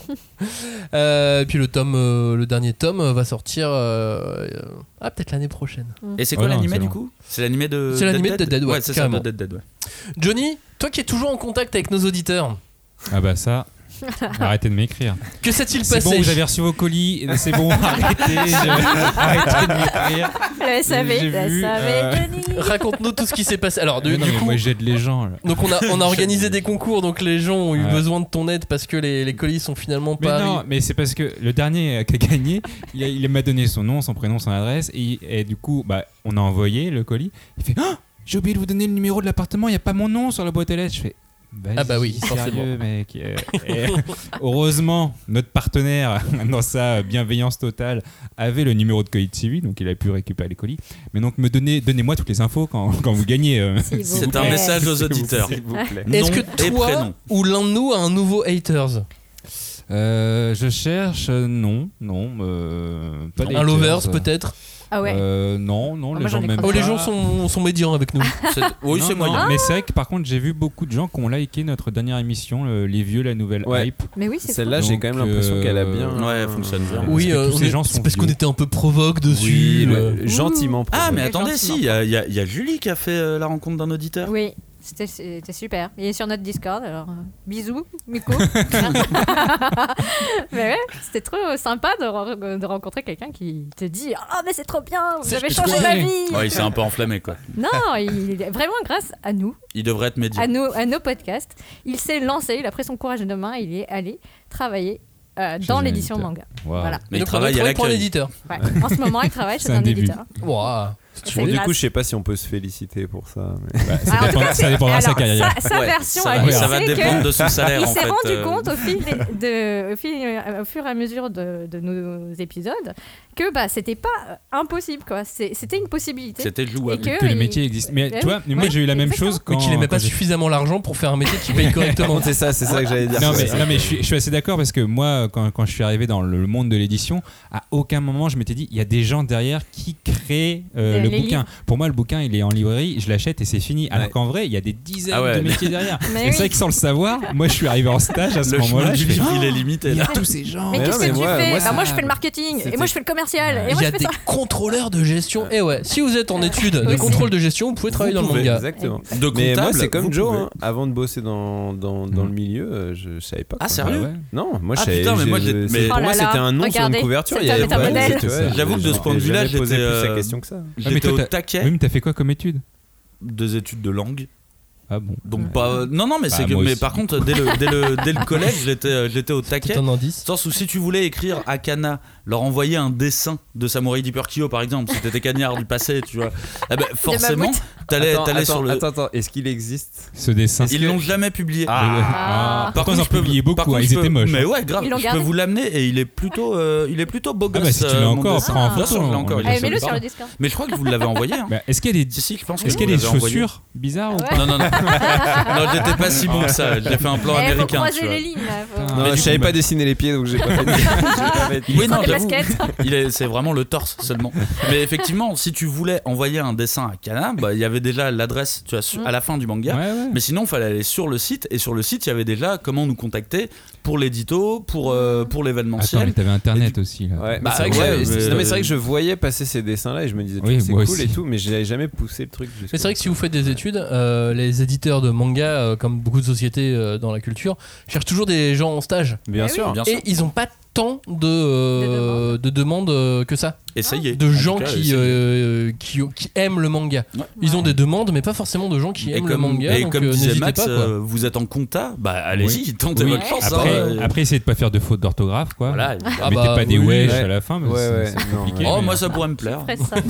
Speaker 1: euh, puis le tome, euh, le dernier tome euh, va sortir. euh, euh, ah, peut-être l'année prochaine.
Speaker 5: Et c'est
Speaker 4: Oh
Speaker 5: quoi
Speaker 4: non,
Speaker 5: l'animé
Speaker 4: c'est
Speaker 5: du
Speaker 4: long.
Speaker 5: coup C'est l'animé de.
Speaker 1: C'est l'animé de Dead Dead, ouais,
Speaker 5: Ouais, c'est ça,
Speaker 1: carrément.
Speaker 5: de Dead Dead, ouais.
Speaker 1: Johnny, toi qui es toujours en contact avec nos auditeurs,
Speaker 4: Ah bah ça. Arrêtez de m'écrire.
Speaker 1: que s'est-il
Speaker 4: C'est
Speaker 1: passé
Speaker 4: bon, vous avez reçu vos colis. C'est bon, arrêtez. je- Arrêtez de m'écrire.
Speaker 2: Le S A V,
Speaker 4: J'ai
Speaker 2: le
Speaker 4: vu,
Speaker 2: S A V,
Speaker 4: euh,
Speaker 2: Johnny.
Speaker 1: Raconte-nous tout ce qui s'est passé. Alors, du,
Speaker 4: Mais non,
Speaker 1: du
Speaker 4: mais
Speaker 1: coup,
Speaker 4: moi j'aide les gens. là.
Speaker 1: donc on a, on a organisé des concours, donc les gens ont eu
Speaker 4: Ouais.
Speaker 1: besoin de ton aide parce que les, les colis sont finalement
Speaker 4: Mais
Speaker 1: pas
Speaker 4: non,
Speaker 1: arrivés.
Speaker 4: mais c'est parce que le dernier qui a gagné, il, a- il m'a donné son nom, son prénom, son adresse, et, et du coup, bah, on a envoyé le colis. Il fait ah, j'ai oublié de vous donner le numéro de l'appartement, il n'y a pas mon nom sur la boîte aux lettres. Je fais vas-y,
Speaker 1: Ah bah oui,
Speaker 4: sérieux, mec. Euh, et, heureusement, notre partenaire, dans sa bienveillance totale, avait le numéro de colis de suivi, donc il a pu récupérer les colis. Mais donc, me donnez, donnez-moi toutes les infos quand, quand vous gagnez. euh.
Speaker 2: S'il vous
Speaker 5: C'est un
Speaker 2: plaît.
Speaker 5: message aux auditeurs.
Speaker 3: S'il vous plaît.
Speaker 1: Est-ce
Speaker 5: Nom
Speaker 1: que
Speaker 5: et
Speaker 1: toi
Speaker 5: prénom.
Speaker 1: ou l'un de nous a un nouveau haters?
Speaker 4: Euh, je cherche, euh, non, non, euh, pas
Speaker 1: Un
Speaker 4: d'haters,
Speaker 1: lovers
Speaker 4: euh.
Speaker 1: peut-être?
Speaker 2: Ah ouais.
Speaker 4: Euh, non, non,
Speaker 2: Ah,
Speaker 4: les
Speaker 2: moi, j'en
Speaker 4: gens
Speaker 2: ai
Speaker 4: m'aiment
Speaker 1: Oh, les
Speaker 4: pas.
Speaker 1: gens sont, sont médians avec nous.
Speaker 5: C'est- Oui,
Speaker 4: Non,
Speaker 5: c'est
Speaker 4: non,
Speaker 5: moyen.
Speaker 4: Mais c'est vrai que par contre, j'ai vu beaucoup de gens qui ont liké notre dernière émission, le- Les Vieux, la nouvelle
Speaker 3: Ouais.
Speaker 4: hype.
Speaker 2: Mais oui, c'est
Speaker 3: Celle-là, j'ai
Speaker 4: Donc,
Speaker 3: quand même l'impression
Speaker 4: euh,
Speaker 3: qu'elle a bien.
Speaker 5: Ouais, elle fonctionne bien.
Speaker 4: Parce
Speaker 1: Oui,
Speaker 4: que
Speaker 1: euh,
Speaker 4: tous
Speaker 1: on
Speaker 4: ces
Speaker 1: est-
Speaker 4: gens
Speaker 1: c'est
Speaker 4: sont
Speaker 1: parce qu'on
Speaker 4: vieux.
Speaker 1: était un peu provoque dessus.
Speaker 3: Oui,
Speaker 1: euh.
Speaker 3: le- gentiment.
Speaker 5: Ah,
Speaker 3: provoqué.
Speaker 5: mais
Speaker 2: Ouais,
Speaker 5: attendez,
Speaker 2: gentiment.
Speaker 5: si, il y, a- il y a il y a Julie qui a fait euh, la rencontre d'un auditeur.
Speaker 2: Oui, c'était c'était super. Il est sur notre Discord, alors euh, bisous, Miko. Mais ouais, c'était trop sympa de, re- de rencontrer quelqu'un qui te dit « Oh, mais c'est trop bien, vous
Speaker 1: C'est-
Speaker 2: avez
Speaker 1: je
Speaker 2: changé
Speaker 4: comprends.
Speaker 2: ma vie
Speaker 5: Ouais, il s'est un peu enflammé quoi. !»
Speaker 2: Non, il, vraiment grâce à nous,
Speaker 5: Il devrait être médium.
Speaker 2: à nos, à nos podcasts, il s'est lancé, il a pris son courage de main, il est allé travailler euh,
Speaker 4: Chez
Speaker 2: dans
Speaker 4: un
Speaker 2: l'édition
Speaker 4: éditeur.
Speaker 2: manga.
Speaker 4: Waouh.
Speaker 2: Voilà.
Speaker 5: Mais il
Speaker 1: Donc, on
Speaker 5: travaille à
Speaker 1: travaille pour un
Speaker 5: l'accueil.
Speaker 1: éditeur.
Speaker 2: Ouais. En ce moment, il travaille chez
Speaker 4: C'est
Speaker 2: un,
Speaker 4: un début.
Speaker 2: éditeur.
Speaker 1: Ouah,
Speaker 3: Bon, du coup, je sais pas si on peut se féliciter pour ça. Mais...
Speaker 4: Bah, ça, dépend,
Speaker 2: cas,
Speaker 4: ça dépendra de sa
Speaker 2: alors,
Speaker 4: carrière.
Speaker 2: Sa, sa
Speaker 5: ouais,
Speaker 2: version
Speaker 5: ça,
Speaker 2: à
Speaker 5: va,
Speaker 2: lui,
Speaker 5: ça va dépendre de son salaire.
Speaker 2: Il
Speaker 5: en
Speaker 2: s'est
Speaker 5: fait,
Speaker 2: rendu
Speaker 5: euh...
Speaker 2: compte au, fil de, de, au, fil, au fur et à mesure de, de nos épisodes que bah, c'était pas impossible. Quoi. C'était une possibilité.
Speaker 5: C'était jouable.
Speaker 4: Que, que les métiers existent. Mais tu vois, moi j'ai eu la même chose quand.
Speaker 1: Mais qu'il n'aimait pas suffisamment l'argent pour faire un métier qui paye correctement.
Speaker 3: C'est ça, c'est ça que j'allais dire.
Speaker 4: Non, mais, non, mais je, suis, je suis assez d'accord parce que moi, quand, quand je suis arrivé dans le monde de l'édition, à aucun moment je m'étais dit il y a des gens derrière qui créent euh, le bouquin. Livres. Pour moi, le bouquin il est en librairie, je l'achète et c'est fini. Alors ouais. qu'en vrai, il y a des dizaines ah ouais, de métiers derrière. Et oui. c'est vrai que sans le savoir, moi je suis arrivé en stage à ce
Speaker 5: le
Speaker 4: moment-là.
Speaker 5: Je
Speaker 4: fais,
Speaker 5: oh, il est limité.
Speaker 4: Il y a tous ces gens.
Speaker 2: Mais, mais qu'est-ce que tu
Speaker 3: moi,
Speaker 2: fais
Speaker 3: moi,
Speaker 2: bah, moi je fais le marketing et moi je fais le commercial.
Speaker 1: Il y a des contrôleurs de gestion. Et ouais, si vous êtes en études de contrôle de gestion, vous pouvez travailler dans le manga.
Speaker 3: Exactement.
Speaker 5: De
Speaker 3: mais moi, c'est comme Joe. Hein, avant de bosser dans, dans, dans mmh. le milieu, euh, je, je savais pas.
Speaker 5: Ah, sérieux
Speaker 3: ouais. Non, moi,
Speaker 5: ah,
Speaker 3: je savais.
Speaker 5: Putain, mais moi,
Speaker 3: je,
Speaker 5: mais
Speaker 3: pour
Speaker 2: oh
Speaker 3: moi,
Speaker 2: là
Speaker 3: c'était un nom
Speaker 2: regardez,
Speaker 3: sur une couverture.
Speaker 2: Il y avait pas
Speaker 3: modèle.
Speaker 5: J'avoue que de ce point de vue-là, j'étais
Speaker 3: posé plus la question que ça.
Speaker 5: J'étais au taquet.
Speaker 4: Oui, mais t'as fait quoi comme étude?
Speaker 5: Deux études de langue.
Speaker 4: Ah bon.
Speaker 5: Donc ouais. pas non non mais bah, c'est que mais par contre dès le dès le dès le collège j'étais j'étais au taquet.
Speaker 1: C'est un indice.
Speaker 5: Sens où si tu voulais écrire à Kana, leur envoyer un dessin de Samurai Deeper Kyo par exemple, si t'étais cagnard du passé, tu vois. Eh ben forcément t'allais
Speaker 3: attends,
Speaker 5: t'allais
Speaker 3: attends,
Speaker 5: sur le.
Speaker 3: Attends attends, est-ce qu'il existe
Speaker 4: ce dessin?
Speaker 5: Ils l'ont jamais publié.
Speaker 4: Ah. ah. Par contre ils ont publié beaucoup, contre, hein, ils étaient moches.
Speaker 5: Mais ouais grave. Je peux vous l'amener et il est plutôt euh, il est plutôt beau gosse.
Speaker 4: Ah bah si tu l'as encore, prends en photo.
Speaker 5: encore.
Speaker 2: Mets-le sur le disque.
Speaker 5: Mais je crois que vous l'avez envoyé.
Speaker 4: Est-ce qu'il y a des
Speaker 5: si si je pense.
Speaker 4: Est-ce qu'il y a des chaussures bizarres ou pas?
Speaker 5: Non non non. Non, j'étais pas si bon que ça. J'ai fait un plan
Speaker 2: eh,
Speaker 5: américain.
Speaker 2: Faut croiser les lignes. Là, faut...
Speaker 3: Non, je savais pas dessiner les pieds, donc j'ai pas fait.
Speaker 5: Oui, non, il est, c'est vraiment le torse seulement. Mais effectivement, si tu voulais envoyer un dessin à Kana, bah il y avait déjà l'adresse, tu vois, à la fin du manga.
Speaker 4: Ouais, ouais.
Speaker 5: Mais sinon, il fallait aller sur le site et sur le site, il y avait déjà comment nous contacter pour l'édito, pour euh, pour l'événementiel.
Speaker 4: Attends, mais t'avais internet du... aussi là.
Speaker 3: Ouais, bah, c'est vrai que ouais, mais... non, mais c'est vrai que je voyais passer ces dessins-là et je me disais oui, c'est cool aussi. Et tout, mais j'avais jamais poussé le truc.
Speaker 1: Mais c'est vrai que si vous faites des études, euh, les éditeurs de manga, euh, comme beaucoup de sociétés euh, dans la culture, cherchent toujours des gens en stage.
Speaker 3: Bien
Speaker 2: ah
Speaker 3: sûr.
Speaker 2: Oui.
Speaker 3: Bien
Speaker 1: et sûr. Ils ont pas tant de, euh, de demandes euh, que ça.
Speaker 5: Essayez.
Speaker 1: De gens
Speaker 5: cas,
Speaker 1: qui, euh, qui, qui aiment le manga. Ouais. Ils ont des demandes, mais pas forcément de gens qui
Speaker 5: et
Speaker 1: aiment
Speaker 5: comme,
Speaker 1: le manga.
Speaker 5: Et
Speaker 1: donc
Speaker 5: comme
Speaker 1: euh,
Speaker 5: disait Max,
Speaker 1: pas,
Speaker 5: euh, vous êtes en compta, bah allez-y,
Speaker 4: oui.
Speaker 5: tentez
Speaker 4: oui.
Speaker 5: votre chance.
Speaker 4: Après,
Speaker 5: hein.
Speaker 4: après, essayez de pas faire de fautes d'orthographe, quoi.
Speaker 5: Voilà.
Speaker 1: Ah
Speaker 4: Mettez
Speaker 1: bah,
Speaker 4: pas des
Speaker 1: oui,
Speaker 4: wesh
Speaker 1: ouais.
Speaker 4: à la fin, mais
Speaker 3: ouais,
Speaker 4: c'est,
Speaker 3: ouais.
Speaker 4: c'est
Speaker 3: non,
Speaker 4: compliqué.
Speaker 5: Oh,
Speaker 4: mais...
Speaker 5: moi ça pourrait me plaire.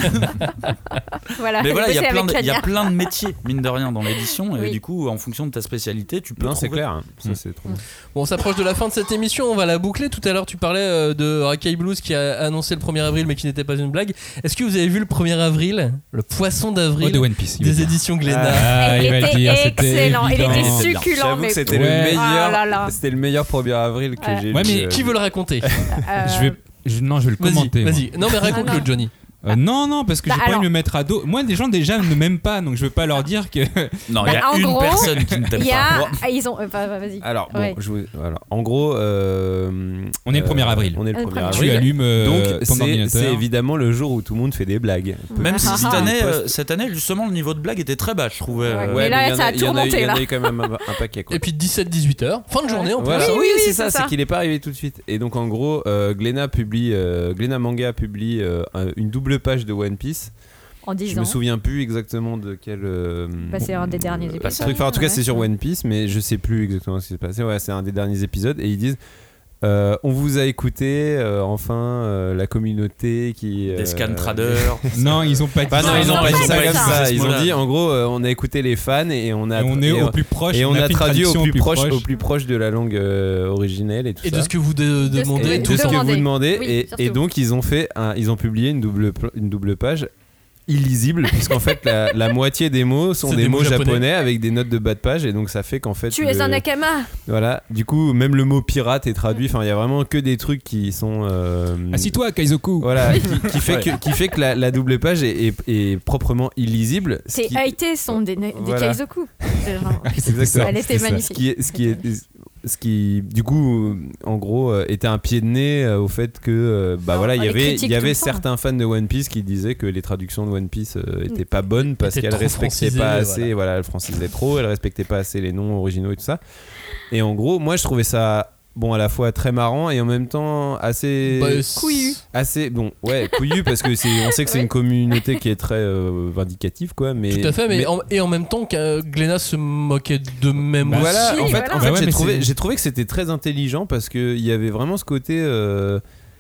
Speaker 2: voilà.
Speaker 5: Mais voilà, il y a plein de, il y a plein de métiers mine de rien dans l'édition et
Speaker 2: oui.
Speaker 5: du coup, en fonction de ta spécialité, tu peux.
Speaker 3: Non,
Speaker 5: trouver.
Speaker 3: c'est clair. Ça, c'est trop.
Speaker 1: Bon, on s'approche de la fin de cette émission. On va la boucler. Tout à l'heure, tu parlais de Rakai Blues qui a annoncé le premier avril, mais qui n'était pas une blague. Est-ce que vous avez vu le premier avril, le poisson d'avril
Speaker 4: oh, de One Piece,
Speaker 1: des éditions Glénat?
Speaker 4: Ah, il, il était
Speaker 2: dire,
Speaker 4: excellent,
Speaker 2: il était succulent.
Speaker 3: J'avoue
Speaker 2: mais
Speaker 3: que c'était
Speaker 4: ouais.
Speaker 3: le meilleur.
Speaker 2: Oh là là.
Speaker 3: C'était le meilleur premier avril que
Speaker 2: ouais.
Speaker 3: j'ai
Speaker 4: ouais,
Speaker 3: lu.
Speaker 4: Mais
Speaker 3: euh,
Speaker 1: qui veut le raconter?
Speaker 2: euh...
Speaker 4: Je vais, je, non, je vais le
Speaker 1: vas-y,
Speaker 4: commenter.
Speaker 1: Vas-y, non mais raconte-le, ah, Johnny.
Speaker 4: Euh, non, non, parce que
Speaker 2: bah,
Speaker 4: j'ai pas envie
Speaker 2: alors...
Speaker 4: de me mettre à dos. Moi, des gens déjà ne m'aiment pas, donc je veux pas leur dire que.
Speaker 5: Non, il y a
Speaker 2: en
Speaker 5: une
Speaker 2: gros,
Speaker 5: personne qui ne t'aime
Speaker 2: y a...
Speaker 5: pas.
Speaker 2: Ah, ils ont. Euh, vas-y.
Speaker 3: Alors, bon,
Speaker 2: ouais.
Speaker 3: je vous... alors, en gros, euh...
Speaker 4: on est le premier avril.
Speaker 3: On est le
Speaker 2: euh,
Speaker 3: premier
Speaker 4: Tu
Speaker 3: avril.
Speaker 4: allumes euh,
Speaker 3: donc
Speaker 4: ton
Speaker 3: c'est,
Speaker 4: ordinateur.
Speaker 3: c'est évidemment le jour où tout le monde fait des blagues.
Speaker 5: Même si cette année, euh, cette année, justement, le niveau de blague était très bas, je trouvais.
Speaker 2: Ouais,
Speaker 5: euh...
Speaker 2: mais là, ça a tout remonté.
Speaker 3: Il y en a eu quand même un, un paquet. Quoi.
Speaker 1: Et puis dix-sept à dix-huit heures, fin de journée en plus.
Speaker 3: Voilà.
Speaker 2: Oui,
Speaker 3: Oui,
Speaker 2: oui,
Speaker 3: oui, c'est,
Speaker 2: c'est
Speaker 3: ça,
Speaker 2: ça,
Speaker 3: c'est qu'il n'est pas arrivé tout de suite. Et donc, en gros, euh, Glénat publie, euh, Glénat Manga publie euh, une double page de One Piece.
Speaker 2: En dix
Speaker 3: je
Speaker 2: ans.
Speaker 3: me souviens plus exactement de quel. Euh,
Speaker 2: bah, c'est un des derniers épisodes.
Speaker 3: Bah, truc, enfin, en tout cas,
Speaker 2: ouais.
Speaker 3: c'est sur One Piece, mais je sais plus exactement ce qui s'est passé. Ouais, c'est un des derniers épisodes. Et ils disent euh, on vous a écouté, euh, enfin, euh, la communauté qui. Euh,
Speaker 5: Des scan traders.
Speaker 4: Non, ils ont pas dit
Speaker 3: bah, non,
Speaker 4: ça.
Speaker 3: ils ont pas dit ça comme ça.
Speaker 5: ça.
Speaker 3: Ils ont dit, en gros, euh, on a écouté les fans et on a.
Speaker 4: Et on est
Speaker 3: et
Speaker 4: au plus proche.
Speaker 3: Et on, on a, a traduit au plus, proche,
Speaker 4: proche,
Speaker 3: au plus proche de la langue euh, originelle et tout
Speaker 1: et
Speaker 3: ça.
Speaker 1: de ce que vous de- demandez.
Speaker 3: Et de ce que vous demandez.
Speaker 2: Oui,
Speaker 3: et, et donc, ils ont fait, un, ils ont publié une double, une double page. Illisible, puisqu'en fait la, la moitié des mots sont
Speaker 1: c'est
Speaker 3: des,
Speaker 1: des
Speaker 3: mots
Speaker 1: mots
Speaker 3: japonais.
Speaker 1: japonais
Speaker 3: avec des notes de bas de page et donc ça fait qu'en fait
Speaker 2: tu
Speaker 3: le...
Speaker 2: es un Nakama.
Speaker 3: Voilà, du coup même le mot pirate est traduit, enfin il y a vraiment que des trucs qui sont euh...
Speaker 4: assis-toi Kaizoku.
Speaker 3: Voilà, qui, qui fait que qui fait que la, la double page est, est, est proprement illisible.
Speaker 2: Ces
Speaker 3: qui...
Speaker 2: haïtés sont des, des
Speaker 3: voilà.
Speaker 2: Kaizoku.
Speaker 3: C'est exactement.
Speaker 2: Elle était
Speaker 3: c'est
Speaker 2: magnifique.
Speaker 3: Ce qui est, ce qui est ce qui du coup en gros euh, était un pied de nez euh, au fait que euh, bah
Speaker 2: non,
Speaker 3: voilà il y avait il y avait
Speaker 2: temps,
Speaker 3: certains fans de One Piece qui disaient que les traductions de One Piece euh, étaient pas bonnes parce
Speaker 1: Était
Speaker 3: qu'elles respectaient pas assez
Speaker 1: voilà.
Speaker 3: voilà elles francisaient trop, elles respectaient pas assez les noms originaux et tout ça. Et en gros moi je trouvais ça bon à la fois très marrant et en même temps assez
Speaker 1: bah,
Speaker 2: couillu
Speaker 3: assez bon ouais couillu parce que c'est on sait que c'est
Speaker 2: ouais.
Speaker 3: une communauté qui est très euh, vindicative quoi mais
Speaker 1: tout à fait mais,
Speaker 3: mais...
Speaker 1: En, et en même temps que Glénat se moquait de même
Speaker 3: bah, voilà
Speaker 2: si,
Speaker 3: en fait,
Speaker 2: voilà.
Speaker 3: en fait
Speaker 4: bah ouais,
Speaker 3: j'ai, trouvé,
Speaker 4: c'est...
Speaker 3: j'ai trouvé que c'était très intelligent parce qu'il y avait vraiment ce côté euh,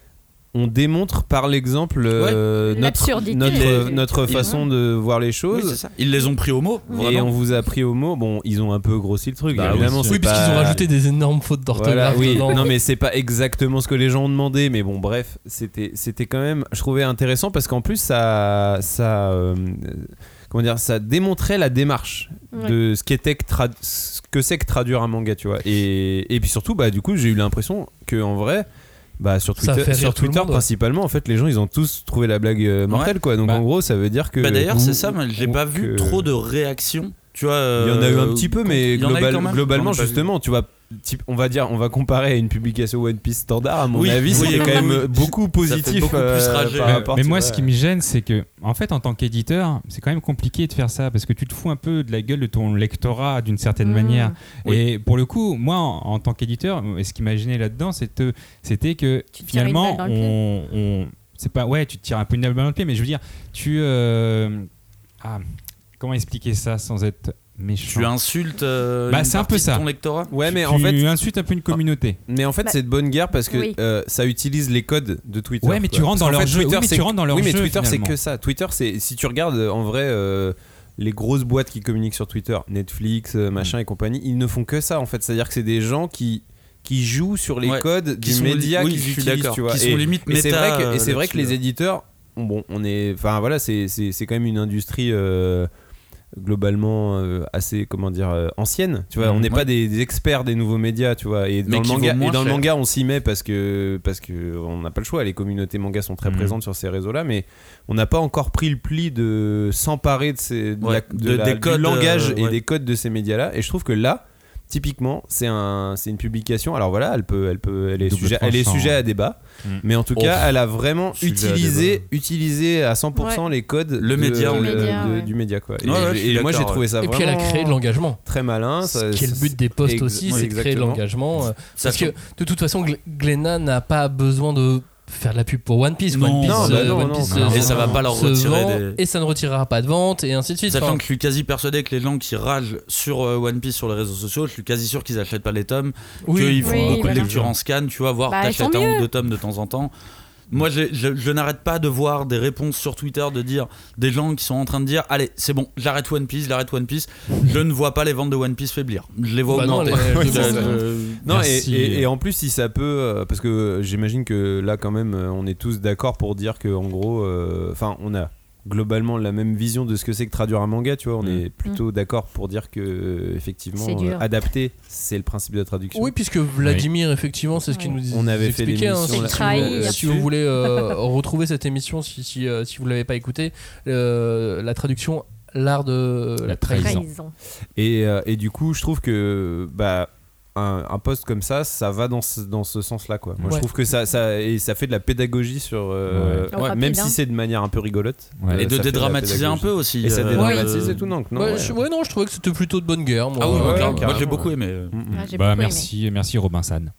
Speaker 3: on démontre par l'exemple euh,
Speaker 2: Ouais.
Speaker 3: notre,
Speaker 2: L'absurdité.
Speaker 3: notre,
Speaker 5: Les-
Speaker 3: notre
Speaker 5: ils-
Speaker 3: façon de voir les
Speaker 5: Oui,
Speaker 3: choses.
Speaker 5: c'est ça. Ils les ont pris au mot.
Speaker 3: Et
Speaker 5: Vraiment.
Speaker 3: on vous a pris au mot. Bon, ils ont un peu grossi le truc.
Speaker 5: Bah
Speaker 3: évidemment,
Speaker 5: oui,
Speaker 3: c'est
Speaker 1: Oui, parce
Speaker 3: pas-
Speaker 1: qu'ils ont rajouté des énormes fautes d'orthographe.
Speaker 3: Voilà, oui,
Speaker 1: dedans.
Speaker 3: non mais c'est pas exactement ce que les gens ont demandé, mais bon bref, c'était c'était quand même, je trouvais intéressant parce qu'en plus ça ça euh, comment dire, ça démontrait la démarche
Speaker 2: Ouais.
Speaker 3: de ce qu'était que trad- ce que c'est que traduire un manga, tu vois. Et et puis surtout bah du coup j'ai eu l'impression que en vrai bah sur
Speaker 1: Ça
Speaker 3: Twitter,
Speaker 1: fait rire
Speaker 3: sur
Speaker 1: tout le
Speaker 3: Twitter
Speaker 1: monde, ouais.
Speaker 3: principalement en fait les gens ils ont tous trouvé la blague euh, mortelle quoi. Donc
Speaker 4: Bah,
Speaker 3: en gros ça veut dire que
Speaker 5: Bah, d'ailleurs,
Speaker 3: ou-
Speaker 5: c'est ça, mais j'ai
Speaker 3: ou
Speaker 5: pas vu
Speaker 3: que-
Speaker 5: trop de réactions. Tu vois,
Speaker 3: Il y en a eu un
Speaker 5: euh,
Speaker 3: petit peu, mais
Speaker 5: il y en a eu
Speaker 3: global-
Speaker 5: quand même.
Speaker 3: globalement,
Speaker 5: J'en ai pas vu.
Speaker 3: justement, tu vois, type, on va dire, on va comparer à une publication One Piece standard. À mon
Speaker 5: Oui,
Speaker 3: avis,
Speaker 5: oui,
Speaker 3: c'était
Speaker 5: oui,
Speaker 3: quand même
Speaker 5: oui.
Speaker 3: beaucoup
Speaker 5: Ça fait
Speaker 3: positif
Speaker 5: beaucoup plus
Speaker 3: euh,
Speaker 5: rager.
Speaker 3: par
Speaker 5: Mais-
Speaker 3: rapport,
Speaker 4: mais
Speaker 3: tu
Speaker 4: moi,
Speaker 3: vois.
Speaker 4: ce qui me gêne, c'est que, en fait, en tant qu'éditeur, c'est quand même compliqué de faire ça parce que tu te fous un peu de la gueule de ton lectorat d'une certaine
Speaker 2: Mmh.
Speaker 4: manière.
Speaker 5: Oui.
Speaker 4: Et pour le coup, moi, en, en tant qu'éditeur, et ce qui m'a gêné là-dedans, c'était, c'était que
Speaker 2: Tu te tires une
Speaker 4: finalement,
Speaker 2: balle dans le
Speaker 4: on, on- c'est pas, ouais, tu te tires un peu une balle dans le pied, mais je veux dire, tu, euh, ah, comment expliquer ça sans être méchant?
Speaker 5: Tu insultes euh,
Speaker 4: Bah,
Speaker 5: une
Speaker 4: c'est un
Speaker 5: partie
Speaker 4: peu
Speaker 5: de
Speaker 4: ça.
Speaker 5: ton lectorat.
Speaker 3: Ouais, mais
Speaker 4: tu
Speaker 3: en fait,
Speaker 4: insultes un peu une communauté.
Speaker 3: mais en fait,
Speaker 2: Bah,
Speaker 3: c'est de bonne guerre parce que
Speaker 2: oui.
Speaker 3: euh, ça utilise les codes de Twitter.
Speaker 4: Ouais, mais
Speaker 3: quoi.
Speaker 4: tu rentres
Speaker 3: Parce
Speaker 4: dans
Speaker 3: qu'en
Speaker 4: leur
Speaker 3: fait,
Speaker 4: jeu.
Speaker 3: Twitter,
Speaker 4: Oui, mais
Speaker 3: c'est-
Speaker 4: tu rentres dans leur
Speaker 3: oui, mais
Speaker 4: jeu,
Speaker 3: Twitter, c'est
Speaker 4: finalement.
Speaker 3: que ça. Twitter, c'est si tu regardes en vrai. euh, les grosses boîtes qui communiquent sur Twitter, Netflix, euh, machin et compagnie, ils ne font que ça en fait. C'est-à-dire que c'est des gens qui qui jouent sur les
Speaker 5: Ouais,
Speaker 3: codes
Speaker 5: qui
Speaker 3: du
Speaker 5: sont
Speaker 3: média
Speaker 5: li- oui,
Speaker 3: qu'ils
Speaker 5: je suis
Speaker 3: utilisent,
Speaker 5: d'accord,
Speaker 3: tu vois.
Speaker 5: qui sont
Speaker 3: et,
Speaker 5: limite
Speaker 3: et c'est
Speaker 5: méta,
Speaker 3: vrai que, et c'est
Speaker 5: euh,
Speaker 3: vrai que les
Speaker 5: là-dessus,
Speaker 3: éditeurs, bon, on est, enfin voilà, c'est c'est c'est quand même une industrie. Euh, globalement euh, assez comment dire euh, ancienne, tu vois.
Speaker 5: Mmh,
Speaker 3: On n'est
Speaker 5: ouais.
Speaker 3: pas des, des experts des nouveaux médias, tu vois. Et
Speaker 5: Mais
Speaker 3: dans le
Speaker 5: qui
Speaker 3: manga,
Speaker 5: vaut moins
Speaker 3: et dans le
Speaker 5: cher.
Speaker 3: manga, on s'y met parce que parce que on n'a pas le choix. Les communautés manga sont très
Speaker 4: Mmh.
Speaker 3: présentes sur ces réseaux-là, mais on n'a pas encore pris le pli de s'emparer de, ces, de
Speaker 5: Ouais,
Speaker 3: la- de
Speaker 5: de-
Speaker 3: la-
Speaker 5: des
Speaker 3: du
Speaker 5: codes,
Speaker 3: langage
Speaker 5: euh,
Speaker 3: et
Speaker 5: ouais.
Speaker 3: des codes de ces médias-là. Et je trouve que là, typiquement, c'est un, c'est une publication. Alors voilà, elle peut, elle peut, elle est
Speaker 4: Double
Speaker 3: sujet, elle est
Speaker 4: tranchant.
Speaker 3: sujet à débat.
Speaker 4: Mm.
Speaker 3: Mais en tout
Speaker 5: Oh,
Speaker 3: cas, elle a vraiment
Speaker 5: sujet à
Speaker 3: utilisé,
Speaker 5: débat.
Speaker 3: utilisé à cent pour cent les codes
Speaker 5: Le
Speaker 3: de-
Speaker 5: média,
Speaker 3: de-
Speaker 5: on
Speaker 2: est- média,
Speaker 3: de-
Speaker 2: ouais.
Speaker 3: du média, quoi. Et,
Speaker 5: Ouais, ouais, je
Speaker 3: et
Speaker 5: suis
Speaker 3: moi, j'ai
Speaker 5: d'accord,
Speaker 3: trouvé
Speaker 5: ouais.
Speaker 3: ça
Speaker 1: Et
Speaker 3: vraiment
Speaker 1: puis elle a créé de l'engagement.
Speaker 3: très malin. ça-
Speaker 1: Ce qui est le
Speaker 3: ça-
Speaker 1: but des posts
Speaker 3: ex-
Speaker 1: aussi,
Speaker 3: ouais,
Speaker 1: c'est de créer de
Speaker 3: exactement.
Speaker 1: l'engagement. euh,
Speaker 5: Ça
Speaker 1: Parce que
Speaker 5: sent-
Speaker 1: de toute façon, Gl- Glénat n'a pas besoin de faire de la pub pour One Piece.
Speaker 5: Non,
Speaker 1: One Piece,
Speaker 3: non, bah
Speaker 1: euh,
Speaker 3: non,
Speaker 1: One
Speaker 3: non,
Speaker 1: Piece,
Speaker 3: non.
Speaker 1: euh,
Speaker 5: Et ça va
Speaker 1: se-
Speaker 5: pas leur
Speaker 1: se
Speaker 5: retirer
Speaker 1: vend,
Speaker 5: des-
Speaker 1: et ça ne retirera pas de vente et ainsi de suite.
Speaker 5: Sachant
Speaker 1: Enfin,
Speaker 5: que je suis quasi persuadé que les gens qui ragent sur euh, One Piece sur les réseaux sociaux, je suis quasi sûr qu'ils achètent pas les tomes,
Speaker 1: oui,
Speaker 5: qu'ils font
Speaker 2: Oui,
Speaker 5: beaucoup
Speaker 2: voilà.
Speaker 5: de lectures en scan, tu vois, voire
Speaker 2: Bah, ils
Speaker 5: t'achètes
Speaker 2: sont
Speaker 5: un
Speaker 2: mieux.
Speaker 5: ou deux tomes de temps en temps. Moi, j'ai- je, je n'arrête pas de voir des réponses sur Twitter de dire des gens qui sont en train de dire allez, c'est bon, j'arrête One Piece, j'arrête One Piece. Je ne vois pas les ventes de One Piece faiblir. Je les vois
Speaker 1: Bah non,
Speaker 5: augmenter.
Speaker 1: les- les-
Speaker 5: Je-
Speaker 1: les-
Speaker 5: je-
Speaker 3: Non, et,
Speaker 4: Merci.
Speaker 3: et- et en plus, si ça peut, euh, parce que euh, j'imagine que là, quand même, euh, on est tous d'accord pour dire que, en gros, enfin, on a globalement la même vision de ce que c'est que traduire un manga, tu vois. On
Speaker 4: Mm.
Speaker 3: est plutôt d'accord pour dire que, euh, effectivement,
Speaker 2: C'est dur.
Speaker 3: euh, adapter, c'est le principe de la traduction.
Speaker 1: Oui, puisque Vladimir, effectivement, c'est ce qu'il
Speaker 2: Ouais.
Speaker 1: nous
Speaker 3: On avait fait
Speaker 1: expliquait.
Speaker 3: l'émission
Speaker 1: hein, si,
Speaker 3: là-
Speaker 1: si
Speaker 2: Trahi,
Speaker 1: vous, si
Speaker 2: là-dessus.
Speaker 1: vous voulez euh, retrouver cette émission, si, si, euh, si vous ne l'avez pas écoutée, euh, la traduction, l'art de la,
Speaker 4: La
Speaker 1: trahison.
Speaker 4: trahison.
Speaker 2: Trahison.
Speaker 3: Et, euh, et du coup, je trouve que bah, un, un post comme ça, ça va dans ce, dans ce sens-là, quoi. Moi,
Speaker 1: Ouais.
Speaker 3: je trouve que ça, ça, et ça fait de la pédagogie sur, euh,
Speaker 2: Ouais.
Speaker 3: ouais,
Speaker 2: Rapide,
Speaker 3: même
Speaker 2: hein.
Speaker 3: si c'est de manière un peu rigolote.
Speaker 4: Ouais.
Speaker 3: euh,
Speaker 5: Et de
Speaker 3: ça fait la
Speaker 5: dédramatiser un
Speaker 3: pédagogie.
Speaker 5: peu aussi.
Speaker 3: Et ça
Speaker 5: euh,
Speaker 3: dédramatise
Speaker 5: euh,
Speaker 3: et tout, donc non.
Speaker 1: Ouais,
Speaker 3: ouais.
Speaker 1: je, ouais, non, je trouvais que c'était plutôt de bonne guerre. Moi,
Speaker 5: Ah oui,
Speaker 1: Euh,
Speaker 5: ouais,
Speaker 3: ouais,
Speaker 5: clairement. Moi,
Speaker 3: carrément.
Speaker 5: j'ai beaucoup aimé. euh.
Speaker 3: Mm, mm.
Speaker 2: Ah, j'ai
Speaker 4: Bah,
Speaker 2: beaucoup aimé.
Speaker 4: merci, merci Robin San.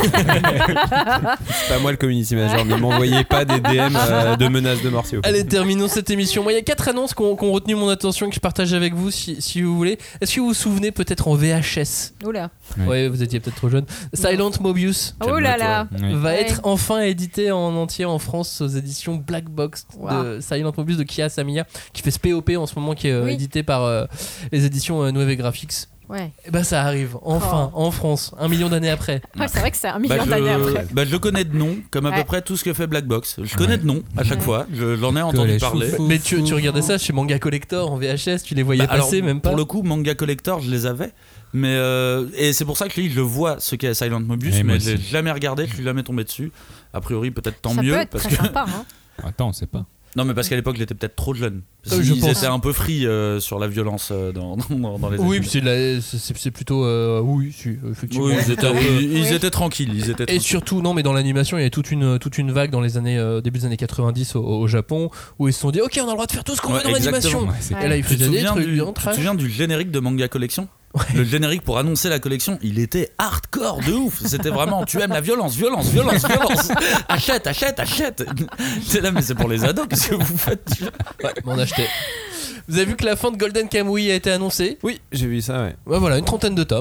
Speaker 3: C'est pas moi le community manager, ne m'envoyez pas des D M euh, de menaces de mort, s'il vous plaît.
Speaker 1: Allez, terminons cette émission. Moi, il y a quatre annonces qui ont, qui ont retenu mon attention et que je partage avec vous si, si vous voulez. Est-ce que vous vous souvenez peut-être en V H S?
Speaker 2: Oula.
Speaker 4: Ouais.
Speaker 1: Ouais, vous étiez peut-être trop jeune. Silent Mobius
Speaker 2: Oh là là.
Speaker 4: Ouais.
Speaker 1: va
Speaker 2: Ouais.
Speaker 1: être enfin édité en entier en France aux éditions Black Box de
Speaker 2: Wow.
Speaker 1: Silent Mobius de Kia Samia qui fait ce P O P en ce moment qui est euh,
Speaker 2: Oui.
Speaker 1: édité par euh, les éditions euh, Nueve Graphics.
Speaker 2: Ouais.
Speaker 1: Et ben ça arrive enfin en France un million d'années après.
Speaker 2: Ouais, c'est vrai que c'est un
Speaker 5: Bah,
Speaker 2: million d'années
Speaker 5: je,
Speaker 2: après.
Speaker 5: bah, je le connais de nom, comme à
Speaker 2: Ouais.
Speaker 5: peu près tout ce que fait Black Box. Je connais
Speaker 4: Ouais.
Speaker 5: de nom à chaque
Speaker 2: Ouais.
Speaker 5: fois. Je, j'en ai entendu
Speaker 4: les
Speaker 5: parler.
Speaker 4: choux-fous.
Speaker 1: Mais tu, tu regardais ça chez Manga Collector en V H S, tu les voyais
Speaker 5: Bah, alors,
Speaker 1: passer même pas.
Speaker 5: Pour le coup, Manga Collector, je les avais. Mais euh, et c'est pour ça que je dis, je vois ce qu'est Silent Mobius,
Speaker 4: Ouais, moi
Speaker 5: mais je l'ai
Speaker 4: aussi.
Speaker 5: jamais regardé, je suis jamais tombé dessus. A priori, peut-être tant
Speaker 2: Ça
Speaker 5: mieux.
Speaker 2: peut être
Speaker 5: parce
Speaker 2: très
Speaker 5: que...
Speaker 2: sympa. Hein.
Speaker 4: Attends, on sait pas.
Speaker 5: Non, mais parce qu'à l'époque, j'étais peut-être trop jeune.
Speaker 1: Euh, je
Speaker 5: Ils
Speaker 1: pense.
Speaker 5: étaient un peu free euh, sur la violence euh, dans, dans, dans les
Speaker 1: Oui,
Speaker 5: animés.
Speaker 1: puis c'est, de la- c'est, c'est plutôt euh, oui, si, effectivement.
Speaker 5: Oui, ils étaient,
Speaker 1: Un peu-
Speaker 5: ils, ils
Speaker 2: Oui.
Speaker 5: étaient tranquilles. Ils étaient
Speaker 1: Et
Speaker 5: tranquilles.
Speaker 1: surtout, non, mais dans l'animation, il y avait toute une, toute une vague dans les années, euh, début des années quatre-vingt-dix au, au Japon où ils se sont dit, ok, on a le droit de faire tout ce qu'on
Speaker 5: Ouais,
Speaker 1: veut dans l'animation.
Speaker 5: exactement.
Speaker 4: Ouais, c'est-
Speaker 2: Ouais.
Speaker 1: Et là, ils
Speaker 5: Tu te
Speaker 1: faisaient des
Speaker 5: souviens,
Speaker 1: trucs
Speaker 5: du,
Speaker 1: bien
Speaker 5: tu te
Speaker 1: trash.
Speaker 5: souviens du générique de Manga Collection? Le générique pour annoncer la collection, il était hardcore de ouf. C'était vraiment, tu aimes la violence, violence, violence, violence. Achète, achète, achète. C'est là, mais c'est pour les ados. Qu'est-ce que vous faites?
Speaker 1: Ouais, mais on achetait. Vous avez vu que la fin de Golden Kamuy a été annoncée?
Speaker 3: Oui, j'ai vu ça, ouais.
Speaker 1: Ouais, voilà, une trentaine de tomes.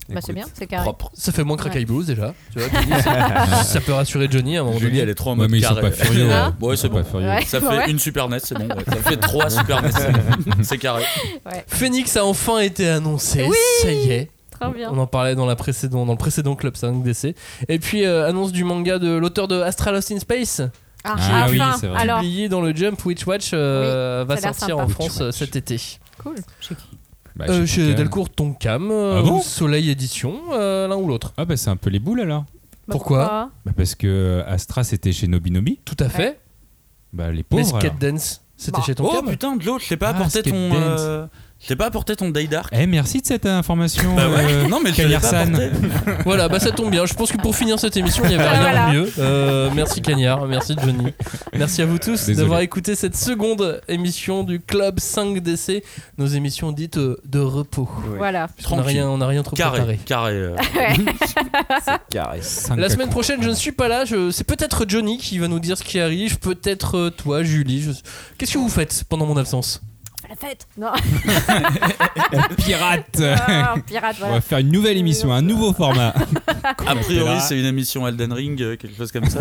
Speaker 2: Bah c'est bien, c'est carré.
Speaker 1: Propre. Ça fait moins Crackeye ouais. Blues déjà. Tu vois, Johnny, ça, ça peut rassurer Johnny à un moment
Speaker 5: Julie,
Speaker 1: donné.
Speaker 5: elle est trop en mode
Speaker 4: ouais, mais
Speaker 5: carré.
Speaker 4: ils sont pas furieux.
Speaker 2: Ah.
Speaker 5: Ouais, c'est bon.
Speaker 2: Ouais.
Speaker 5: Ça fait
Speaker 2: Ouais.
Speaker 5: une Super N E S, c'est bon. Ouais. Ça fait trois Super N E S, c'est, bon. C'est carré.
Speaker 2: Ouais.
Speaker 1: Phoenix a enfin été annoncé.
Speaker 2: Oui.
Speaker 1: Ça y est.
Speaker 2: Très bien.
Speaker 1: On en parlait dans, la précédent, dans le précédent Club cinq D C. Et puis, euh, annonce du manga de l'auteur de Astra Lost in Space.
Speaker 2: Ah,
Speaker 4: Ah oui,
Speaker 2: enfin,
Speaker 4: c'est vrai.
Speaker 2: alors,
Speaker 1: Publié dans le Jump Witch Watch, euh,
Speaker 2: Oui,
Speaker 1: va
Speaker 2: ça a l'air
Speaker 1: sortir
Speaker 2: sympa.
Speaker 1: en France euh,
Speaker 4: Witch Watch.
Speaker 1: cet été.
Speaker 2: cool. Chez qui
Speaker 4: Bah,
Speaker 1: Euh,
Speaker 4: chez
Speaker 1: chez
Speaker 4: Tonkam.
Speaker 1: Delcourt Tonkam, euh,
Speaker 4: Ah bon
Speaker 1: ou Soleil Édition, euh, l'un ou l'autre.
Speaker 4: Ah bah c'est un peu les boules alors.
Speaker 2: Bah,
Speaker 1: Pourquoi
Speaker 4: Bah parce que Astra c'était chez Nobinobi.
Speaker 1: Tout à fait.
Speaker 4: Bah les
Speaker 1: Mais
Speaker 4: pauvres.
Speaker 1: Skate
Speaker 4: alors.
Speaker 1: Dance, c'était
Speaker 2: Bah.
Speaker 1: chez
Speaker 5: Oh
Speaker 1: Tonkam.
Speaker 5: putain, de l'autre, je t'ai pas
Speaker 4: Ah,
Speaker 5: apporté
Speaker 4: Skate
Speaker 5: ton.
Speaker 4: Dance.
Speaker 5: euh, Je t'ai pas apporté ton Day Dark.
Speaker 4: Eh merci de cette information.
Speaker 5: Bah ouais.
Speaker 4: euh,
Speaker 5: Non, mais je l'ai pas
Speaker 4: Cagnard-san.
Speaker 5: apporté.
Speaker 1: Voilà, bah ça tombe bien. Je pense que pour finir cette émission, il n'y avait rien
Speaker 2: Voilà.
Speaker 1: de mieux. Euh, merci Cagnard, merci Johnny. Merci à vous tous
Speaker 4: Désolé.
Speaker 1: d'avoir écouté cette seconde émission du Club cinq D C, nos émissions dites euh, de repos.
Speaker 2: Voilà.
Speaker 1: On n'a rien, on n'a rien trop
Speaker 5: Carré.
Speaker 1: préparé.
Speaker 5: Carré. euh.
Speaker 3: Carré.
Speaker 4: Cinq
Speaker 1: La semaine
Speaker 4: cacos.
Speaker 1: prochaine, je ne suis pas là. Je... C'est peut-être Johnny qui va nous dire ce qui arrive. Peut-être euh, toi, Julie. Je... Qu'est-ce que vous faites pendant mon absence?
Speaker 2: La fête. Non.
Speaker 4: Pirate.
Speaker 2: Ah, pirate,
Speaker 4: On
Speaker 2: voilà.
Speaker 4: va faire une nouvelle émission, un nouveau format.
Speaker 5: A priori,
Speaker 4: Là.
Speaker 5: c'est une émission Elden Ring, euh, quelque chose comme ça.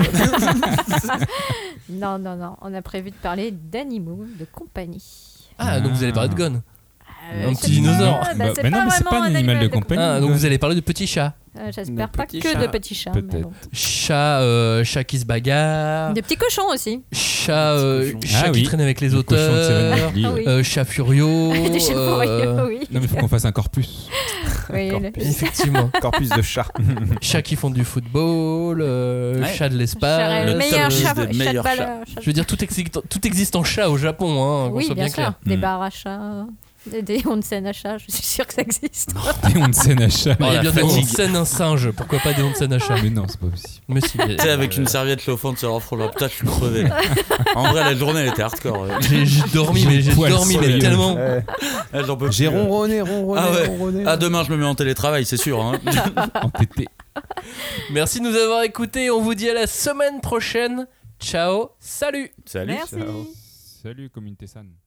Speaker 2: Non, non, non. On a prévu de parler d'animaux de compagnie.
Speaker 1: Ah, donc vous allez parler de Gon.
Speaker 2: Euh,
Speaker 1: Un
Speaker 2: je
Speaker 1: petit
Speaker 2: sais
Speaker 1: dinosaure.
Speaker 2: pas, bah,
Speaker 4: Bah,
Speaker 2: c'est
Speaker 4: bah
Speaker 2: pas
Speaker 4: non, mais c'est
Speaker 2: vraiment
Speaker 4: pas un animal de compagnie.
Speaker 1: Ah, donc
Speaker 4: Gon.
Speaker 1: vous allez parler de petits chats.
Speaker 2: Euh, J'espère
Speaker 3: De
Speaker 2: pas
Speaker 3: petits
Speaker 2: que
Speaker 3: chats.
Speaker 2: de petits chats. mais
Speaker 4: Peut-être.
Speaker 2: bon.
Speaker 1: Chat, euh, chat qui se bagarre.
Speaker 2: Des petits cochons aussi.
Speaker 1: Chat, euh,
Speaker 3: cochons.
Speaker 1: chat
Speaker 4: Ah
Speaker 1: qui
Speaker 4: oui.
Speaker 1: traîne avec les
Speaker 4: Le cochon de
Speaker 1: auteurs.
Speaker 4: Seven Deadly,
Speaker 2: Ah
Speaker 4: ouais.
Speaker 2: oui.
Speaker 1: Euh, chat furio.
Speaker 2: Des chats
Speaker 1: euh,
Speaker 2: furieux, oui.
Speaker 4: Non mais il faut qu'on fasse un corpus.
Speaker 2: Oui, le-
Speaker 1: Effectivement.
Speaker 3: Corpus de chat.
Speaker 1: Chats qui font du football. Euh,
Speaker 5: Ouais.
Speaker 1: chat de
Speaker 2: Chat-
Speaker 1: l'espace.
Speaker 2: le
Speaker 5: Le
Speaker 2: meilleur
Speaker 5: top
Speaker 2: chat,
Speaker 5: dix des
Speaker 2: chat de
Speaker 5: meilleurs
Speaker 2: balle-
Speaker 5: chats.
Speaker 2: chat de-
Speaker 1: Je veux dire, tout existe, tout existe en chat au Japon, hein, qu'on
Speaker 2: Oui,
Speaker 1: soit
Speaker 2: bien,
Speaker 1: bien
Speaker 2: sûr.
Speaker 1: clair.
Speaker 2: Des
Speaker 4: Mm.
Speaker 2: bars à chats, des, des onsen à chat, je suis sûre que ça existe.
Speaker 4: Des onsen à chat.
Speaker 1: Il y a
Speaker 5: la
Speaker 1: bien des
Speaker 5: fatigue.
Speaker 1: onsen un singe, pourquoi pas des onsen à chat?
Speaker 4: Mais non, c'est pas possible.
Speaker 1: Mais si.
Speaker 5: Tu sais, avec une serviette chauffante sur leur front, là, putain, je suis crevé. Là. En vrai, la journée, elle était hardcore. euh.
Speaker 1: J'ai j'ai dormi, mais j'ai
Speaker 4: Poil
Speaker 1: dormi,
Speaker 4: sur
Speaker 1: mais
Speaker 4: les
Speaker 1: tellement.
Speaker 5: Ah, j'en peux
Speaker 3: J'ai
Speaker 5: plus, euh.
Speaker 3: ronronné, ronronné,
Speaker 5: Ah ouais.
Speaker 3: ronronné.
Speaker 5: Ah, demain, je me mets en télétravail, c'est sûr. Hein.
Speaker 4: Entêté.
Speaker 1: Merci de nous avoir écoutés. On vous dit à la semaine prochaine. Ciao, salut.
Speaker 5: Salut.
Speaker 2: Merci.
Speaker 3: Ciao.
Speaker 4: Salut communauté san.